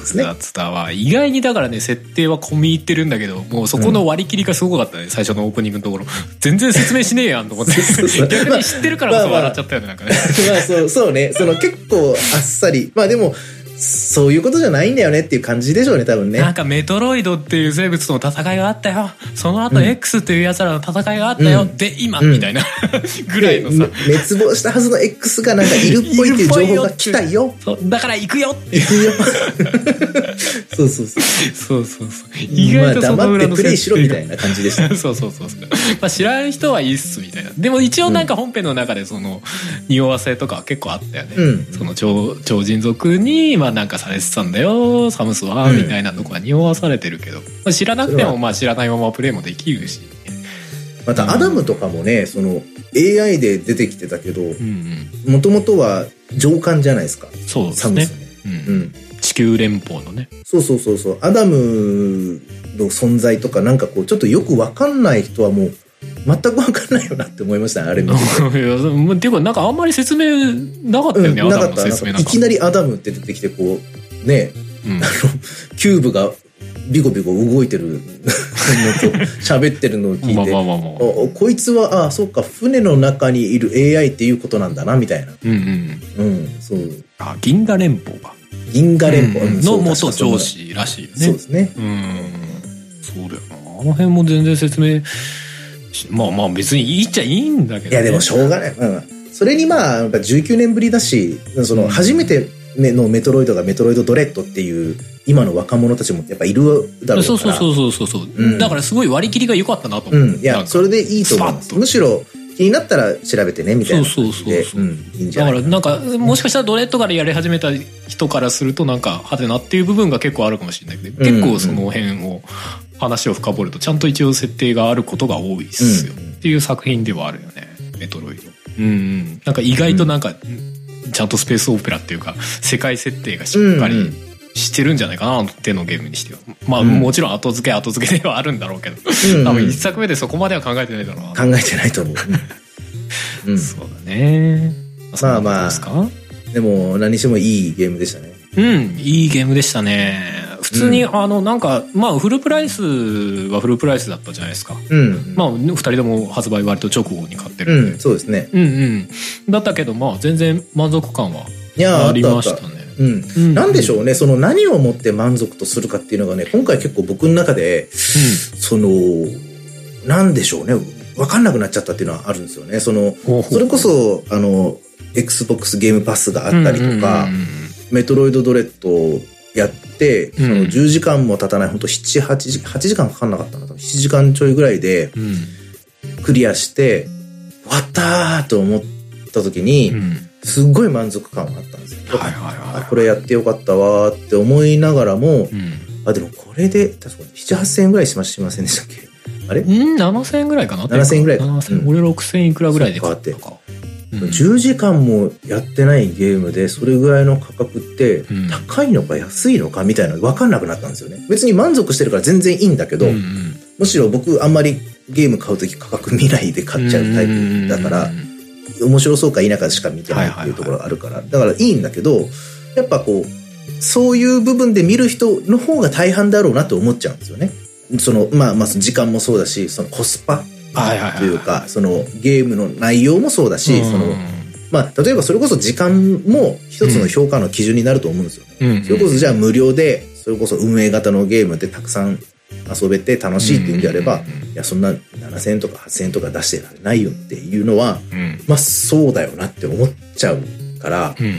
ですね。 複雑だわ。意外にだからね、設定は込み入ってるんだけど、もうそこの割り切りがすごかったね、うん、最初のオープニングのところ。全然説明しねえやんと思って。そうそう逆に知ってるからこそ笑っちゃったよね、なんかね。 まあそう、そうね。その結構あっさり。まあでも、そういうことじゃないんだよねっていう感じでしょうね、多分ね。 なんかメトロイドっていう生物との戦いがあったよ。その後 X っていう奴らの戦いがあったよ。うん、で、今、うん、みたいなぐらいのさ。 滅亡したはずの X がなんかいるっぽいっていう情報が来たよ。 そうだから行くよって行くよ。そうそうそう。 そうそうそう。意外とその裏の設定が、まあ、黙ってプレイしろみたいな感じでした。そうそうそうそう。まあ知らん人はいいっすみたいな。でも一応なんか本編の中でその匂わせとか結構あったよね。うん、その超超人族にまあなんかされてたんだよサムスは、うん、みたいなとこは匂わされてるけど、まあ、知らなくてもまあ知らないままプレイもできるし。 またアダムとかもね、その エーアイ で出てきてたけど、もともとは上官じゃないですか。 そうですね。サムスね。うんうん、地球連邦のね。 そうそうそうそう。アダムの存在とかなんかこうちょっとよくわかんない人はもう全くわかんないよなって思いましたね、あれ見てて。いやっていうかなんかあんまり説明なかったよね、うん、アダムの説明なんか。 いきなりアダムって出てきてこうね、うん、あのキューブがビコビコ動いてるのと喋ってるのを聞いてまあまあまあ、まあ、こいつはあそうか船の中にいる エーアイ っていうことなんだなみたいな。うんうんうんそうあ銀河連邦か銀河連邦、 うん、の元上司らしいよね。 そうですね。 うんそうだよな。あの辺も全然説明まあまあ別にいいっちゃいいんだけど、ね、 いやでもしょうがない、うん、それにまあじゅうきゅうねんぶりだしその初めてのメトロイドがメトロイドドレッドっていう今の若者たちもやっぱいるだろうから。そうそうそうそうそう、うん、だからすごい割り切りが良かったなと思う、うん、 いやそれでいいと思います。むしろ気になったら調べてねみたいな感じでだからなんかもしかしたらドレッドからやり始めた人からするとなんか派手なっていう部分が結構あるかもしれないけど、結構その辺を話を深掘るとちゃんと一応設定があることが多いですよ、うん、っていう作品ではあるよねメトロイド。うんうんなんか意外となんか、うん、ちゃんとスペースオペラっていうか世界設定がしっかりしてるんじゃないかなってのゲームにしてはまあ、うん、もちろん後付け後付けではあるんだろうけど、うん、多分一作目でそこまでは考えてないだろうな。 考えてないと思う、 うん、そうだね。 まあまあでも何してもいいゲームでしたね。 うんいいゲームでしたね。普通に、うん、あのなんかまあフルプライスはフルプライスだったじゃないですか、うん、まあふたりとも発売割と直後に買ってるんで、 うん、そうですね。 うんうんだったけどまあ全然満足感はありましたね。 うん、うん、なんでしょうねその何をもって満足とするかっていうのがね今回結構僕の中で、うん、そのなんでしょうね分かんなくなっちゃったっていうのはあるんですよね。そのそれこそあの Xbox ゲームパスがあったりとか、うんうんうん、メトロイドドレッドやってそのじゅうじかんも経たないほんとななはちじかんかかんなかったなとななじかんちょいぐらいでクリアして終わったーと思った時に、うん、すっごい満足感があったんですよ。はいはいはい、これやってよかったわーって思いながらも、うん、あでもこれで確かになな、はっせんえんぐらいしましませんでしたっけ。あれうんななせんえんぐらいかな。 ななせんえんぐらいか、うん、 俺ろくせんいくらぐらいで買ったか。 うん、じゅうじかんもやってないゲームでそれぐらいの価格って高いのか安いのかみたいなの分かんなくなったんですよね。別に満足してるから全然いいんだけど、うんうん、むしろ僕あんまりゲーム買うとき価格見ないで買っちゃうタイプだから面白そうか否かしか見てないっていうところがあるからだからいいんだけどやっぱこうそういう部分で見る人の方が大半だろうなと思っちゃうんですよね。そのまあまあ時間もそうだしそのコスパというかそのゲームの内容もそうだし、そのまあ例えばそれこそ時間も一つの評価の基準になると思うんですよね。うん、それこそじゃあ無料でそれこそ運営型のゲームでたくさん遊べて楽しいっていうんであれば、いやそんなななせんえんとかはっせんえんとか出してられないよっていうのは、うん、まあそうだよなって思っちゃうから、うん、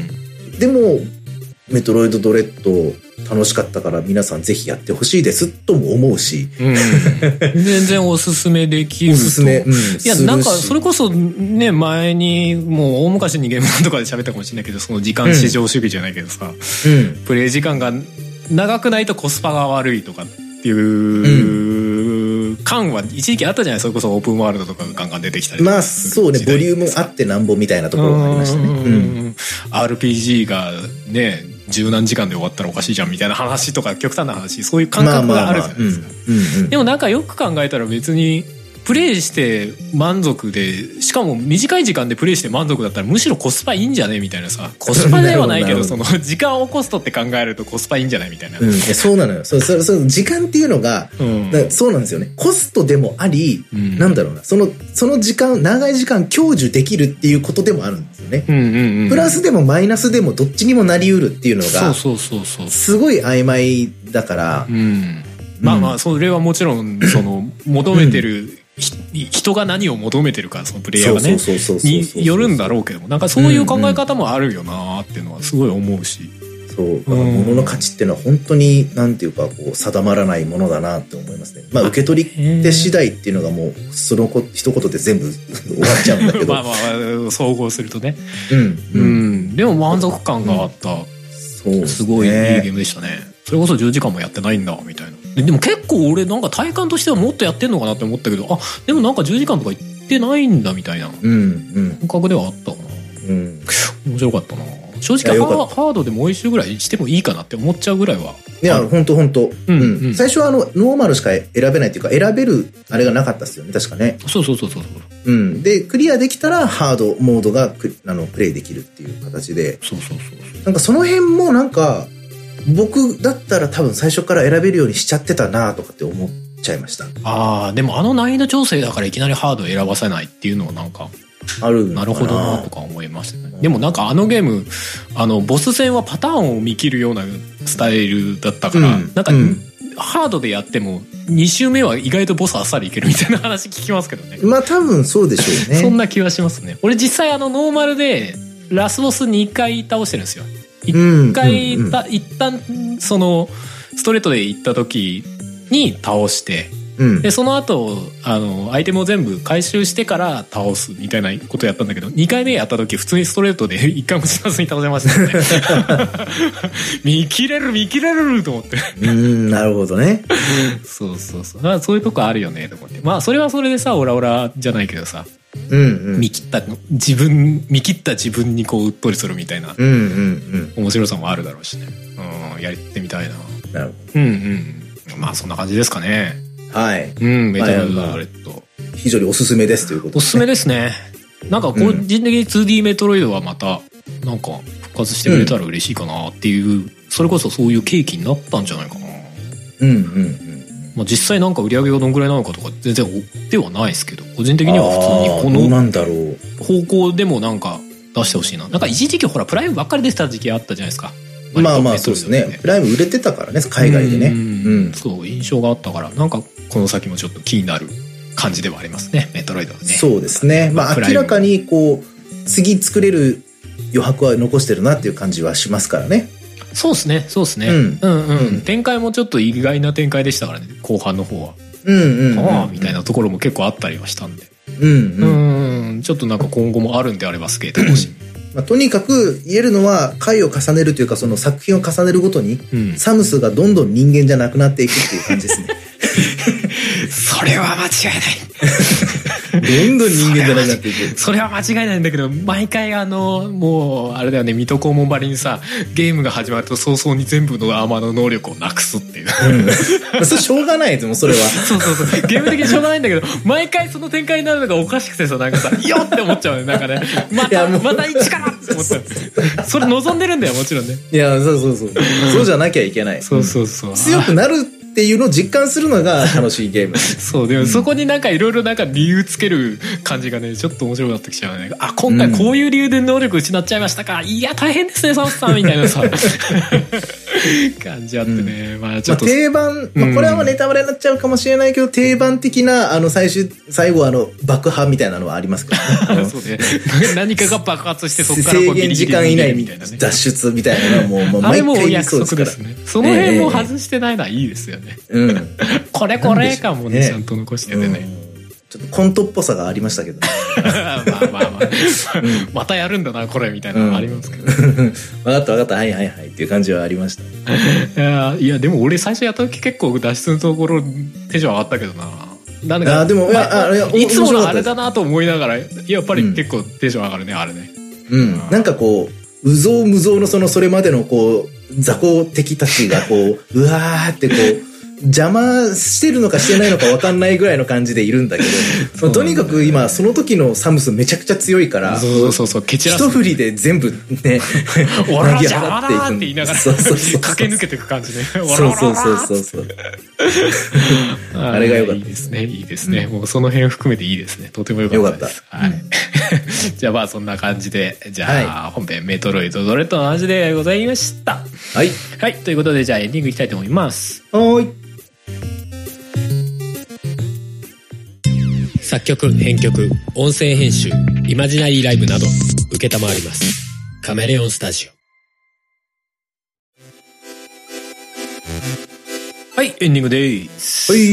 でもメトロイドドレッド楽しかったから皆さんぜひやってほしいですとも思うし、うん、 全然おすすめできると。おすすめ、うん、いやなんかそれこそね前にもう大昔にゲームとかで喋ったかもしれないけどその時間至上主義じゃないけどさ、うん、プレイ時間が長くないとコスパが悪いとかっていう感は一時期あったじゃない。それこそオープンワールドとかがガンガン出てきたりまあそうねボリュームあってなんぼみたいなところがありましたね。うん、 アールピージー がね十何時間で終わったらおかしいじゃんみたいな話とか極端な話そういう感覚があるじゃないですか。でもなんかよく考えたら別にプレイして満足で、しかも短い時間でプレイして満足だったらむしろコスパいいんじゃねみたいなさ、コスパではないけどその時間をコストって考えるとコスパいいんじゃないみたいな、 うん、そうなのよ。そうそうそう時間っていうのが、うん、そうなんですよね。コストでもあり、うん、なんだろうな、そのその時間長い時間享受できるっていうことでもあるんですよね、うんうんうん、プラスでもマイナスでもどっちにもなりうるっていうのがそうそうそうそうすごい曖昧だから、うんうん、 まあまあそれはもちろんその求めてる、うん人が何を求めてるかそのプレイヤーがねによるんだろうけども、なんかそういう考え方もあるよなっていうのはすごい思うし、 そう、物の価値っていうのは本当になんていうかこう定まらないものだなって思いますね。まあ受け取り手次第っていうのがもうその一言で全部終わっちゃうんだけどまあまあ総合するとね、うん、うん、でも満足感があった、うん、そうすごいいいゲームでしたね。それこそじゅうじかんもやってないんだみたいな。でも結構俺なんか体感としてはもっとやってんのかなって思ったけど、あでもなんかじゅうじかんとかいってないんだみたいな感覚ではあったかな、うん、面白かったな。正直ハードでもう一周ぐらいしてもいいかなって思っちゃうぐらいは。 いや本当本当。最初はあのノーマルしか選べないっていうか選べるあれがなかったですよね確かね。 そうそうそうそう。 うん。でクリアできたらハードモードがあのプレイできるっていう形で。 そうそうそう。 なんかその辺もなんか僕だったら多分最初から選べるようにしちゃってたなとかって思っちゃいました。 ああでもあの難易度調整だからいきなりハードを選ばせないっていうのはなんか。 あるなるほどなとか思いましたね。でもなんかあのゲームあのボス戦はパターンを見切るようなスタイルだったから、うん、なんか、うん、ハードでやってもに周目は意外とボスあっさりいけるみたいな話聞きますけどね。 まあ多分そうでしょうね。 そんな気はしますね。俺実際あのノーマルでラスボスにかい倒してるんですよ。いっかい、うんうんうん、一旦そのストレートで行った時に倒して、うん、でその後あのアイテムを全部回収してから倒すみたいなことやったんだけど、にかいめやった時普通にストレートでいっかいも死なずに倒せましたね見切れる見切れると思ってうんなるほどねそうそうそう、まあ、そういうとこあるよねと思って、まあそれはそれでさオラオラじゃないけどさ、うんうん、見切った自分見切った自分にこううっとりするみたいな、うんうんうん、面白さもあるだろうしね、うん、やってみたいな。なるほど。うんうん、まあそんな感じですかね。はい。うん、メタルガレット。 非常におすすめですということで、ね。 おすすめですね。なんか個人的に ツーディー メトロイドはまたなんか復活してくれたら嬉しいかなっていう、うん、それこそそういう契機になったんじゃないかな。うんうんうん。まあ実際なんか売り上げがどんぐらいなのかとか全然追ってはないですけど、個人的には普通にこのなんだろう方向でもなんか出してほしいな。なんか一時期ほらプライムばっかり出てた時期あったじゃないですか。 まあまあそうですね。プライム売れてたからね海外でね。うん、 うん、そう印象があったからなんかこの先もちょっと気になる感じではありますね。メトロイドはね。 そうですね。まあ明らかにこう次作れる余白は残してるなっていう感じはしますからね。 そうですねそうですね。うん、うんうんうん。展開もちょっと意外な展開でしたからね後半の方は。うんうんうん、うん。ああみたいなところも結構あったりはしたんで。うんうん。うんちょっとなんか今後もあるんであればすげえ楽しみ。 まあ、とにかく言えるのは回を重ねるというかその作品を重ねるごとに、うん、サムスがどんどん人間じゃなくなっていくっていう感じですねそれは間違いないどんどん人間じゃなくなっていくそれは間違いないんだけど毎回あのもうあれだよね水戸黄門ばりにさゲームが始まると早々に全部のアーマーの能力をなくすっていう、 うん、それしょうがないですもんそれはそうそうそうゲーム的にしょうがないんだけど毎回その展開になるのがおかしくてさなんかさよって思っちゃうねなんかねまたまた一からって思っちゃうそれ望んでるんだよもちろんねいやそうそうそうそうじゃなきゃいけないそうそうそう、うん、 強くなるっていうのを実感するのが楽しいゲームそうでもそこになんかいろいろなんか理由つける感じがねちょっと面白くなってきちゃうね。あ今回こういう理由で能力失っちゃいましたか、うん、いや大変ですねサムさんみたいなさ感じあってね、うん、まあちょっと、まあ、定番、まあ、これはネタバレになっちゃうかもしれないけど、うん、定番的なあの最終最後あの爆破みたいなのはありますけど、ね、 そうね何かが爆発してそこからこう制限時間以内に脱出みたいなのはもう、もう毎回約束ですね。その辺も外してないのはいいですよね、えー、うんこれこれ感もねちゃんと残しててね、 ちょっとコントっぽさがありましたけど、ね、 まあまあまあ、うん、またやるんだなこれみたいなのもありますけど、 うん、分かった分かったはいはいはいっていう感じはありました、 いやいやでも俺最初やった時結構脱出のところテンション上がったけどな。なんかあでも、まあ、あいつものあれだなと思いながらやっぱり結構テンション上がるね、うん、あれね、 うん、なんかこううぞうむぞうのそのそれまでのこう雑魚敵たちがこううわーってこう邪魔してるのかしてないのか分かんないぐらいの感じでいるんだけど、とにかく今その時のサムスめちゃくちゃ強いから、 そうそうそう、蹴散らす。 一振りで全部ね、 わらじゃらーって言いながら駆け抜けていく感じね。 そうそうそうそうそう。あれが良かった。 いいですね、いいですね。もうその辺含めていいですね。とても良かったです。はい。じゃあまあそんな感じで、じゃあ本編メトロイドドレッドの話でございました。 はい。 はい、ということでじゃあエンディングいきたいと思います。 はい。 作曲、編曲、音声編集、イマジナリーライブなど承ります。カメレオンスタジオ。はい、エンディングです。 はい。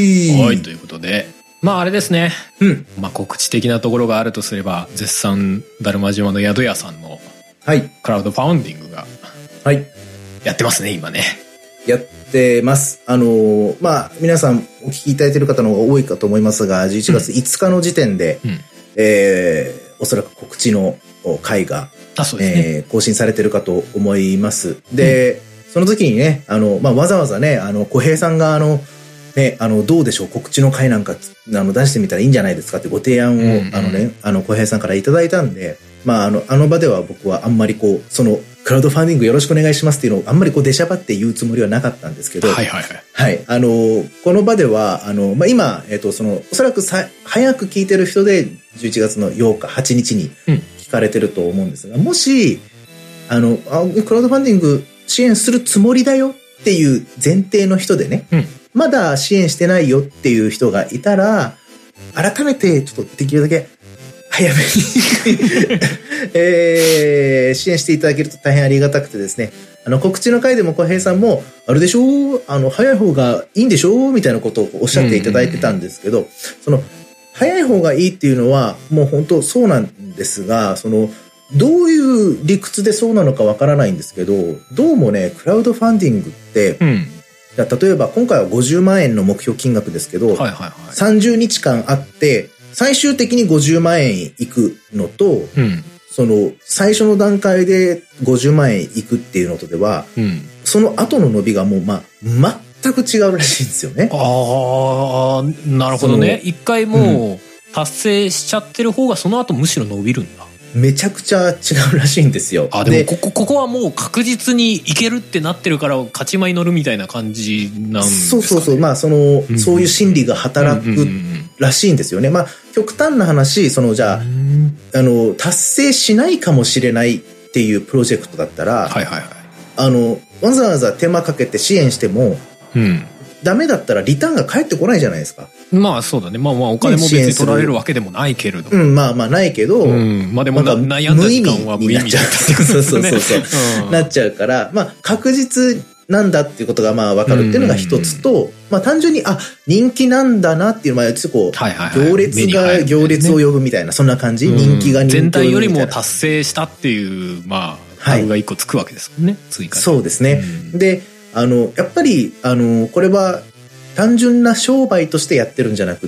はい、ということで、まああれですね。 うん。 まあ告知的なところがあるとすれば、絶賛だるま島の宿屋さんのはい。 クラウドファウンディングがはい。 やってますね、今ね。 やってます。あのー、まあ、皆さんお聞きいただいている方の方が多いかと思いますが、じゅういちがついつかの時点で、うん、えー、おそらく告知の回が、 あ、そうですね、 えー、更新されているかと思います。で、うん、その時にね、あの、まあ、わざわざね、あの、小平さんが、あの、ね、あの、どうでしょう、告知の回なんか、あの、出してみたらいいんじゃないですかってご提案を、うんうん、あのね、あの、小平さんからいただいたんで、まあ、あの、あの場では僕はあんまりこう、その、クラウドファンディングよろしくお願いしますっていうのをあんまりこう出しゃばって言うつもりはなかったんですけど、 はいはいはい。 はい。あの、この場では、あの、まあ、今、えっと、その、おそらくさ、早く聞いてる人で、じゅういちがつのようか、はちにちに聞かれてると思うんですが、うん、もし、あのあ、クラウドファンディング支援するつもりだよっていう前提の人でね、うん、まだ支援してないよっていう人がいたら、改めて、ちょっとできるだけ、早めに、えー、支援していただけると大変ありがたくてですね、あの告知の回でも小平さんもあれでしょう、あの早い方がいいんでしょうみたいなことをおっしゃっていただいてたんですけど、その早い方がいいっていうのはもう本当そうなんですが、そのどういう理屈でそうなのかわからないんですけど、どうもねクラウドファンディングって、うん、例えば今回はごじゅうまんえんの目標金額ですけど、はいはいはい、さんじゅうにちかんあって最終的にごじゅうまんえんいくのと、うん、その最初の段階でごじゅうまんえんいくっていうのとでは、うん、その後の伸びがもうまあ全く違うらしいんですよね。 ああ、なるほどね。一回もう達成しちゃってる方がその後むしろ伸びるんだ。 めちゃくちゃ違うらしいんですよ。 あ、でもここ、ここはもう確実にいけるってなってるから勝ち前乗るみたいな感じなんですかね。 そうそうそう。まあその、うん、そういう心理が働くらしいんですよね。まあ極端な話、そのじゃあ、あの、達成しないかもしれないっていうプロジェクトだったら、はいはいはい。あの、わざわざ手間かけて支援しても、うん。ダメだったらリターンが返ってこないじゃないですか。 まあそうだね。まあまあお金も別に取られるわけでもないけれど。 うん、まあまあないけど。うん、 まあでも悩んだ時間は無意味だったってことですね。 そうそうそうそう、うん。なっちゃうから、まあ確実なんだっていうことがまあ分かるっていうのが一つと、まあ単純に、あ、人気なんだなっていう、まあちょっとこう、はいはいはい、行列が行列を呼ぶみたいな、そんな感じ、うん、人気が人気を呼ぶみたいな。 全体よりも達成したっていう、まあ、タグが一個つくわけですもんね、はい、追加で。 そうですね。うん、で、あの、やっぱり、あの、これは、単純な商売としてやってるんじゃなくって、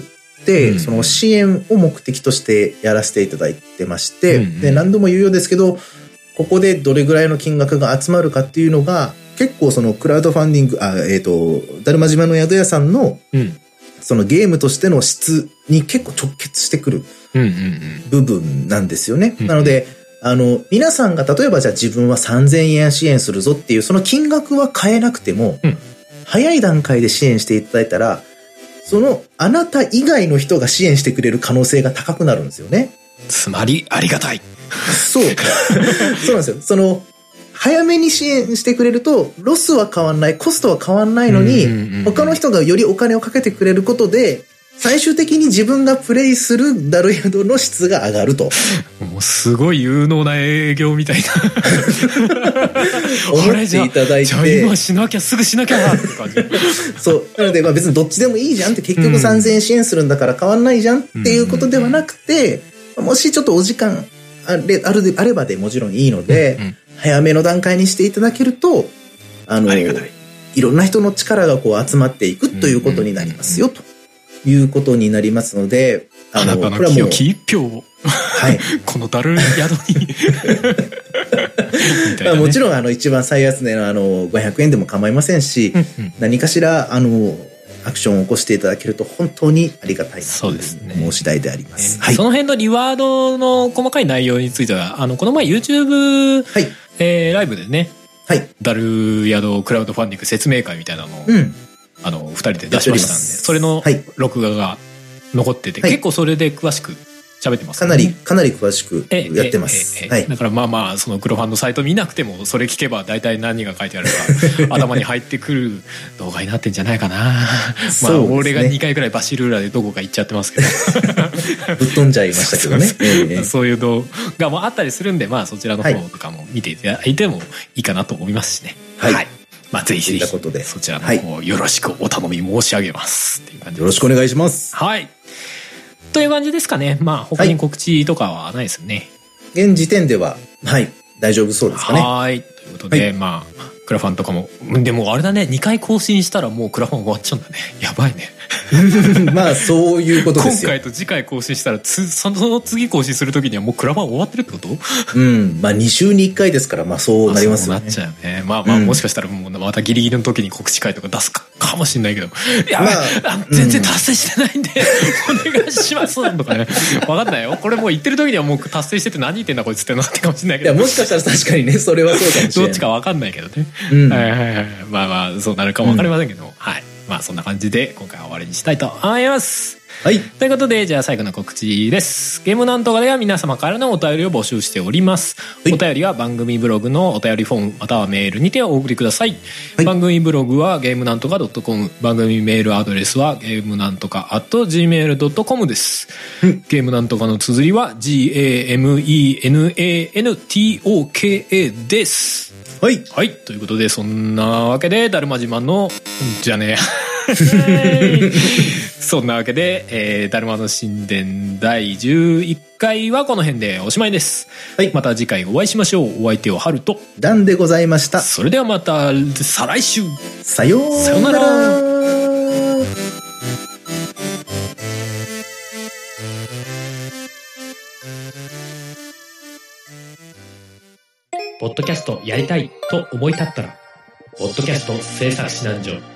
うん、その支援を目的としてやらせていただいてまして、うんうん、で何度も言うようですけど、ここでどれぐらいの金額が集まるかっていうのが結構そのクラウドファンディング、あ、えっと、だるま島の宿屋さんの、うん、そのゲームとしての質に結構直結してくる部分なんですよね。うんうんうん、なので、あの、皆さんが例えばじゃあ自分はさんぜんえん支援するぞっていうその金額は変えなくても、うん、早い段階で支援していただいたら、そのあなた以外の人が支援してくれる可能性が高くなるんですよね。 つまりありがたい。 そう。そうなんですよ。その、早めに支援してくれると、ロスは変わんない、コストは変わんないのに、他の人がよりお金をかけてくれることで、最終的に自分がプレイするダル宿の質が上がると。 もうすごい有能な営業みたいな。 思っていただいて。 じゃあ今しなきゃ、すぐしなきゃって感じ。 そう。なので、まあ別にどっちでもいいじゃんって、結局さんぜんえん支援するんだから変わんないじゃんっていうことではなくて、もしちょっとお時間あれ、あるで、あればでもちろんいいので、うんうん、早めの段階にしていただけると、あの、ありがたい。いろんな人の力がこう集まっていくということになりますよ、ということになりますので、 あの、これはもう清き一票を、はい。このダル宿に。 ね、もちろん、あの、一番最安値のあの、ごひゃくえんでも構いませんし、うんうん、何かしら、あの、 アクションを起こしていただけると本当にありがたいなとそうですね。 思う次第であります。 はい、その辺のリワードの細かい内容については、あの、この前 YouTube、はい、えー、ライブでね、はい、ダルヤドクラウドファンディング説明会みたいなのを、うん、あの、二人で出しましたんで、それの録画が残ってて、はい、結構それで詳しく喋ってます、ね、 かなり、かなり詳しくやってます。 はい。だからまあまあ、そのクロファンのサイト見なくても、それ聞けば大体何が書いてあるか、頭に入ってくる動画になってんじゃないかな。まあ、俺がにかいくらいバシルーラでどこか行っちゃってますけど。 ぶっ飛んじゃいましたけどね。 そうそうそういう動画もあったりするんで、まあそちらの方とかも見ていただいてもいいかなと思いますしね。はい。はい、まあぜひぜひ、そちらの方よろしくお頼み申し上げます。っていう感じです。 よろしくお願いします。 はい。という感じですかね。まあ他に告知とかはないですよね。 はい、現時点では、はい、大丈夫そうですかね。 はい。ということで、はい、まあ、クラファンとかも、でもあれだね、にかい更新したらもうクラファン終わっちゃうんだね。やばいね。 まあそういうことですよ。 今回と次回更新したらつその次更新する時にはもうクラファン終わってるってこと？ うん、まあに週にいっかいですから、まあそうなりますよね。 そうなっちゃうよね。まあまあ、もしかしたらもうまたギリギリの時に告知会とか出すかかもしれないけど、いや、まあ、あ全然達成してないんで、うん、お願いしますとかね。分かんないよ。これもう言ってる時にはもう達成してて何言ってんだこいつってなってかもしれないけど。 いやもしかしたら確かにね、それはそうかもしれない。 どっちか分かんないけどね。うん、はいはいはい。まあまあそうなるかも分かりませんけども、うん、はい。まあそんな感じで今回は終わりにしたいと思います。はい。ということで、じゃあ最後の告知です。ゲームなんとかでは皆様からのお便りを募集しております。はい、お便りは番組ブログのお便りフォームまたはメールにてお送りください。はい、番組ブログはゲームなんとか .com、番組メールアドレスはゲームなんとか アットジーメールドットコム です。うん、ゲームなんとかの綴りは ジーエーエムイーエヌエーエヌティーオーケーエー です。はい。はい。ということで、そんなわけで、だるま自慢の、じゃねえや。そんなわけで、えー、だるまの神殿だいじゅういっかいはこの辺でおしまいです。はい。また次回お会いしましょう。お相手はハルとダンでございました。 それではまた、再来週。 さようなら。さようなら。 ポッドキャストやりたいと思い立ったら、ポッドキャスト制作指南所